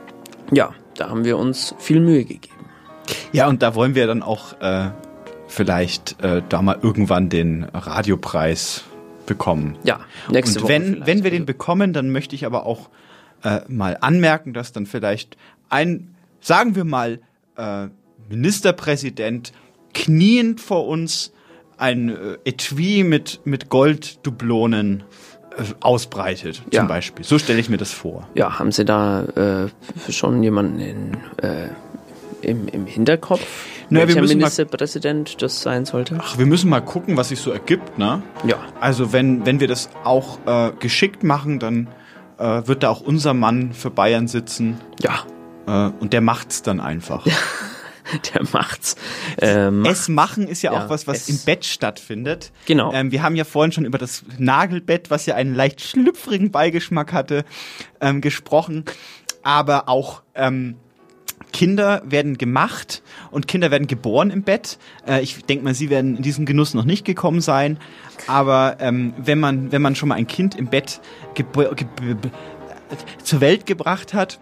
ja, da haben wir uns viel Mühe gegeben. Ja, und da wollen wir dann auch äh, vielleicht äh, da mal irgendwann den Radiopreis bekommen. Ja, nächste und Woche wenn, vielleicht. wenn wir den bekommen, dann möchte ich aber auch äh, mal anmerken, dass dann vielleicht ein, sagen wir mal, äh, Ministerpräsident kniend vor uns ein äh, Etui mit, mit Golddublonen äh, ausbreitet, zum Ja. Beispiel. So stelle ich mir das vor. Ja, haben Sie da äh, schon jemanden in, äh, im, im Hinterkopf, Na, wir welcher müssen mal- Ministerpräsident das sein sollte? Ach, wir müssen mal gucken, was sich so ergibt, ne? Ja. Also wenn, wenn wir das auch äh, geschickt machen, dann äh, wird da auch unser Mann für Bayern sitzen. Ja. Äh, und der macht's dann einfach. Der macht's. Äh, macht. Es machen ist ja, Ja, auch was, was es- im Bett stattfindet. Genau. Ähm, wir haben ja vorhin schon über das Nagelbett, was ja einen leicht schlüpfrigen Beigeschmack hatte, ähm, gesprochen. Aber auch ähm, Kinder werden gemacht und Kinder werden geboren im Bett. Äh, ich denke mal, Sie werden in diesen Genuss noch nicht gekommen sein. Aber ähm, wenn man wenn man schon mal ein Kind im Bett gebo- geb- b- zur Welt gebracht hat,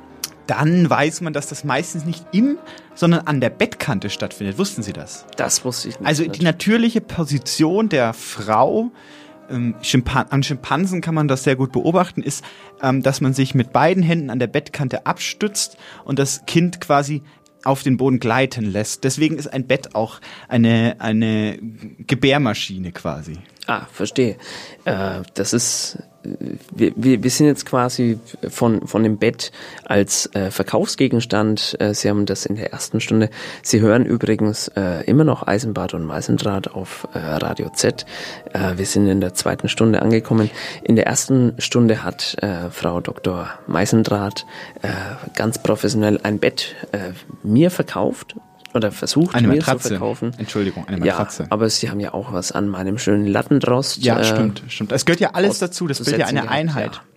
dann weiß man, dass das meistens nicht im, sondern an der Bettkante stattfindet. Wussten Sie das? Das wusste ich nicht. Also die natürliche Position der Frau, ähm, Schimpan- an Schimpansen kann man das sehr gut beobachten, ist, ähm, dass man sich mit beiden Händen an der Bettkante abstützt und das Kind quasi auf den Boden gleiten lässt. Deswegen ist ein Bett auch eine, eine Gebärmaschine quasi. Ah, verstehe. Äh, das ist, äh, wir, wir wir sind jetzt quasi von, von dem Bett als äh, Verkaufsgegenstand. Äh, Sie haben das in der ersten Stunde. Sie hören übrigens äh, immer noch Eisenbart und Meisendraht auf äh, Radio Z. Äh, wir sind in der zweiten Stunde angekommen. In der ersten Stunde hat äh, Frau Doktor Meisendraht äh, ganz professionell ein Bett äh, mir verkauft. Oder versucht, Eine mir Matratze. zu verkaufen. Entschuldigung, eine Matratze. Ja, aber Sie haben ja auch was an meinem schönen Lattenrost. Ja, äh, stimmt, stimmt. Es gehört ja alles dazu, das bildet ja eine gehabt, Einheit. ja.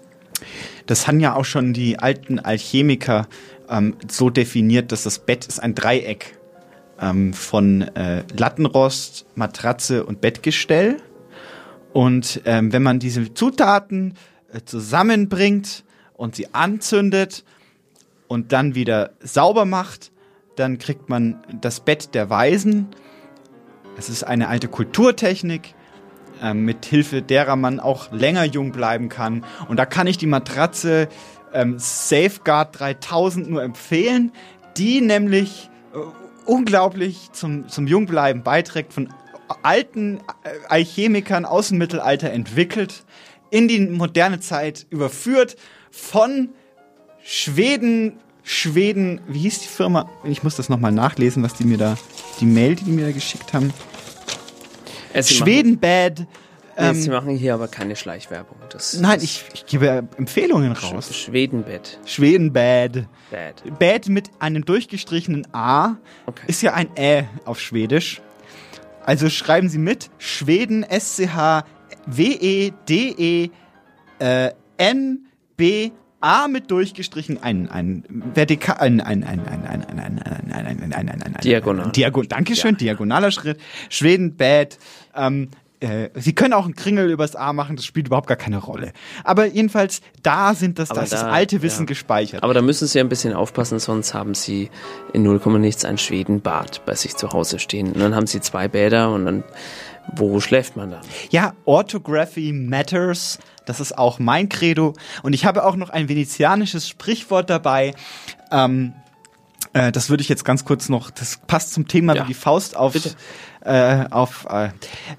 Das haben ja auch schon die alten Alchemiker ähm, so definiert, dass das Bett ist ein Dreieck ähm, von äh, Lattenrost, Matratze und Bettgestell. Und ähm, wenn man diese Zutaten äh, zusammenbringt und sie anzündet und dann wieder sauber macht, dann kriegt man das Bett der Weisen. Es ist eine alte Kulturtechnik, äh, mit Hilfe derer man auch länger jung bleiben kann. Und da kann ich die Matratze ähm, Safeguard dreitausend nur empfehlen, die nämlich äh, unglaublich zum, zum Jungbleiben beiträgt, von alten äh, Alchemikern aus dem Mittelalter entwickelt, in die moderne Zeit überführt, von Schweden, Schweden, wie hieß die Firma? Ich muss das nochmal nachlesen, was die mir da, die Mail, die die mir da geschickt haben. Es Schwedenbad Nee, Ähm, Sie machen hier aber keine Schleichwerbung. Das, Nein, das ich, ich gebe Empfehlungen raus. Schwedenbett. Schwedenbad. Bad. Bad mit einem durchgestrichenen A ist ja ein Ä auf Schwedisch. Also schreiben Sie mit. Schweden, S C H W E D E äh, N B A mit durchgestrichen ein ein vertikal ein ein ein ein ein ein ein ein ein ein ein ein Diagonal. Diagon Dankeschön, Ja. diagonaler Schritt. Schweden Bad. Ähm, äh, Sie können auch einen Kringel übers A machen, das spielt überhaupt gar keine Rolle. Aber jedenfalls, da sind das, Aber das, da- das alte Wissen ja. gespeichert. Aber da müssen Sie ein bisschen aufpassen, sonst haben Sie in null Komma nichts ein Schwedenbad bei sich zu Hause stehen. Und dann haben Sie zwei Bäder und dann, wo schläft man dann? Ja, Orthography matters. Das ist auch mein Credo. Und ich habe auch noch ein venezianisches Sprichwort dabei. Ähm, äh, das würde ich jetzt ganz kurz noch, das passt zum Thema Ja. wie die Faust auf, äh, auf äh,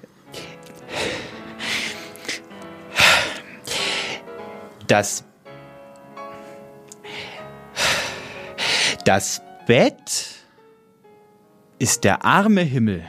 das Das Bett ist der arme Himmel.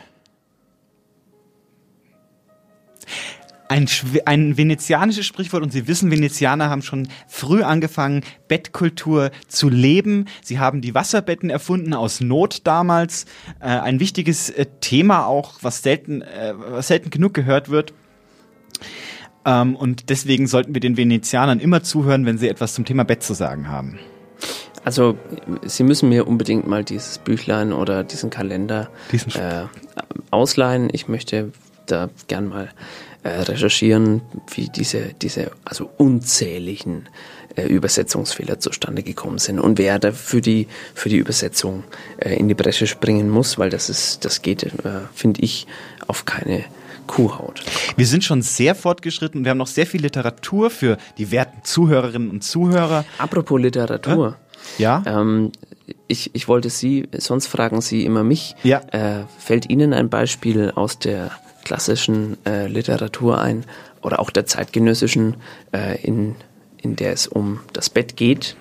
Ein, Schwe- ein venezianisches Sprichwort, und Sie wissen, Venezianer haben schon früh angefangen, Bettkultur zu leben. Sie haben die Wasserbetten erfunden aus Not damals. Äh, ein wichtiges äh, Thema auch, was selten, äh, was selten genug gehört wird. Ähm, und deswegen sollten wir den Venezianern immer zuhören, wenn sie etwas zum Thema Bett zu sagen haben. Also, Sie müssen mir unbedingt mal dieses Büchlein oder diesen Kalender Diesen äh, ausleihen. Ich möchte da gern mal äh, recherchieren, wie diese, diese also unzähligen äh, Übersetzungsfehler zustande gekommen sind und wer da für die, für die Übersetzung äh, in die Bresche springen muss, weil das ist, das geht, äh, finde ich, auf keine Kuhhaut. Wir sind schon sehr fortgeschritten und wir haben noch sehr viel Literatur für die werten Zuhörerinnen und Zuhörer. Apropos Literatur. Ja? Ähm, ich, ich wollte Sie, sonst fragen Sie immer mich. Ja. Äh, fällt Ihnen ein Beispiel aus der klassischen äh, Literatur ein oder auch der zeitgenössischen, äh, in, in der es um das Bett geht?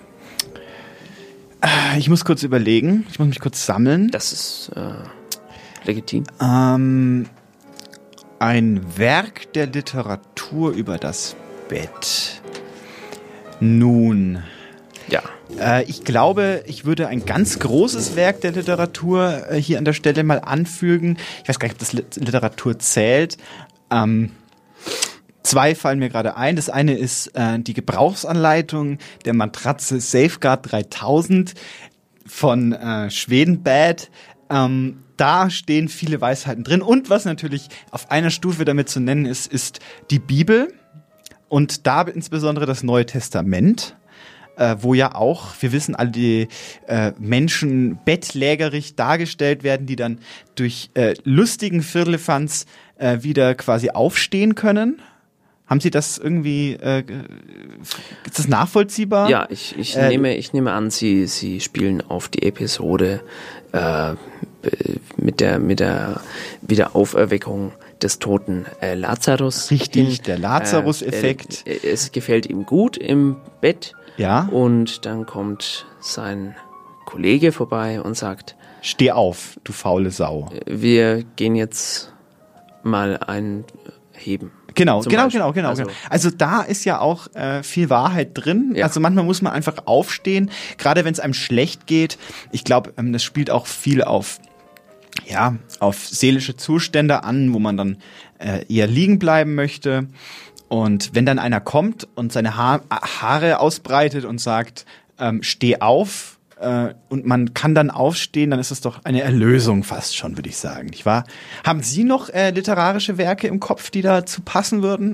Ich muss kurz überlegen. Ich muss mich kurz sammeln. Das ist äh, legitim. Ähm, ein Werk der Literatur über das Bett. Nun. Ja. Äh, ich glaube, ich würde ein ganz großes Werk der Literatur äh, hier an der Stelle mal anfügen. Ich weiß gar nicht, ob das Lit- Literatur zählt. Ähm, zwei fallen mir gerade ein. Das eine ist äh, die Gebrauchsanleitung der Matratze Safeguard dreitausend von äh, Schwedenbad. Ähm, da stehen viele Weisheiten drin. Und was natürlich auf einer Stufe damit zu nennen ist, ist die Bibel. Und da insbesondere das Neue Testament. Äh, wo ja auch, wir wissen alle, die äh, Menschen bettlägerig dargestellt werden, die dann durch äh, lustigen Firlefanz äh, wieder quasi aufstehen können. Haben Sie das irgendwie, äh, ist das nachvollziehbar? Ja, ich, ich, Äh, nehme, ich nehme an, Sie, Sie spielen auf die Episode äh, mit der, mit der Wiederauferweckung des toten äh, Lazarus. Richtig, hin. der Lazarus-Effekt. Äh, äh, es gefällt ihm gut im Bett. Ja. Und dann kommt sein Kollege vorbei und sagt: Steh auf, du faule Sau. Wir gehen jetzt mal ein Heben. Genau, Zum genau, Beispiel. genau, genau, Also- genau. Also da ist ja auch äh, viel Wahrheit drin. Ja. Also manchmal muss man einfach aufstehen, gerade wenn es einem schlecht geht. Ich glaube, ähm, das spielt auch viel auf, ja, auf seelische Zustände an, wo man dann äh, eher liegen bleiben möchte. Und wenn dann einer kommt und seine ha- Haare ausbreitet und sagt, ähm, steh auf, äh, und man kann dann aufstehen, dann ist es doch eine Erlösung fast schon, würde ich sagen, nicht wahr? Haben Sie noch äh, literarische Werke im Kopf, die dazu passen würden?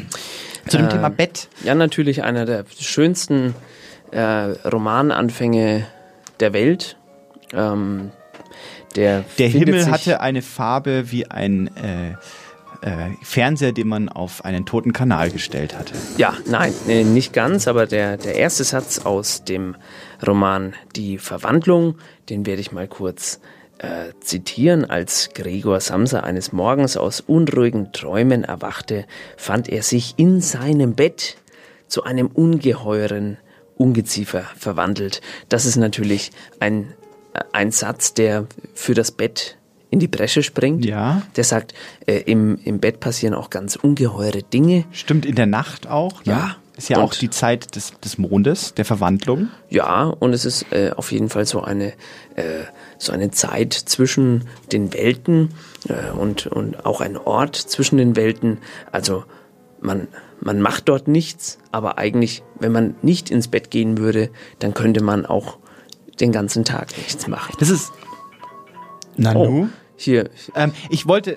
Zu dem Äh, Thema Bett? Ja, natürlich einer der schönsten äh, Romananfänge der Welt. Ähm, der Der findet Himmel sich- hatte eine Farbe wie ein äh, äh, Fernseher, den man auf einen toten Kanal gestellt hatte. Ja, nein, nee, nicht ganz, aber der, der erste Satz aus dem Roman Die Verwandlung, den werde ich mal kurz äh, zitieren. Als Gregor Samsa eines Morgens aus unruhigen Träumen erwachte, fand er sich in seinem Bett zu einem ungeheuren Ungeziefer verwandelt. Das ist natürlich ein, ein Satz, der für das Bett in die Bresche springt. Ja. Der sagt, äh, im, im Bett passieren auch ganz ungeheure Dinge. Stimmt, in der Nacht auch. Ne? Ja. Ist ja Und- auch die Zeit des, des Mondes, der Verwandlung. Ja, und es ist äh, auf jeden Fall so eine, äh, so eine Zeit zwischen den Welten äh, und, und auch ein Ort zwischen den Welten. Also man, man macht dort nichts, aber eigentlich, wenn man nicht ins Bett gehen würde, dann könnte man auch den ganzen Tag nichts machen. Das ist... Nanu? Oh, hier. Ähm, ich wollte...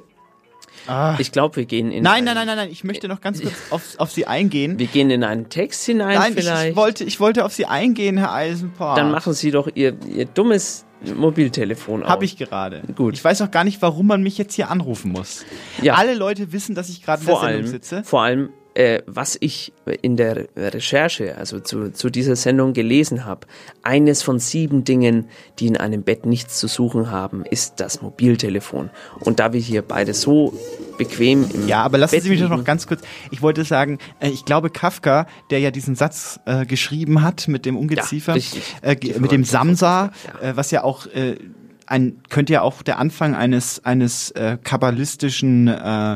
Ah. Ich glaube, wir gehen in... Nein, ein- nein, nein, nein, nein, ich möchte noch ganz kurz auf, auf Sie eingehen. Wir gehen in einen Text hinein Nein, ich, vielleicht. ich, wollte, ich wollte auf Sie eingehen, Herr Eisenbart. Dann machen Sie doch Ihr, Ihr dummes Mobiltelefon auf. Habe ich gerade. Gut. Ich weiß auch gar nicht, warum man mich jetzt hier anrufen muss. Ja. Alle Leute wissen, dass ich gerade in der Vor Sendung allem, sitze. vor allem äh, was ich in der Recherche, also zu, zu dieser Sendung gelesen habe, eines von sieben Dingen, die in einem Bett nichts zu suchen haben, ist das Mobiltelefon. Und da wir hier beide so bequem im Ja, aber lassen Bett Sie mich doch liegen, noch ganz kurz. Ich wollte sagen, äh, ich glaube Kafka, der ja diesen Satz äh, geschrieben hat mit dem Ungeziefer, Ja, richtig. äh, ge- mit dem Samsa, äh, was ja auch äh, ein könnte ja auch der Anfang eines eines äh, kabbalistischen äh,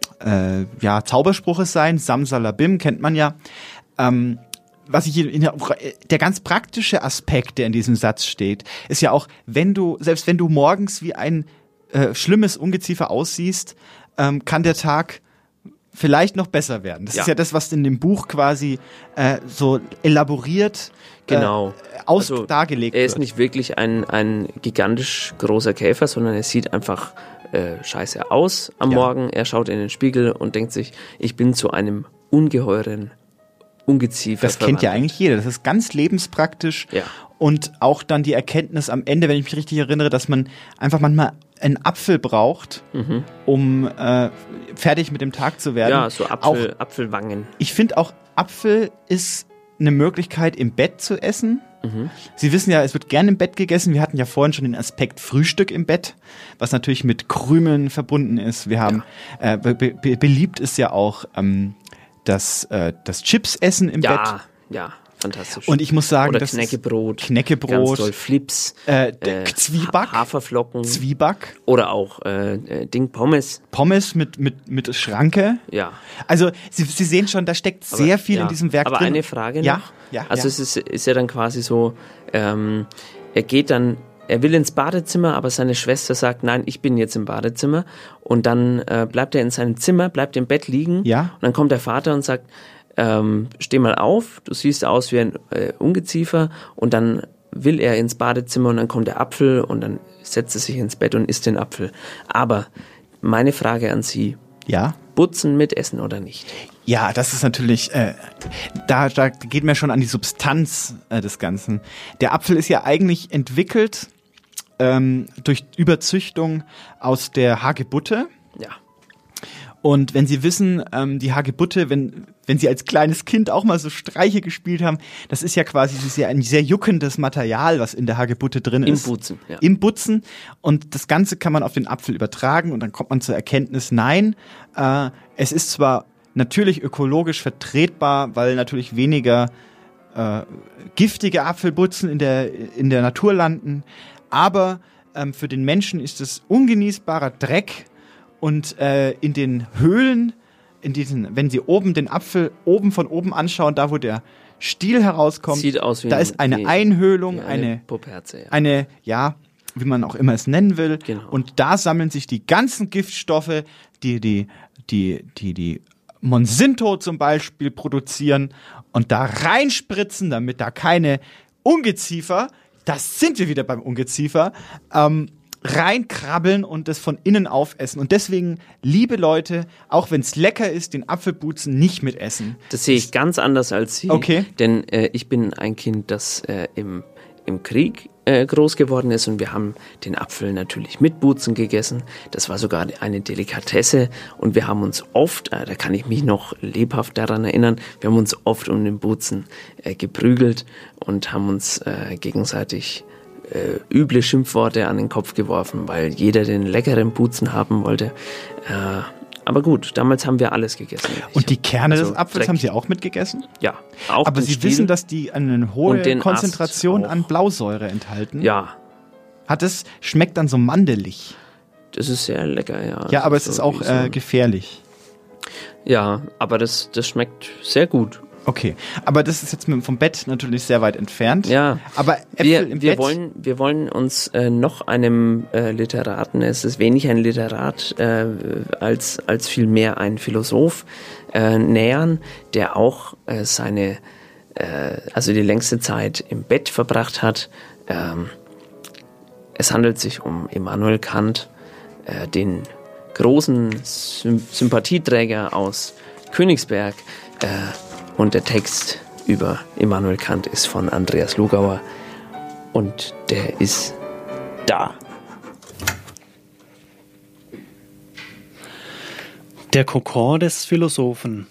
äh, ja Zauberspruches sein. Samsalabim kennt man ja. Ähm, was ich in der, der ganz praktische Aspekt, der in diesem Satz steht, ist ja auch, wenn du selbst wenn du morgens wie ein äh, schlimmes Ungeziefer aussiehst, ähm, kann der Tag vielleicht noch besser werden. Das Ja. ist ja das, was in dem Buch quasi äh, so elaboriert Genau. äh, aus Also, dargelegt er ist wird. nicht wirklich ein, ein gigantisch großer Käfer, sondern er sieht einfach äh, scheiße aus am Ja. Morgen. Er schaut in den Spiegel und denkt sich, ich bin zu einem ungeheuren Ungeziefer Das kennt ja verwandelt. eigentlich jeder. Das ist ganz lebenspraktisch. Ja. Und auch dann die Erkenntnis am Ende, wenn ich mich richtig erinnere, dass man einfach manchmal einen Apfel braucht, Mhm. um äh, fertig mit dem Tag zu werden. Ja, so Apfel, Auch, Apfelwangen. ich finde auch, Apfel ist eine Möglichkeit, im Bett zu essen. Mhm. Sie wissen ja, es wird gern im Bett gegessen. Wir hatten ja vorhin schon den Aspekt Frühstück im Bett, was natürlich mit Krümeln verbunden ist. Wir haben, äh, be be beliebt ist ja auch ähm, das, äh, das Chips-Essen im Ja, Bett. ja, fantastisch. Und ich muss sagen, Oder das ist Knäckebrot. Knäckebrot, Ganz doll Flips. äh, d- Zwieback, Haferflocken. Zwieback. Oder auch äh, äh, Ding Pommes. Pommes mit, mit, mit Schranke. Ja. Also Sie, Sie sehen schon, da steckt Aber, sehr viel ja. in diesem Werk Aber drin. eine Frage ja, noch. Ja, also ja. es ist, ist ja dann quasi so, ähm, er geht dann, er will ins Badezimmer, aber seine Schwester sagt, nein, ich bin jetzt im Badezimmer. Und dann äh, bleibt er in seinem Zimmer, bleibt im Bett liegen. Ja. Und dann kommt der Vater und sagt, ähm, steh mal auf, du siehst aus wie ein äh, Ungeziefer. Und dann will er ins Badezimmer und dann kommt der Apfel und dann setzt er sich ins Bett und isst den Apfel. Aber meine Frage an Sie, Ja. Butzen mit Essen oder nicht? Ja, das ist natürlich, äh, da, da geht mir schon an die Substanz äh, des Ganzen. Der Apfel ist ja eigentlich entwickelt ähm, durch Überzüchtung aus der Hagebutte. Ja. Und wenn Sie wissen, ähm, die Hagebutte, wenn, wenn Sie als kleines Kind auch mal so Streiche gespielt haben, das ist ja quasi sehr, ein sehr juckendes Material, was in der Hagebutte drin Im ist. Butzen, ja. Im Butzen. Und das Ganze kann man auf den Apfel übertragen und dann kommt man zur Erkenntnis, nein, äh, es ist zwar natürlich ökologisch vertretbar, weil natürlich weniger äh, giftige Apfelbutzen in der, in der Natur landen, aber ähm, für den Menschen ist es ungenießbarer Dreck. Und äh, in den Höhlen, in diesen, wenn Sie oben den Apfel oben von oben anschauen, da wo der Stiel herauskommt, Sieht aus wie da ein- ist eine wie- Einhöhlung, wie eine eine, Puppherze, ja. eine, ja, wie man auch immer es nennen will. Genau. Und da sammeln sich die ganzen Giftstoffe, die die, die, die, die Monsanto zum Beispiel produzieren und da reinspritzen, damit da keine Ungeziefer, das sind wir wieder beim Ungeziefer, ähm, reinkrabbeln und das von innen aufessen. Und deswegen, liebe Leute, auch wenn es lecker ist, den Apfelbutzen nicht mitessen. Das sehe ich ganz anders als Sie. Okay. Denn äh, ich bin ein Kind, das äh, im, im Krieg äh, groß geworden ist und wir haben den Apfel natürlich mit Butzen gegessen. Das war sogar eine Delikatesse und wir haben uns oft, äh, da kann ich mich noch lebhaft daran erinnern, wir haben uns oft um den Butzen äh, geprügelt und haben uns äh, gegenseitig Äh, üble Schimpfworte an den Kopf geworfen, weil jeder den leckeren Butzen haben wollte. Äh, aber gut, damals haben wir alles gegessen. Und die Kerne Also des Apfels Dreck. haben Sie auch mitgegessen? Ja, auch Aber den Sie Stiel. wissen, dass die eine hohe Und den Konzentration Ast an Blausäure enthalten? Ja. Hat es, schmeckt dann so mandelig? Das ist sehr lecker, ja. Ja, aber also es ist auch so äh, gefährlich. Ja, aber das, das schmeckt sehr gut. Okay, aber das ist jetzt mit, vom Bett natürlich sehr weit entfernt. Ja, aber Äpfel wir, im wir Bett? wollen wir wollen uns äh, noch einem äh, Literaten, es ist wenig ein Literat äh, als als vielmehr ein Philosoph äh, nähern, der auch äh, seine äh, also die längste Zeit im Bett verbracht hat. Ähm, es handelt sich um Immanuel Kant, äh, den großen Sym- Sympathieträger aus Königsberg. Äh, Und der Text über Immanuel Kant ist von Andreas Lugauer und der ist da. Der Kokon des Philosophen.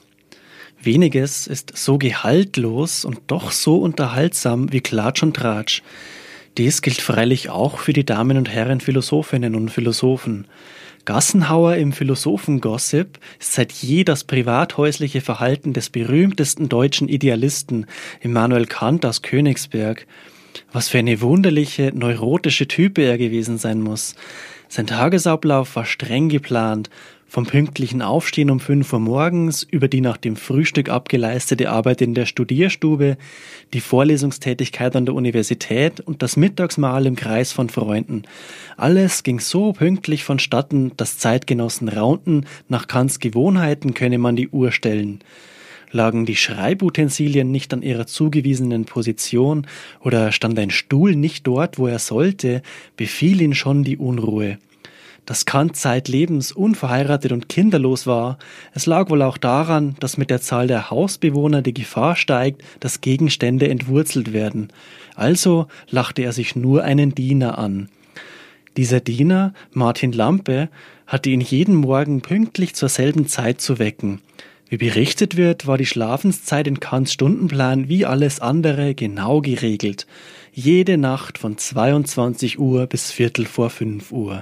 Weniges ist so gehaltlos und doch so unterhaltsam wie Klatsch und Tratsch. Dies gilt freilich auch für die Damen und Herren Philosophinnen und Philosophen. Gassenhauer im Philosophen-Gossip ist seit je das privathäusliche Verhalten des berühmtesten deutschen Idealisten, Immanuel Kant aus Königsberg. Was für eine wunderliche, neurotische Type er gewesen sein muss. Sein Tagesablauf war streng geplant. Vom pünktlichen Aufstehen um fünf Uhr morgens über die nach dem Frühstück abgeleistete Arbeit in der Studierstube, die Vorlesungstätigkeit an der Universität und das Mittagsmahl im Kreis von Freunden. Alles ging so pünktlich vonstatten, dass Zeitgenossen raunten, nach Kants Gewohnheiten könne man die Uhr stellen. Lagen die Schreibutensilien nicht an ihrer zugewiesenen Position oder stand ein Stuhl nicht dort, wo er sollte, befiel ihn schon die Unruhe. Dass Kant zeitlebens unverheiratet und kinderlos war, es lag wohl auch daran, dass mit der Zahl der Hausbewohner die Gefahr steigt, dass Gegenstände entwurzelt werden. Also lachte er sich nur einen Diener an. Dieser Diener, Martin Lampe, hatte ihn jeden Morgen pünktlich zur selben Zeit zu wecken. Wie berichtet wird, war die Schlafenszeit in Kants Stundenplan wie alles andere genau geregelt. Jede Nacht von zweiundzwanzig Uhr bis Viertel vor fünf Uhr.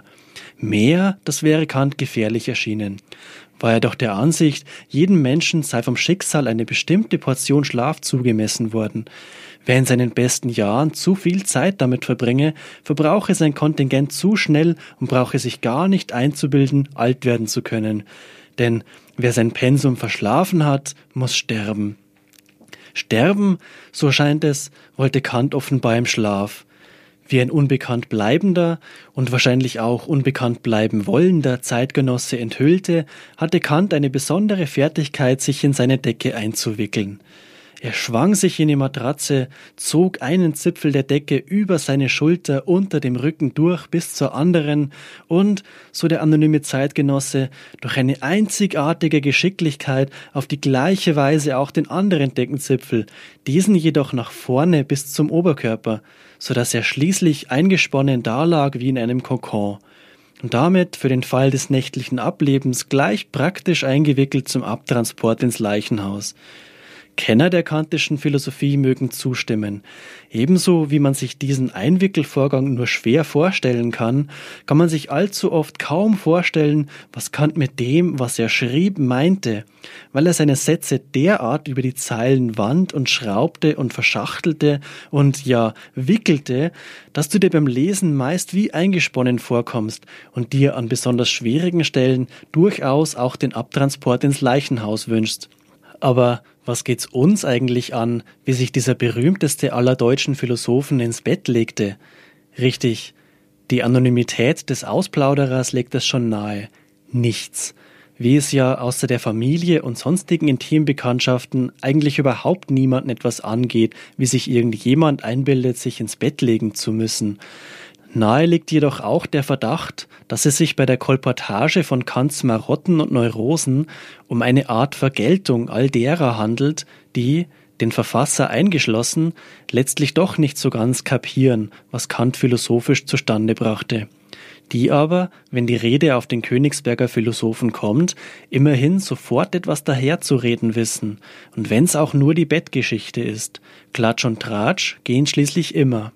Mehr, das wäre Kant gefährlich erschienen. War er doch der Ansicht, jedem Menschen sei vom Schicksal eine bestimmte Portion Schlaf zugemessen worden. Wer in seinen besten Jahren zu viel Zeit damit verbringe, verbrauche sein Kontingent zu schnell und brauche sich gar nicht einzubilden, alt werden zu können. Denn wer sein Pensum verschlafen hat, muss sterben. Sterben, so scheint es, wollte Kant offenbar im Schlaf. Wie ein unbekannt bleibender und wahrscheinlich auch unbekannt bleiben wollender Zeitgenosse enthüllte, hatte Kant eine besondere Fertigkeit, sich in seine Decke einzuwickeln. Er schwang sich in die Matratze, zog einen Zipfel der Decke über seine Schulter unter dem Rücken durch bis zur anderen und, so der anonyme Zeitgenosse, durch eine einzigartige Geschicklichkeit auf die gleiche Weise auch den anderen Deckenzipfel, diesen jedoch nach vorne bis zum Oberkörper, so dass er schließlich eingesponnen dalag wie in einem Kokon und damit für den Fall des nächtlichen Ablebens gleich praktisch eingewickelt zum Abtransport ins Leichenhaus. Kenner der kantischen Philosophie mögen zustimmen. Ebenso wie man sich diesen Einwickelvorgang nur schwer vorstellen kann, kann man sich allzu oft kaum vorstellen, was Kant mit dem, was er schrieb, meinte, weil er seine Sätze derart über die Zeilen wand und schraubte und verschachtelte und ja, wickelte, dass du dir beim Lesen meist wie eingesponnen vorkommst und dir an besonders schwierigen Stellen durchaus auch den Abtransport ins Leichenhaus wünschst. Aber was geht's uns eigentlich an, wie sich dieser berühmteste aller deutschen Philosophen ins Bett legte? Richtig, die Anonymität des Ausplauderers legt es schon nahe. Nichts. Wie es ja außer der Familie und sonstigen Intimbekanntschaften eigentlich überhaupt niemanden etwas angeht, wie sich irgendjemand einbildet, sich ins Bett legen zu müssen. Nahe liegt jedoch auch der Verdacht, dass es sich bei der Kolportage von Kants Marotten und Neurosen um eine Art Vergeltung all derer handelt, die, den Verfasser eingeschlossen, letztlich doch nicht so ganz kapieren, was Kant philosophisch zustande brachte. Die aber, wenn die Rede auf den Königsberger Philosophen kommt, immerhin sofort etwas daherzureden wissen, und wenn's auch nur die Bettgeschichte ist. Klatsch und Tratsch gehen schließlich immer.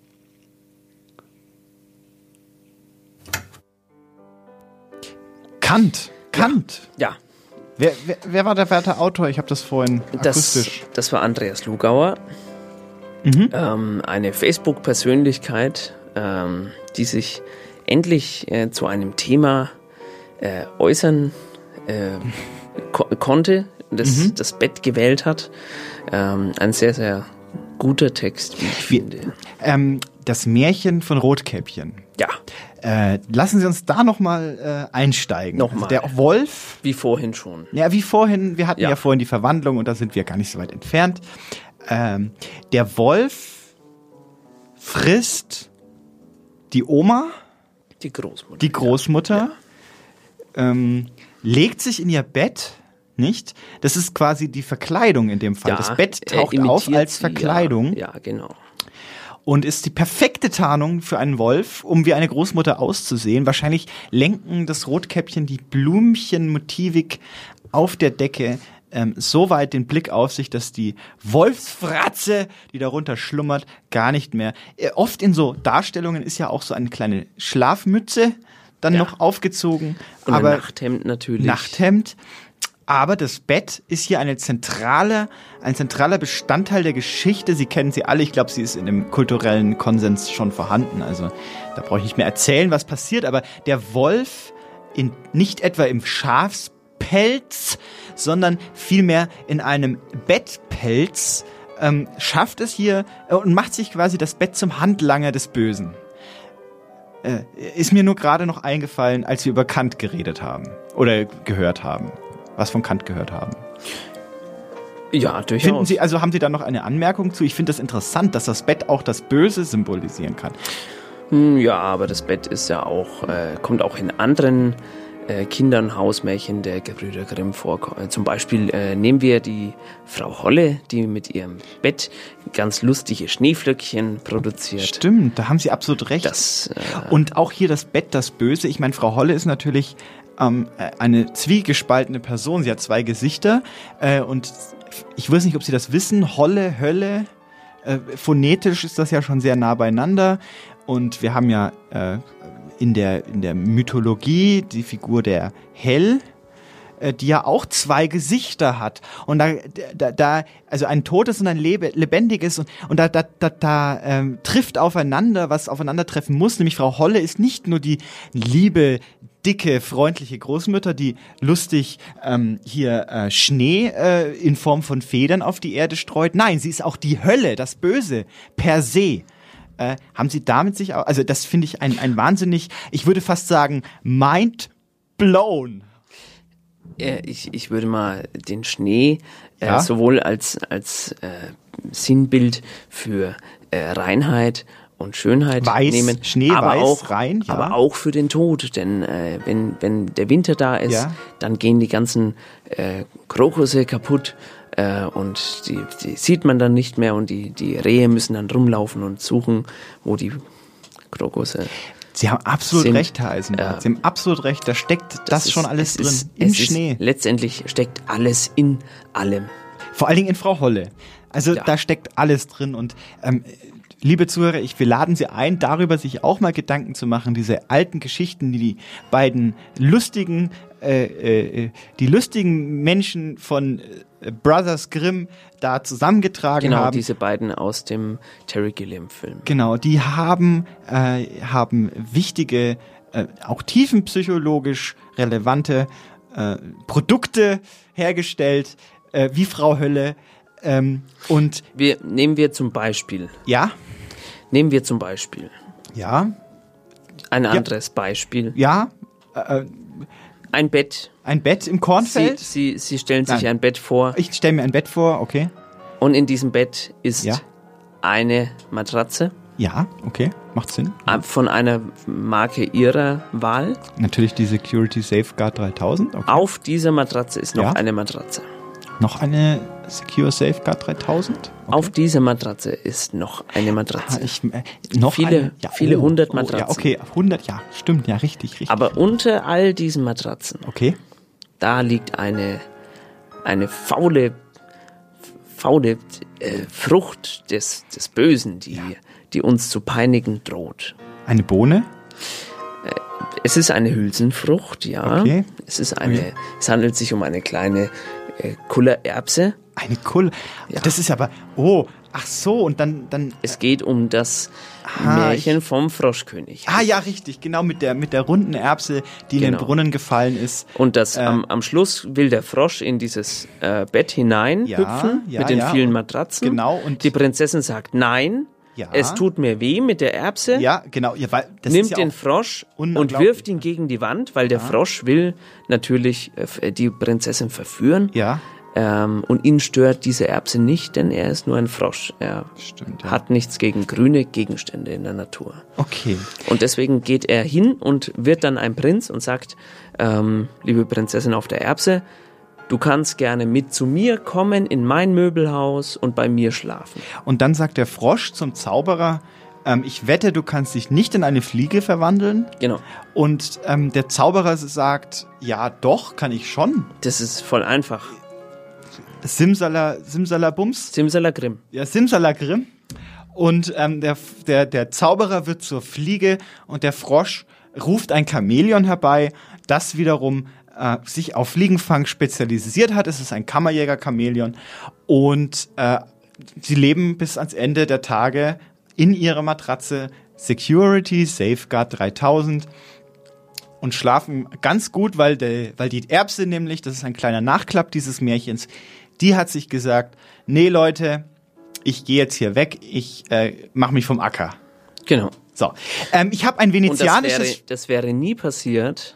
Kant, Kant. Ja. Wer, wer, wer war der werte Autor? Ich habe das vorhin akustisch. Das, das war Andreas Lugauer, mhm. ähm, eine Facebook-Persönlichkeit, ähm, die sich endlich äh, zu einem Thema äh, äußern äh, ko- konnte, das mhm. das Bett gewählt hat. Ähm, ein sehr, sehr guter Text, wie ich Wir, finde. Ähm, das Märchen von Rotkäppchen. Ja. Äh, lassen Sie uns da nochmal äh, einsteigen. Nochmal. Also der Wolf. Wie vorhin schon. Ja, wie vorhin. Wir hatten ja, ja vorhin die Verwandlung und da sind wir gar nicht so weit entfernt. Ähm, der Wolf frisst die Oma. Die Großmutter. Die Großmutter. Ja. Ähm, legt sich in ihr Bett. Nicht? Das ist quasi die Verkleidung in dem Fall. Ja, das Bett taucht auf als Verkleidung. Ja, ja, genau. Und ist die perfekte Tarnung für einen Wolf, um wie eine Großmutter auszusehen. Wahrscheinlich lenken das Rotkäppchen die Blümchenmotivik auf der Decke ähm, so weit den Blick auf sich, dass die Wolfsfratze, die darunter schlummert, gar nicht mehr. Äh, oft in so Darstellungen ist ja auch so eine kleine Schlafmütze dann ja. noch aufgezogen. Und aber ein Nachthemd natürlich. Nachthemd. Aber das Bett ist hier eine zentrale, ein zentraler Bestandteil der Geschichte. Sie kennen sie alle. Ich glaube, sie ist in dem kulturellen Konsens schon vorhanden. Also da brauche ich nicht mehr erzählen, was passiert. Aber der Wolf in, nicht etwa im Schafspelz, sondern vielmehr in einem Bettpelz ähm, schafft es hier äh, und macht sich quasi das Bett zum Handlanger des Bösen. Äh, ist mir nur gerade noch eingefallen, als wir über Kant geredet haben oder gehört haben. Was von Kant gehört haben. Ja, durchaus. Finden Sie, also haben Sie da noch eine Anmerkung zu? Ich finde das interessant, dass das Bett auch das Böse symbolisieren kann. Ja, aber das Bett ist ja auch, äh, kommt auch in anderen äh, Kindern, Hausmärchen der Gebrüder Grimm vor. Zum Beispiel äh, nehmen wir die Frau Holle, die mit ihrem Bett ganz lustige Schneeflöckchen produziert. Stimmt, da haben Sie absolut recht. Das, äh, Und auch hier das Bett, das Böse. Ich meine, Frau Holle ist natürlich eine zwiegespaltene Person. Sie hat zwei Gesichter äh, und ich weiß nicht, ob Sie das wissen. Holle, Hölle, äh, phonetisch ist das ja schon sehr nah beieinander und wir haben ja äh, in der, in der Mythologie die Figur der Hel, äh, die ja auch zwei Gesichter hat und da, da, da also ein totes und ein lebe, lebendiges und, und da, da, da, da ähm, trifft aufeinander, was aufeinandertreffen muss, nämlich Frau Holle ist nicht nur die liebe, dicke, freundliche Großmutter, die lustig ähm, hier äh, Schnee äh, in Form von Federn auf die Erde streut. Nein, sie ist auch die Hölle, das Böse, per se. Äh, haben Sie damit sich auch, also das finde ich ein, ein wahnsinnig, ich würde fast sagen, mind blown. Äh, ich, ich würde mal den Schnee äh, ja? sowohl als, als äh, Sinnbild für äh, Reinheit und Schönheit weiß, nehmen, Schnee, aber weiß, auch, rein, ja. aber auch für den Tod, denn äh, wenn wenn der Winter da ist, ja. dann gehen die ganzen äh, Krokusse kaputt äh, und die, die sieht man dann nicht mehr und die die Rehe müssen dann rumlaufen und suchen, wo die Krokusse. Sie haben absolut sind, recht, Herr Eisenbart. Äh, Sie haben absolut recht. Da steckt das, das ist, schon alles drin ist, im es Schnee. Ist, letztendlich steckt alles in allem. Vor allen Dingen in Frau Holle. Also ja. da steckt alles drin und ähm, liebe Zuhörer, ich, wir laden Sie ein, darüber sich auch mal Gedanken zu machen, diese alten Geschichten, die die beiden lustigen, äh, äh, die lustigen Menschen von äh, Brothers Grimm da zusammengetragen genau, haben. Genau, diese beiden aus dem Terry Gilliam-Film. Genau, die haben, äh, haben wichtige, äh, auch tiefenpsychologisch relevante äh, Produkte hergestellt, äh, wie Frau Hölle. Ähm, und wir, nehmen wir zum Beispiel. Ja? Nehmen wir zum Beispiel. Ja. Ein ja. anderes Beispiel. Ja. Äh, ein Bett. Ein Bett im Kornfeld? Sie, Sie, Sie stellen sich Nein. ein Bett vor. Ich stelle mir ein Bett vor, okay. Und in diesem Bett ist ja. eine Matratze. Ja, okay, macht Sinn. Von einer Marke Ihrer Wahl. Natürlich die Security Safeguard dreitausend. Okay. Auf dieser Matratze ist noch ja. eine Matratze. Noch eine Secure Safeguard dreitausend? Okay. Auf dieser Matratze ist noch eine Matratze. Ah, ich, äh, noch viele, eine, ja, viele oh, hundert oh, Matratzen. Ja, okay, hundert, ja, stimmt, ja, richtig, richtig. Aber unter all diesen Matratzen, okay. da liegt eine, eine faule, faule äh, Frucht des, des Bösen, die, ja. die uns zu peinigen droht. Eine Bohne? Äh, es ist eine Hülsenfrucht, ja. Okay. Es ist eine, okay. es handelt sich um eine kleine Kullererbse. Eine Kulle. Ja. Das ist aber, oh, Ach so, und dann... dann es geht um das ah, Märchen ich, vom Froschkönig. Ah ja, richtig, genau, mit der, mit der runden Erbse, die genau. in den Brunnen gefallen ist. Und das äh, am, am Schluss will der Frosch in dieses äh, Bett hinein ja, hüpfen, ja, mit den ja, vielen Matratzen. Genau. Und die Prinzessin sagt nein. Ja. Es tut mir weh mit der Erbse. Ja, genau. Ja, weil das nimmt ist ja den Frosch und wirft ihn gegen die Wand, weil der ja. Frosch will natürlich äh, die Prinzessin verführen. Ja. Ähm, und ihn stört diese Erbse nicht, denn er ist nur ein Frosch. Er Stimmt, ja. hat nichts gegen grüne Gegenstände in der Natur. Okay. Und deswegen geht er hin und wird dann ein Prinz und sagt, ähm, liebe Prinzessin auf der Erbse, du kannst gerne mit zu mir kommen in mein Möbelhaus und bei mir schlafen. Und dann sagt der Frosch zum Zauberer, ähm, ich wette, du kannst dich nicht in eine Fliege verwandeln. Genau. Und ähm, der Zauberer sagt, ja doch, kann ich schon. Das ist voll einfach. Simsala, Simsalabums? Simsalagrim. Ja, Simsalagrim. Und ähm, der, der, der Zauberer wird zur Fliege und der Frosch ruft ein Chamäleon herbei, das wiederum äh, sich auf Fliegenfang spezialisiert hat. Es ist ein Kammerjäger-Chamäleon und äh, sie leben bis ans Ende der Tage in ihrer Matratze Security Safeguard dreitausend und schlafen ganz gut, weil, de, weil die Erbse nämlich, das ist ein kleiner Nachklapp dieses Märchens, die hat sich gesagt, nee Leute, ich gehe jetzt hier weg, ich äh, mache mich vom Acker. Genau. So, ähm, ich habe ein venezianisches... Und das wäre, das wäre nie passiert,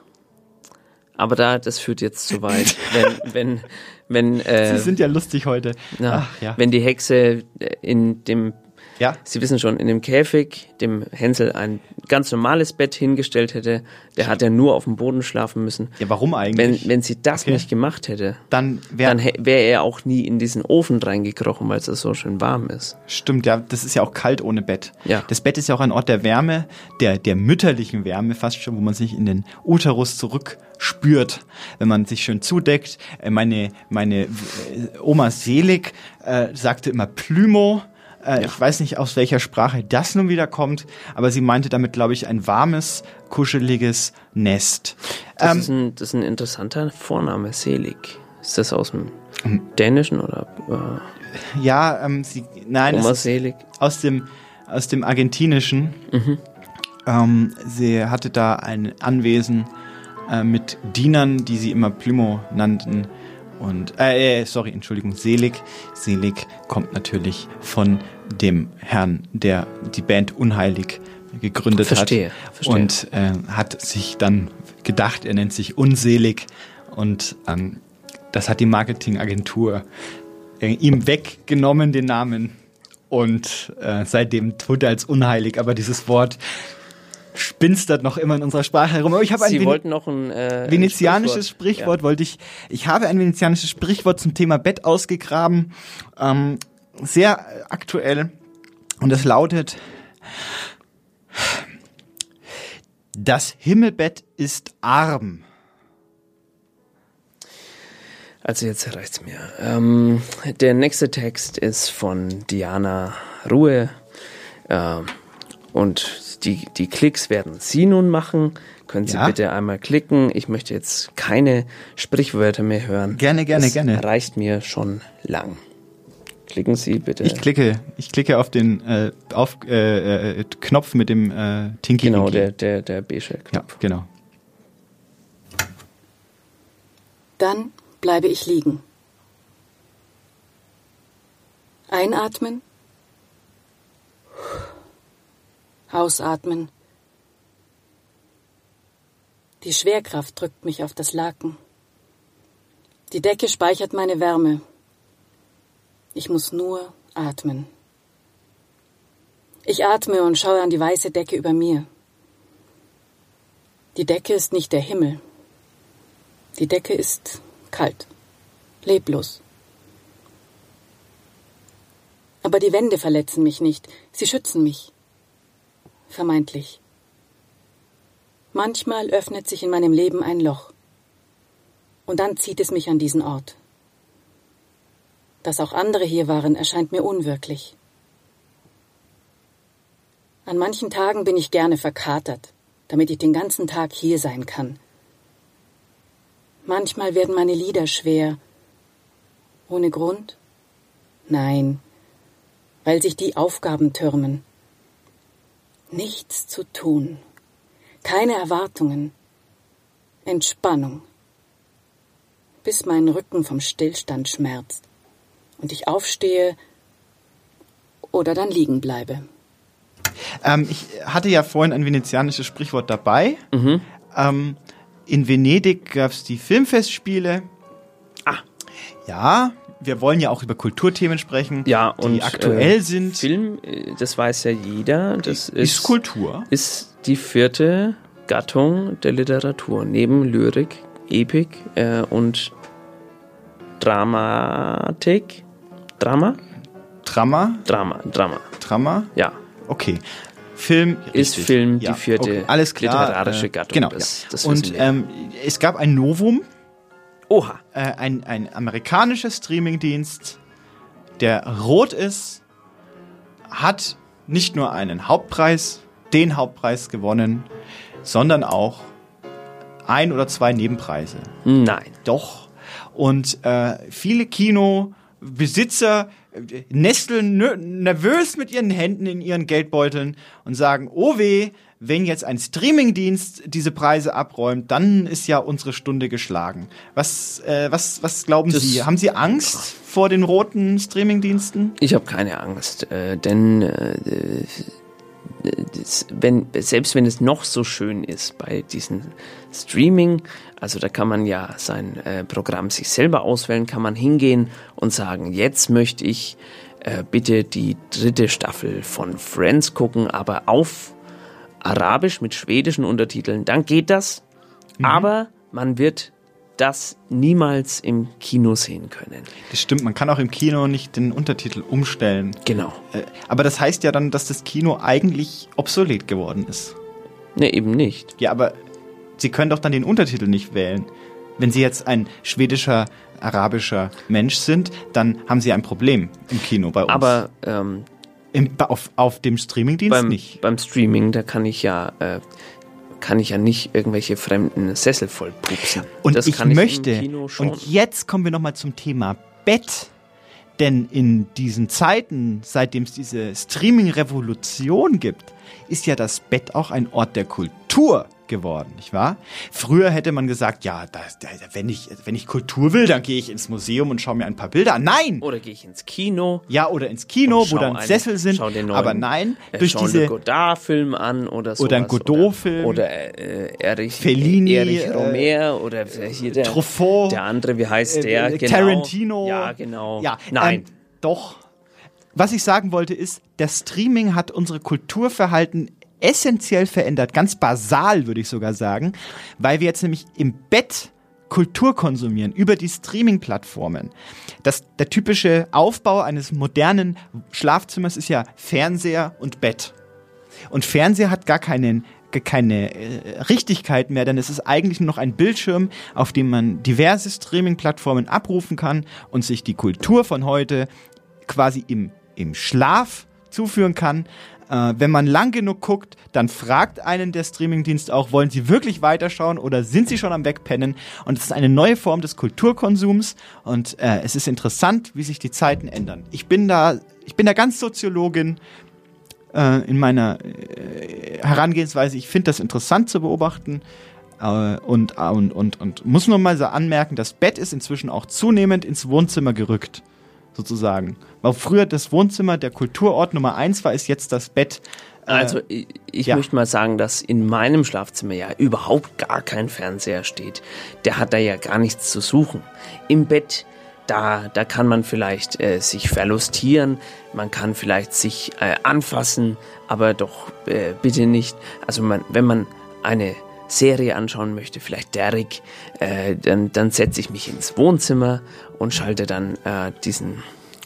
aber da, das führt jetzt zu weit. wenn, wenn, wenn, äh, Sie sind ja lustig heute. Na, Ach, ja. Wenn die Hexe in dem, ja. Sie wissen schon, in dem Käfig dem Hänsel ein ganz normales Bett hingestellt hätte, der hat ja nur auf dem Boden schlafen müssen. Ja, warum eigentlich? Wenn, wenn sie das okay. nicht gemacht hätte, dann wäre wär er auch nie in diesen Ofen reingekrochen, weil es so schön warm ist. Stimmt, ja, das ist ja auch kalt ohne Bett. Ja. Das Bett ist ja auch ein Ort der Wärme, der, der mütterlichen Wärme fast schon, wo man sich in den Uterus zurückspürt, wenn man sich schön zudeckt. Meine, meine Oma Selig äh, sagte immer Plümo. Äh, ja. Ich weiß nicht, aus welcher Sprache das nun wieder kommt, aber sie meinte damit, glaube ich, ein warmes, kuscheliges Nest. Das, ähm, ist, ein, das ist ein interessanter Vorname, Selig. Ist das aus dem Dänischen oder? Äh, ja, ähm, sie, nein, Oma Selig. Aus dem, aus dem Argentinischen. Mhm. Ähm, sie hatte da ein Anwesen äh, mit Dienern, die sie immer Plümo nannten. Und, äh, sorry, Entschuldigung, Selig. Selig kommt natürlich von dem Herrn, der die Band Unheilig gegründet verstehe, hat. Verstehe. Und äh, hat sich dann gedacht, er nennt sich Unselig. Und ähm, das hat die Marketingagentur äh, ihm weggenommen, den Namen. Und äh, seitdem tut er als Unheilig. Aber dieses Wort spinstert noch immer in unserer Sprache herum. Aber ich habe ein Sie Ven- wollten noch ein äh, venezianisches Sprichwort, Sprichwort, ja. wollte ich. Ich habe ein venezianisches Sprichwort zum Thema Bett ausgegraben, ähm, sehr aktuell, und es lautet: Das Himmelbett ist arm. Also jetzt reicht's mir. Ähm, der nächste Text ist von Diana Ruhe äh, und Die, die Klicks werden Sie nun machen. Können Sie ja. bitte einmal klicken. Ich möchte jetzt keine Sprichwörter mehr hören. Gerne, gerne, das gerne. Reicht mir schon lang. Klicken Sie bitte. Ich klicke. Ich klicke auf den äh, auf, äh, äh, Knopf mit dem äh, Tinky. Genau, der, der, der beige Knopf. Ja, genau. Dann bleibe ich liegen. Einatmen. Ausatmen. Die Schwerkraft drückt mich auf das Laken. Die Decke speichert meine Wärme. Ich muss nur atmen. Ich atme und schaue an die weiße Decke über mir. Die Decke ist nicht der Himmel. Die Decke ist kalt, leblos. Aber die Wände verletzen mich nicht. Sie schützen mich. Vermeintlich. Manchmal öffnet sich in meinem Leben ein Loch. Und dann zieht es mich an diesen Ort. Dass auch andere hier waren, erscheint mir unwirklich. An manchen Tagen bin ich gerne verkatert, damit ich den ganzen Tag hier sein kann. Manchmal werden meine Lieder schwer. Ohne Grund? Nein. weil sich die Aufgaben türmen. Nichts zu tun, keine Erwartungen, Entspannung, bis mein Rücken vom Stillstand schmerzt und ich aufstehe oder dann liegen bleibe. Ähm, ich hatte ja vorhin ein venezianisches Sprichwort dabei. Mhm. Ähm, in Venedig gab es die Filmfestspiele. Ah. Ja, wir wollen ja auch über Kulturthemen sprechen, ja, die und, aktuell äh, sind. Film, das weiß ja jeder. Das ist, ist Kultur. Ist die vierte Gattung der Literatur. Neben Lyrik, Epik äh, und Dramatik. Drama? Drama? Drama, Drama. Drama? Ja. Okay. Film ist richtig. Film die ja, vierte okay. Alles klar. literarische äh, Gattung. Genau. Das, ja. das Und ähm, es gab ein Novum. Oha. Äh, ein, ein amerikanischer Streamingdienst, der rot ist, hat nicht nur einen Hauptpreis, den Hauptpreis gewonnen, sondern auch ein oder zwei Nebenpreise. Nein. Doch. Und äh, viele Kinobesitzer nesteln nervös mit ihren Händen in ihren Geldbeuteln und sagen, oh weh, wenn jetzt ein Streamingdienst diese Preise abräumt, dann ist ja unsere Stunde geschlagen. Was, äh, was, was glauben das Sie? Haben Sie Angst vor den roten Streamingdiensten? Ich habe keine Angst, äh, denn äh, das, wenn, selbst wenn es noch so schön ist bei diesen Streaming, also da kann man ja sein äh, Programm sich selber auswählen, kann man hingehen und sagen, jetzt möchte ich äh, bitte die dritte Staffel von Friends gucken, aber auf Arabisch mit schwedischen Untertiteln, dann geht das, mhm. aber man wird das niemals im Kino sehen können. Das stimmt, man kann auch im Kino nicht den Untertitel umstellen. Genau. Äh, aber das heißt ja dann, dass das Kino eigentlich obsolet geworden ist. Ne, eben nicht. Ja, aber Sie können doch dann den Untertitel nicht wählen. Wenn Sie jetzt ein schwedischer, arabischer Mensch sind, dann haben Sie ein Problem im Kino bei uns. Aber ähm, Im, auf, auf dem Streamingdienst beim, nicht. Beim Streaming, da kann ich ja äh, kann ich ja nicht irgendwelche fremden Sessel voll pupsen. Und das ich kann möchte, ich im Kino schon. Und jetzt kommen wir nochmal zum Thema Bett. Denn in diesen Zeiten, seitdem es diese Streaming-Revolution gibt, ist ja das Bett auch ein Ort der Kultur geworden, nicht wahr? Früher hätte man gesagt, ja, da, da, wenn, ich, wenn ich Kultur will, dann gehe ich ins Museum und schaue mir ein paar Bilder an. Nein! Oder gehe ich ins Kino. Ja, oder ins Kino, wo dann einen, Sessel sind. Neuen, aber nein, äh, durch diese... einen Godard-Film an oder so. Oder ein Godot-Film. Oder, oder äh, Erich, Fellini. Erich Romer. Äh, oder hier der... Truffaut. Der andere, wie heißt der? Äh, genau. Tarantino. Ja, genau. Ja, nein. Ähm, doch. Was ich sagen wollte ist, der Streaming hat unsere Kulturverhalten essentiell verändert, ganz basal würde ich sogar sagen, weil wir jetzt nämlich im Bett Kultur konsumieren, über die Streaming-Plattformen. Das, der typische Aufbau eines modernen Schlafzimmers ist ja Fernseher und Bett. Und Fernseher hat gar keinen keine äh, Richtigkeit mehr, denn es ist eigentlich nur noch ein Bildschirm, auf dem man diverse Streaming-Plattformen abrufen kann und sich die Kultur von heute quasi im, im Schlaf zuführen kann. Äh, wenn man lang genug guckt, dann fragt einen der Streamingdienst auch, wollen Sie wirklich weiterschauen oder sind Sie schon am Wegpennen? Und es ist eine neue Form des Kulturkonsums und äh, es ist interessant, wie sich die Zeiten ändern. Ich bin da, ich bin da ganz Soziologin äh, in meiner äh, Herangehensweise. Ich finde das interessant zu beobachten äh, und, und, und, und muss nur mal so anmerken, das Bett ist inzwischen auch zunehmend ins Wohnzimmer gerückt. Sozusagen. Weil früher das Wohnzimmer der Kulturort Nummer eins war, ist jetzt das Bett. Äh, also ich, ich ja. möchte mal sagen, dass in meinem Schlafzimmer ja überhaupt gar kein Fernseher steht. Der hat da ja gar nichts zu suchen. Im Bett, da, da kann man vielleicht äh, sich verlustieren, man kann vielleicht sich äh, anfassen, aber doch äh, bitte nicht. Also man, wenn man eine Serie anschauen möchte, vielleicht Derrick, äh, dann, dann setze ich mich ins Wohnzimmer und schalte dann äh, diesen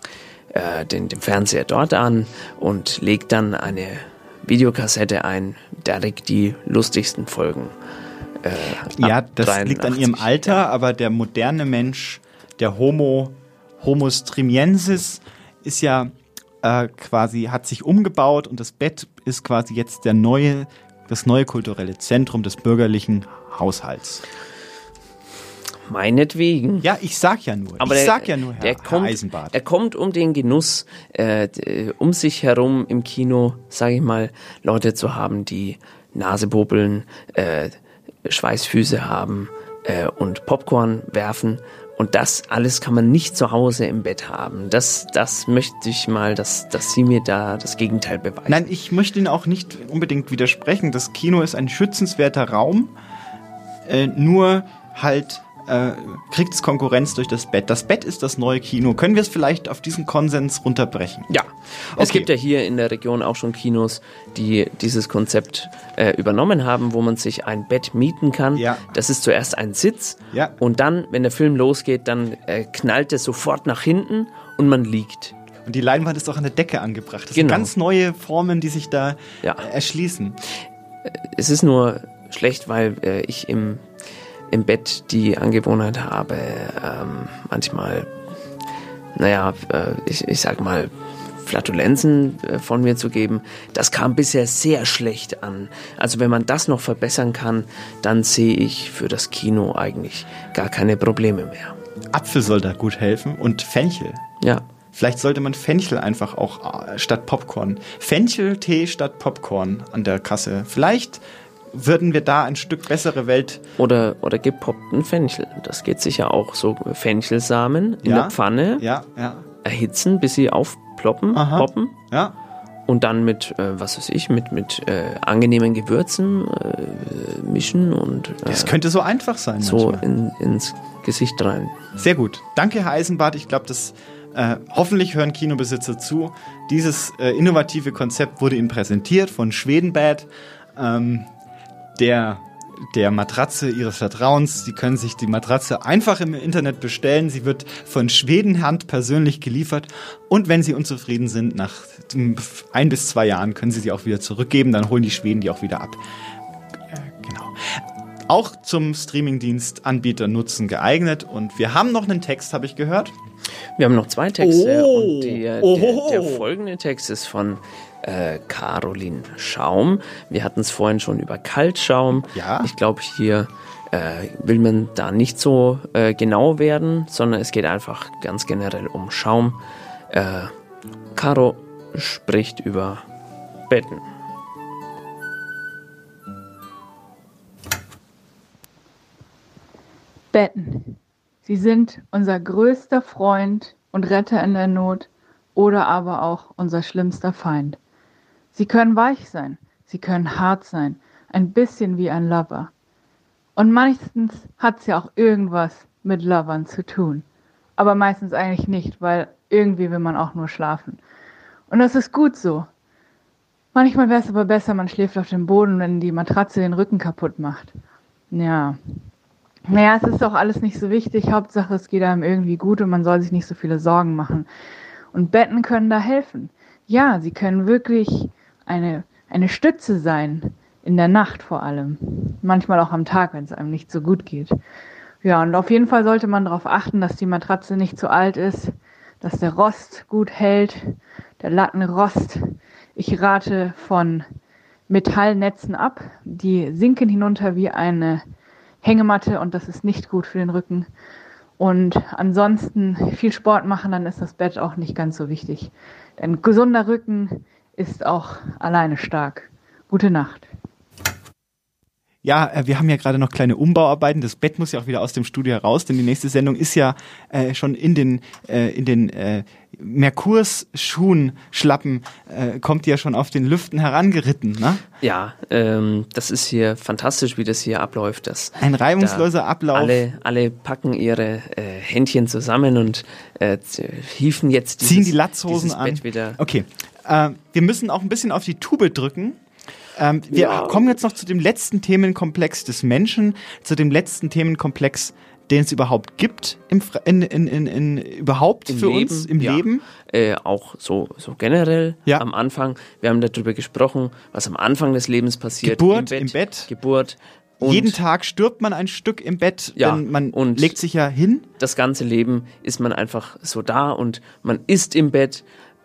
äh, den, den Fernseher dort an und lege dann eine Videokassette ein, Derrick, die lustigsten Folgen. Äh, ja, das dreiundachtzig liegt an ihrem Alter, ja. Aber der moderne Mensch, der Homo, Homo strimiensis, ist ja äh, quasi, hat sich umgebaut und das Bett ist quasi jetzt der neue das neue kulturelle Zentrum des bürgerlichen Haushalts. Meinetwegen. Ja, ich sag ja nur. Aber ich der, sag ja nur, Herr, der Herr kommt, Eisenbart. Er kommt um den Genuss, äh, um sich herum im Kino, sage ich mal, Leute zu haben, die Nasebobeln, äh, Schweißfüße haben äh, und Popcorn werfen. Und das alles kann man nicht zu Hause im Bett haben. Das, das möchte ich mal, dass, dass Sie mir da das Gegenteil beweisen. Nein, ich möchte Ihnen auch nicht unbedingt widersprechen. Das Kino ist ein schützenswerter Raum. Äh, nur halt äh, kriegt es Konkurrenz durch das Bett. Das Bett ist das neue Kino. Können wir es vielleicht auf diesen Konsens runterbrechen? Ja. Okay. Es gibt ja hier in der Region auch schon Kinos, die dieses Konzept äh, übernommen haben, wo man sich ein Bett mieten kann. Ja. Das ist zuerst ein Sitz ja. und dann, wenn der Film losgeht, dann äh, knallt es sofort nach hinten und man liegt. Und die Leinwand ist auch an der Decke angebracht. Das genau. sind ganz neue Formen, die sich da ja. äh, erschließen. Es ist nur schlecht, weil äh, ich im im Bett die Angewohnheit habe, ähm, manchmal, naja, äh, ich, ich sag mal, Flatulenzen äh, von mir zu geben. Das kam bisher sehr schlecht an. Also wenn man das noch verbessern kann, dann sehe ich für das Kino eigentlich gar keine Probleme mehr. Apfel soll da gut helfen und Fenchel. Ja. Vielleicht sollte man Fenchel einfach auch äh, statt Popcorn. Fencheltee statt Popcorn an der Kasse. Vielleicht würden wir da ein Stück bessere Welt... Oder, oder gepoppten Fenchel. Das geht sicher auch. So Fenchelsamen in ja, der Pfanne ja, ja. erhitzen, bis sie aufploppen, Aha. poppen. Ja. Und dann mit, äh, was weiß ich, mit, mit äh, angenehmen Gewürzen äh, mischen und... Äh, das könnte so einfach sein. So in, ins Gesicht rein. Sehr gut. Danke, Herr Eisenbart. Ich glaube, das... Äh, hoffentlich hören Kinobesitzer zu. Dieses äh, innovative Konzept wurde Ihnen präsentiert von Schwedenbad. Ähm, Der, der Matratze Ihres Vertrauens. Sie können sich die Matratze einfach im Internet bestellen. Sie wird von Schwedenhand persönlich geliefert. Und wenn Sie unzufrieden sind, nach ein bis zwei Jahren können Sie sie auch wieder zurückgeben. Dann holen die Schweden die auch wieder ab. Äh, genau. Auch zum Streamingdienst Anbieter nutzen geeignet. Und wir haben noch einen Text, habe ich gehört. Wir haben noch zwei Texte. Oh. Und der, der, der folgende Text ist von Äh, Caroline Schaum. Wir hatten es vorhin schon über Kaltschaum. Ja. Ich glaube, hier äh, will man da nicht so äh, genau werden, sondern es geht einfach ganz generell um Schaum. Äh, Caro spricht über Betten. Betten. Sie sind unser größter Freund und Retter in der Not oder aber auch unser schlimmster Feind. Sie können weich sein, sie können hart sein, ein bisschen wie ein Lover. Und meistens hat es ja auch irgendwas mit Lovern zu tun. Aber meistens eigentlich nicht, weil irgendwie will man auch nur schlafen. Und das ist gut so. Manchmal wäre es aber besser, man schläft auf dem Boden, wenn die Matratze den Rücken kaputt macht. Ja. Naja, es ist auch alles nicht so wichtig. Hauptsache, es geht einem irgendwie gut und man soll sich nicht so viele Sorgen machen. Und Betten können da helfen. Ja, sie können wirklich eine, eine Stütze sein, in der Nacht vor allem. Manchmal auch am Tag, wenn es einem nicht so gut geht. Ja, und auf jeden Fall sollte man darauf achten, dass die Matratze nicht zu alt ist, dass der Rost gut hält, der Lattenrost. Ich rate von Metallnetzen ab. Die sinken hinunter wie eine Hängematte und das ist nicht gut für den Rücken. Und ansonsten viel Sport machen, dann ist das Bett auch nicht ganz so wichtig. Ein gesunder Rücken ist auch alleine stark. Gute Nacht. Ja, wir haben ja gerade noch kleine Umbauarbeiten. Das Bett muss ja auch wieder aus dem Studio heraus, denn die nächste Sendung ist ja äh, schon in den äh, in den äh, Merkurs-Schuhen, Schlappen, äh, kommt ja schon auf den Lüften herangeritten, ne? Ja, ähm, das ist hier fantastisch, wie das hier abläuft. Das, Ein reibungsloser da Ablauf. Alle, alle packen ihre äh, Händchen zusammen und äh, hieven jetzt dieses, ziehen die Latzhosen dieses an. Bett wieder. Okay, äh, wir müssen auch ein bisschen auf die Tube drücken. Ähm, wir ja. kommen jetzt noch zu dem letzten Themenkomplex des Menschen, zu dem letzten Themenkomplex, den es überhaupt gibt, im, in, in, in, in, überhaupt Im für Leben, uns im ja. Leben. Äh, auch so, so generell ja. am Anfang. Wir haben darüber gesprochen, was am Anfang des Lebens passiert. Geburt im Bett. Im Bett. Geburt. Und jeden Tag stirbt man ein Stück im Bett, ja, denn man und legt sich ja hin. Das ganze Leben ist man einfach so da und man ist im Bett.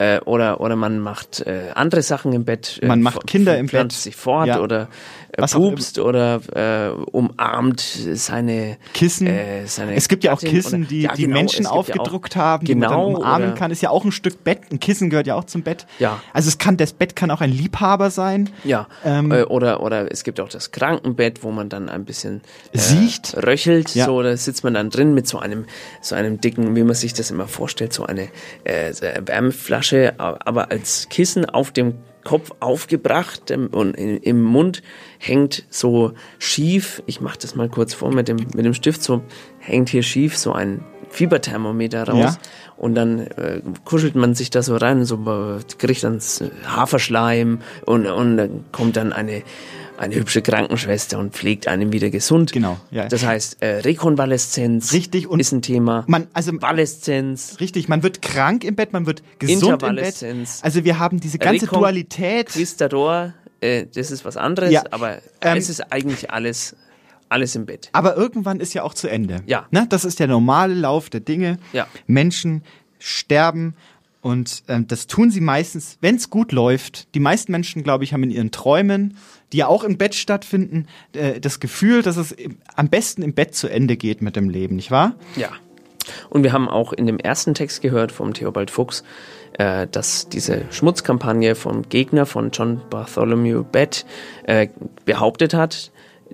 Äh, oder, oder man macht äh, andere Sachen im Bett. Äh, man macht Kinder im Bett. Pflanzt sich fort ja. oder äh, pupst oder äh, umarmt seine Kissen. Äh, seine es gibt ja auch Kissen, oder, die ja, die genau, Menschen aufgedruckt ja auch, haben, genau, die man dann umarmen oder, kann. Ist ja auch ein Stück Bett. Ein Kissen gehört ja auch zum Bett. Ja. Also es kann, das Bett kann auch ein Liebhaber sein. Ja. Ähm, äh, oder, oder es gibt auch das Krankenbett, wo man dann ein bisschen äh, siecht, röchelt. Ja. So, da sitzt man dann drin mit so einem, so einem dicken, wie man sich das immer vorstellt, so eine äh, Wärmeflasche, aber als Kissen auf dem Kopf aufgebracht und im Mund hängt so schief, ich mache das mal kurz vor mit dem, mit dem Stift, so hängt hier schief so ein Fieberthermometer raus ja. und dann äh, kuschelt man sich da so rein und so äh, kriegt dann Haferschleim und, und dann kommt dann eine eine hübsche Krankenschwester und pflegt einen wieder gesund. Genau. Ja. Das heißt, äh, Rekonvaleszenz richtig, und ist ein Thema. Man, also, Valeszenz. Richtig, man wird krank im Bett, man wird gesund im Bett. Also wir haben diese ganze Rekon- Dualität. Quistador, äh, das ist was anderes, ja. aber ähm, es ist eigentlich alles, alles im Bett. Aber irgendwann ist ja auch zu Ende. Ja. Ne? Das ist der normale Lauf der Dinge. Ja. Menschen sterben. Und ähm, das tun sie meistens, wenn es gut läuft. Die meisten Menschen, glaube ich, haben in ihren Träumen, die ja auch im Bett stattfinden, äh, das Gefühl, dass es im, am besten im Bett zu Ende geht mit dem Leben, nicht wahr? Ja. Und wir haben auch in dem ersten Text gehört vom Theobald Fuchs, äh, dass diese Schmutzkampagne vom Gegner von John Bartholomew Bett äh, behauptet hat,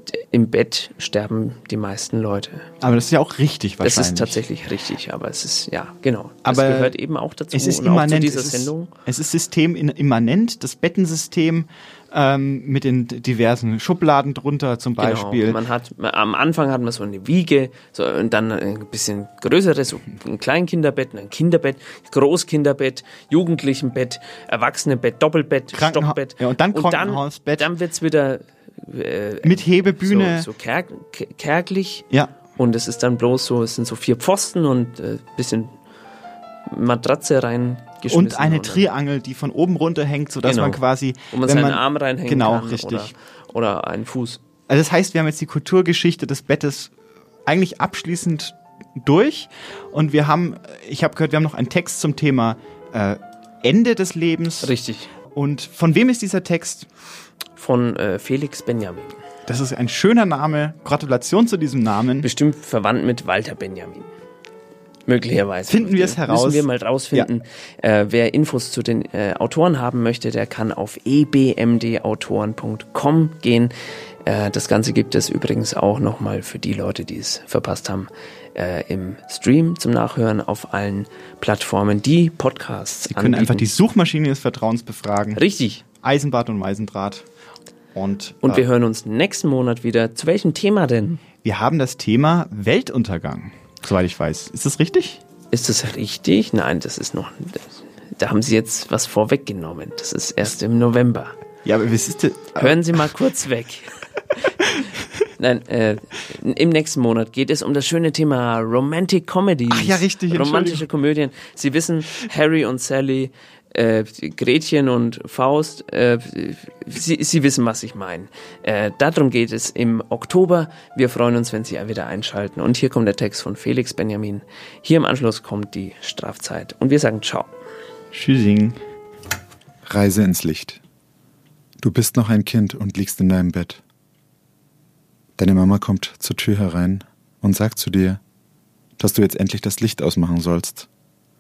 im Bett sterben die meisten Leute. Aber das ist ja auch richtig wahrscheinlich. Das ist tatsächlich richtig, aber es ist, ja, genau. Das aber gehört eben auch dazu es ist und immanent, auch zu dieser es ist, Sendung. Es ist systemimmanent, das Bettensystem ähm, mit den diversen Schubladen drunter zum Beispiel. Genau. Man hat, am Anfang hat man so eine Wiege so, und dann ein bisschen größeres, so ein Kleinkinderbett, ein Kinderbett, Großkinderbett, Jugendlichenbett, Erwachsenenbett, Doppelbett, Krankenha- Stockbett. Ja, und dann und Krankenhausbett. Dann, dann wird's wieder Äh, mit Hebebühne. So, so kerg, kärglich. Ja. Und es ist dann bloß so, es sind so vier Pfosten und ein äh, bisschen Matratze reingeschmissen. Und eine Triangel, die von oben runter hängt, sodass genau. man quasi... Wo man wenn seinen man, Arm reinhängen genau, kann. Richtig. Oder, oder einen Fuß. Also das heißt, wir haben jetzt die Kulturgeschichte des Bettes eigentlich abschließend durch. Und wir haben, ich habe gehört, wir haben noch einen Text zum Thema äh, Ende des Lebens. Richtig. Und von wem ist dieser Text? Von äh, Felix Benjamin. Das ist ein schöner Name. Gratulation zu diesem Namen. Bestimmt verwandt mit Walter Benjamin. Möglicherweise. Finden wir es heraus. Müssen wir mal rausfinden. Ja. Äh, wer Infos zu den äh, Autoren haben möchte, der kann auf e b m d autoren punkt com gehen. Äh, das Ganze gibt es übrigens auch nochmal für die Leute, die es verpasst haben, äh, im Stream zum Nachhören auf allen Plattformen, die Podcasts Sie können anbieten. Einfach die Suchmaschine des Vertrauens befragen. Richtig. Eisenbart und Meisendraht. Und, und äh, wir hören uns nächsten Monat wieder. Zu welchem Thema denn? Wir haben das Thema Weltuntergang, soweit ich weiß. Ist das richtig? Ist das richtig? Nein, das ist noch... Da haben Sie jetzt was vorweggenommen. Das ist erst im November. Ja, aber was ist das? Hören Sie mal kurz weg. Nein, äh, im nächsten Monat geht es um das schöne Thema Romantic Comedies. Ach ja, richtig. Romantische Komödien. Sie wissen, Harry und Sally... Äh, Gretchen und Faust, äh, Sie, Sie wissen, was ich meine. Äh, darum geht es im Oktober. Wir freuen uns, wenn Sie wieder einschalten. Und hier kommt der Text von Felix Benjamin. Hier im Anschluss kommt die Strafzeit. Und wir sagen ciao. Tschüssing. Reise ins Licht. Du bist noch ein Kind und liegst in deinem Bett. Deine Mama kommt zur Tür herein und sagt zu dir, dass du jetzt endlich das Licht ausmachen sollst.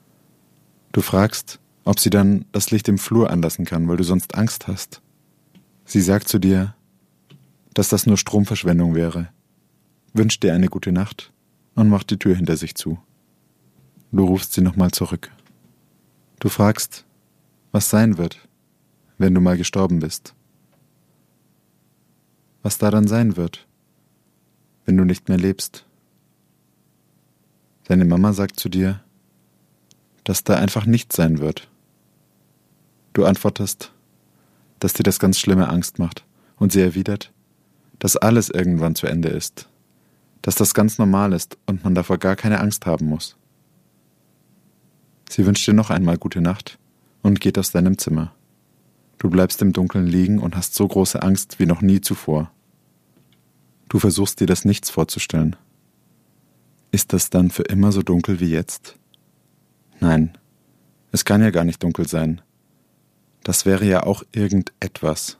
Du fragst, ob sie dann das Licht im Flur anlassen kann, weil du sonst Angst hast. Sie sagt zu dir, dass das nur Stromverschwendung wäre, wünscht dir eine gute Nacht und macht die Tür hinter sich zu. Du rufst sie nochmal zurück. Du fragst, was sein wird, wenn du mal gestorben bist. Was da dann sein wird, wenn du nicht mehr lebst. Deine Mama sagt zu dir, dass da einfach nichts sein wird. Du antwortest, dass dir das ganz schlimme Angst macht, und sie erwidert, dass alles irgendwann zu Ende ist, dass das ganz normal ist und man davor gar keine Angst haben muss. Sie wünscht dir noch einmal gute Nacht und geht aus deinem Zimmer. Du bleibst im Dunkeln liegen und hast so große Angst wie noch nie zuvor. Du versuchst dir das Nichts vorzustellen. Ist das dann für immer so dunkel wie jetzt? Nein. Es kann ja gar nicht dunkel sein. Das wäre ja auch irgendetwas.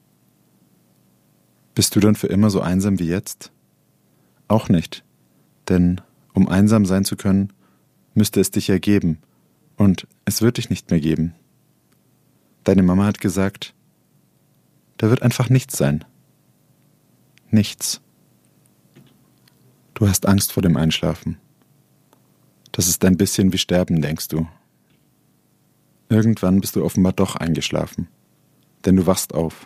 Bist du dann für immer so einsam wie jetzt? Auch nicht. Denn um einsam sein zu können, müsste es dich ja geben. Und es wird dich nicht mehr geben. Deine Mama hat gesagt, da wird einfach nichts sein. Nichts. Du hast Angst vor dem Einschlafen. Das ist ein bisschen wie Sterben, denkst du. Irgendwann bist du offenbar doch eingeschlafen, denn du wachst auf.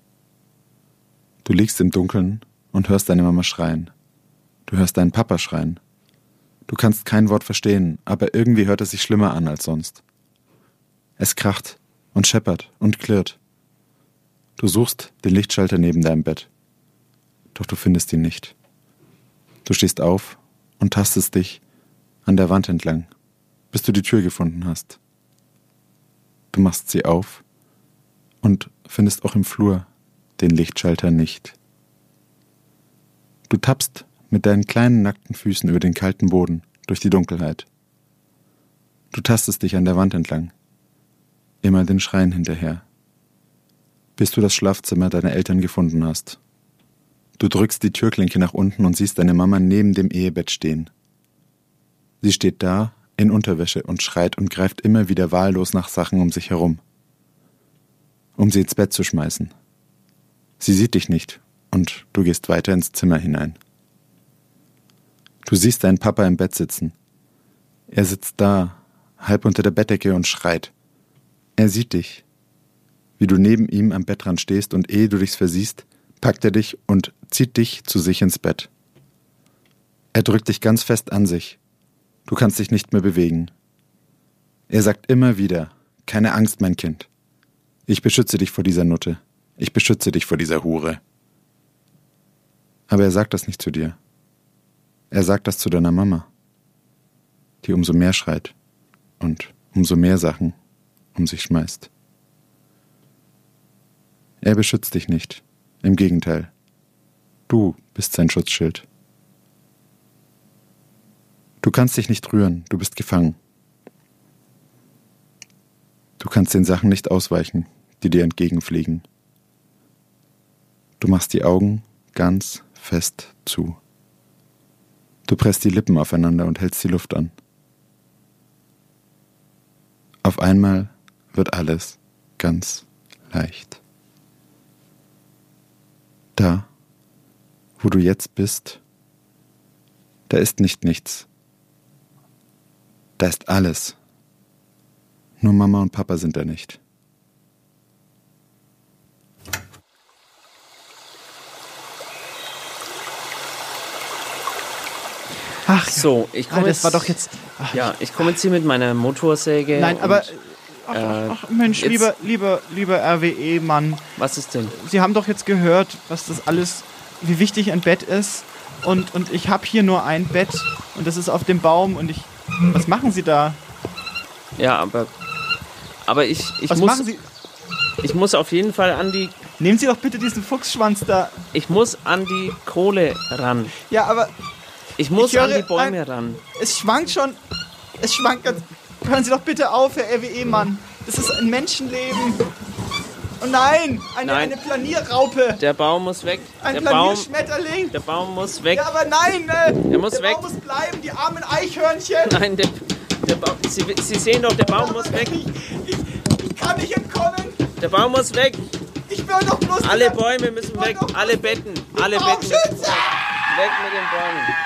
Du liegst im Dunkeln und hörst deine Mama schreien. Du hörst deinen Papa schreien. Du kannst kein Wort verstehen, aber irgendwie hört es sich schlimmer an als sonst. Es kracht und scheppert und klirrt. Du suchst den Lichtschalter neben deinem Bett. Doch du findest ihn nicht. Du stehst auf und tastest dich an der Wand entlang, bis du die Tür gefunden hast. Du machst sie auf und findest auch im Flur den Lichtschalter nicht. Du tappst mit deinen kleinen nackten Füßen über den kalten Boden durch die Dunkelheit. Du tastest dich an der Wand entlang, immer den Schreien hinterher, bis du das Schlafzimmer deiner Eltern gefunden hast. Du drückst die Türklinke nach unten und siehst deine Mama neben dem Ehebett stehen. Sie steht da in Unterwäsche und schreit und greift immer wieder wahllos nach Sachen um sich herum, um sie ins Bett zu schmeißen. Sie sieht dich nicht und du gehst weiter ins Zimmer hinein. Du siehst deinen Papa im Bett sitzen. Er sitzt da, halb unter der Bettdecke und schreit. Er sieht dich, wie du neben ihm am Bettrand stehst und ehe du dich's versiehst, packt er dich und zieht dich zu sich ins Bett. Er drückt dich ganz fest an sich. Du kannst dich nicht mehr bewegen. Er sagt immer wieder, keine Angst, mein Kind. Ich beschütze dich vor dieser Nutte. Ich beschütze dich vor dieser Hure. Aber er sagt das nicht zu dir. Er sagt das zu deiner Mama, die umso mehr schreit und umso mehr Sachen um sich schmeißt. Er beschützt dich nicht. Im Gegenteil. Du bist sein Schutzschild. Du kannst dich nicht rühren, du bist gefangen. Du kannst den Sachen nicht ausweichen, die dir entgegenfliegen. Du machst die Augen ganz fest zu. Du presst die Lippen aufeinander und hältst die Luft an. Auf einmal wird alles ganz leicht. Da, wo du jetzt bist, da ist nicht nichts. Da ist alles. Nur Mama und Papa sind da nicht. Ach so, ich komme ah, das jetzt, war doch jetzt. Ach. Ja, ich komme jetzt hier mit meiner Motorsäge. Nein, aber und, ach, äh, ach, Mensch, jetzt, lieber, lieber, lieber R W E-Mann. Was ist denn? Sie haben doch jetzt gehört, was das alles, wie wichtig ein Bett ist. Und, und ich habe hier nur ein Bett und das ist auf dem Baum und ich. Was machen Sie da? Ja, aber. Aber ich, ich was muss. machen Sie? Ich muss auf jeden Fall an die. Nehmen Sie doch bitte diesen Fuchsschwanz da. Ich muss an die Kohle ran. Ja, aber. Ich muss ich höre, an die Bäume ein, ran. Es schwankt schon. Es schwankt ganz. Hören Sie doch bitte auf, Herr R W E-Mann. Das ist ein Menschenleben. Oh nein, eine, nein. eine Planierraupe. Der Baum muss weg. Ein der Planierschmetterling. Baum, der Baum muss weg. Ja, aber nein, ne? Der muss der weg. Baum muss bleiben, die armen Eichhörnchen. Nein, der, der Baum. Sie, Sie sehen doch, der Baum muss weg. Ich, ich, ich kann nicht entkommen. Der Baum muss weg. Ich will doch bloß. Alle Bäume müssen weg. Alle Betten. Alle Betten müssen weg. Weg mit den Bäumen.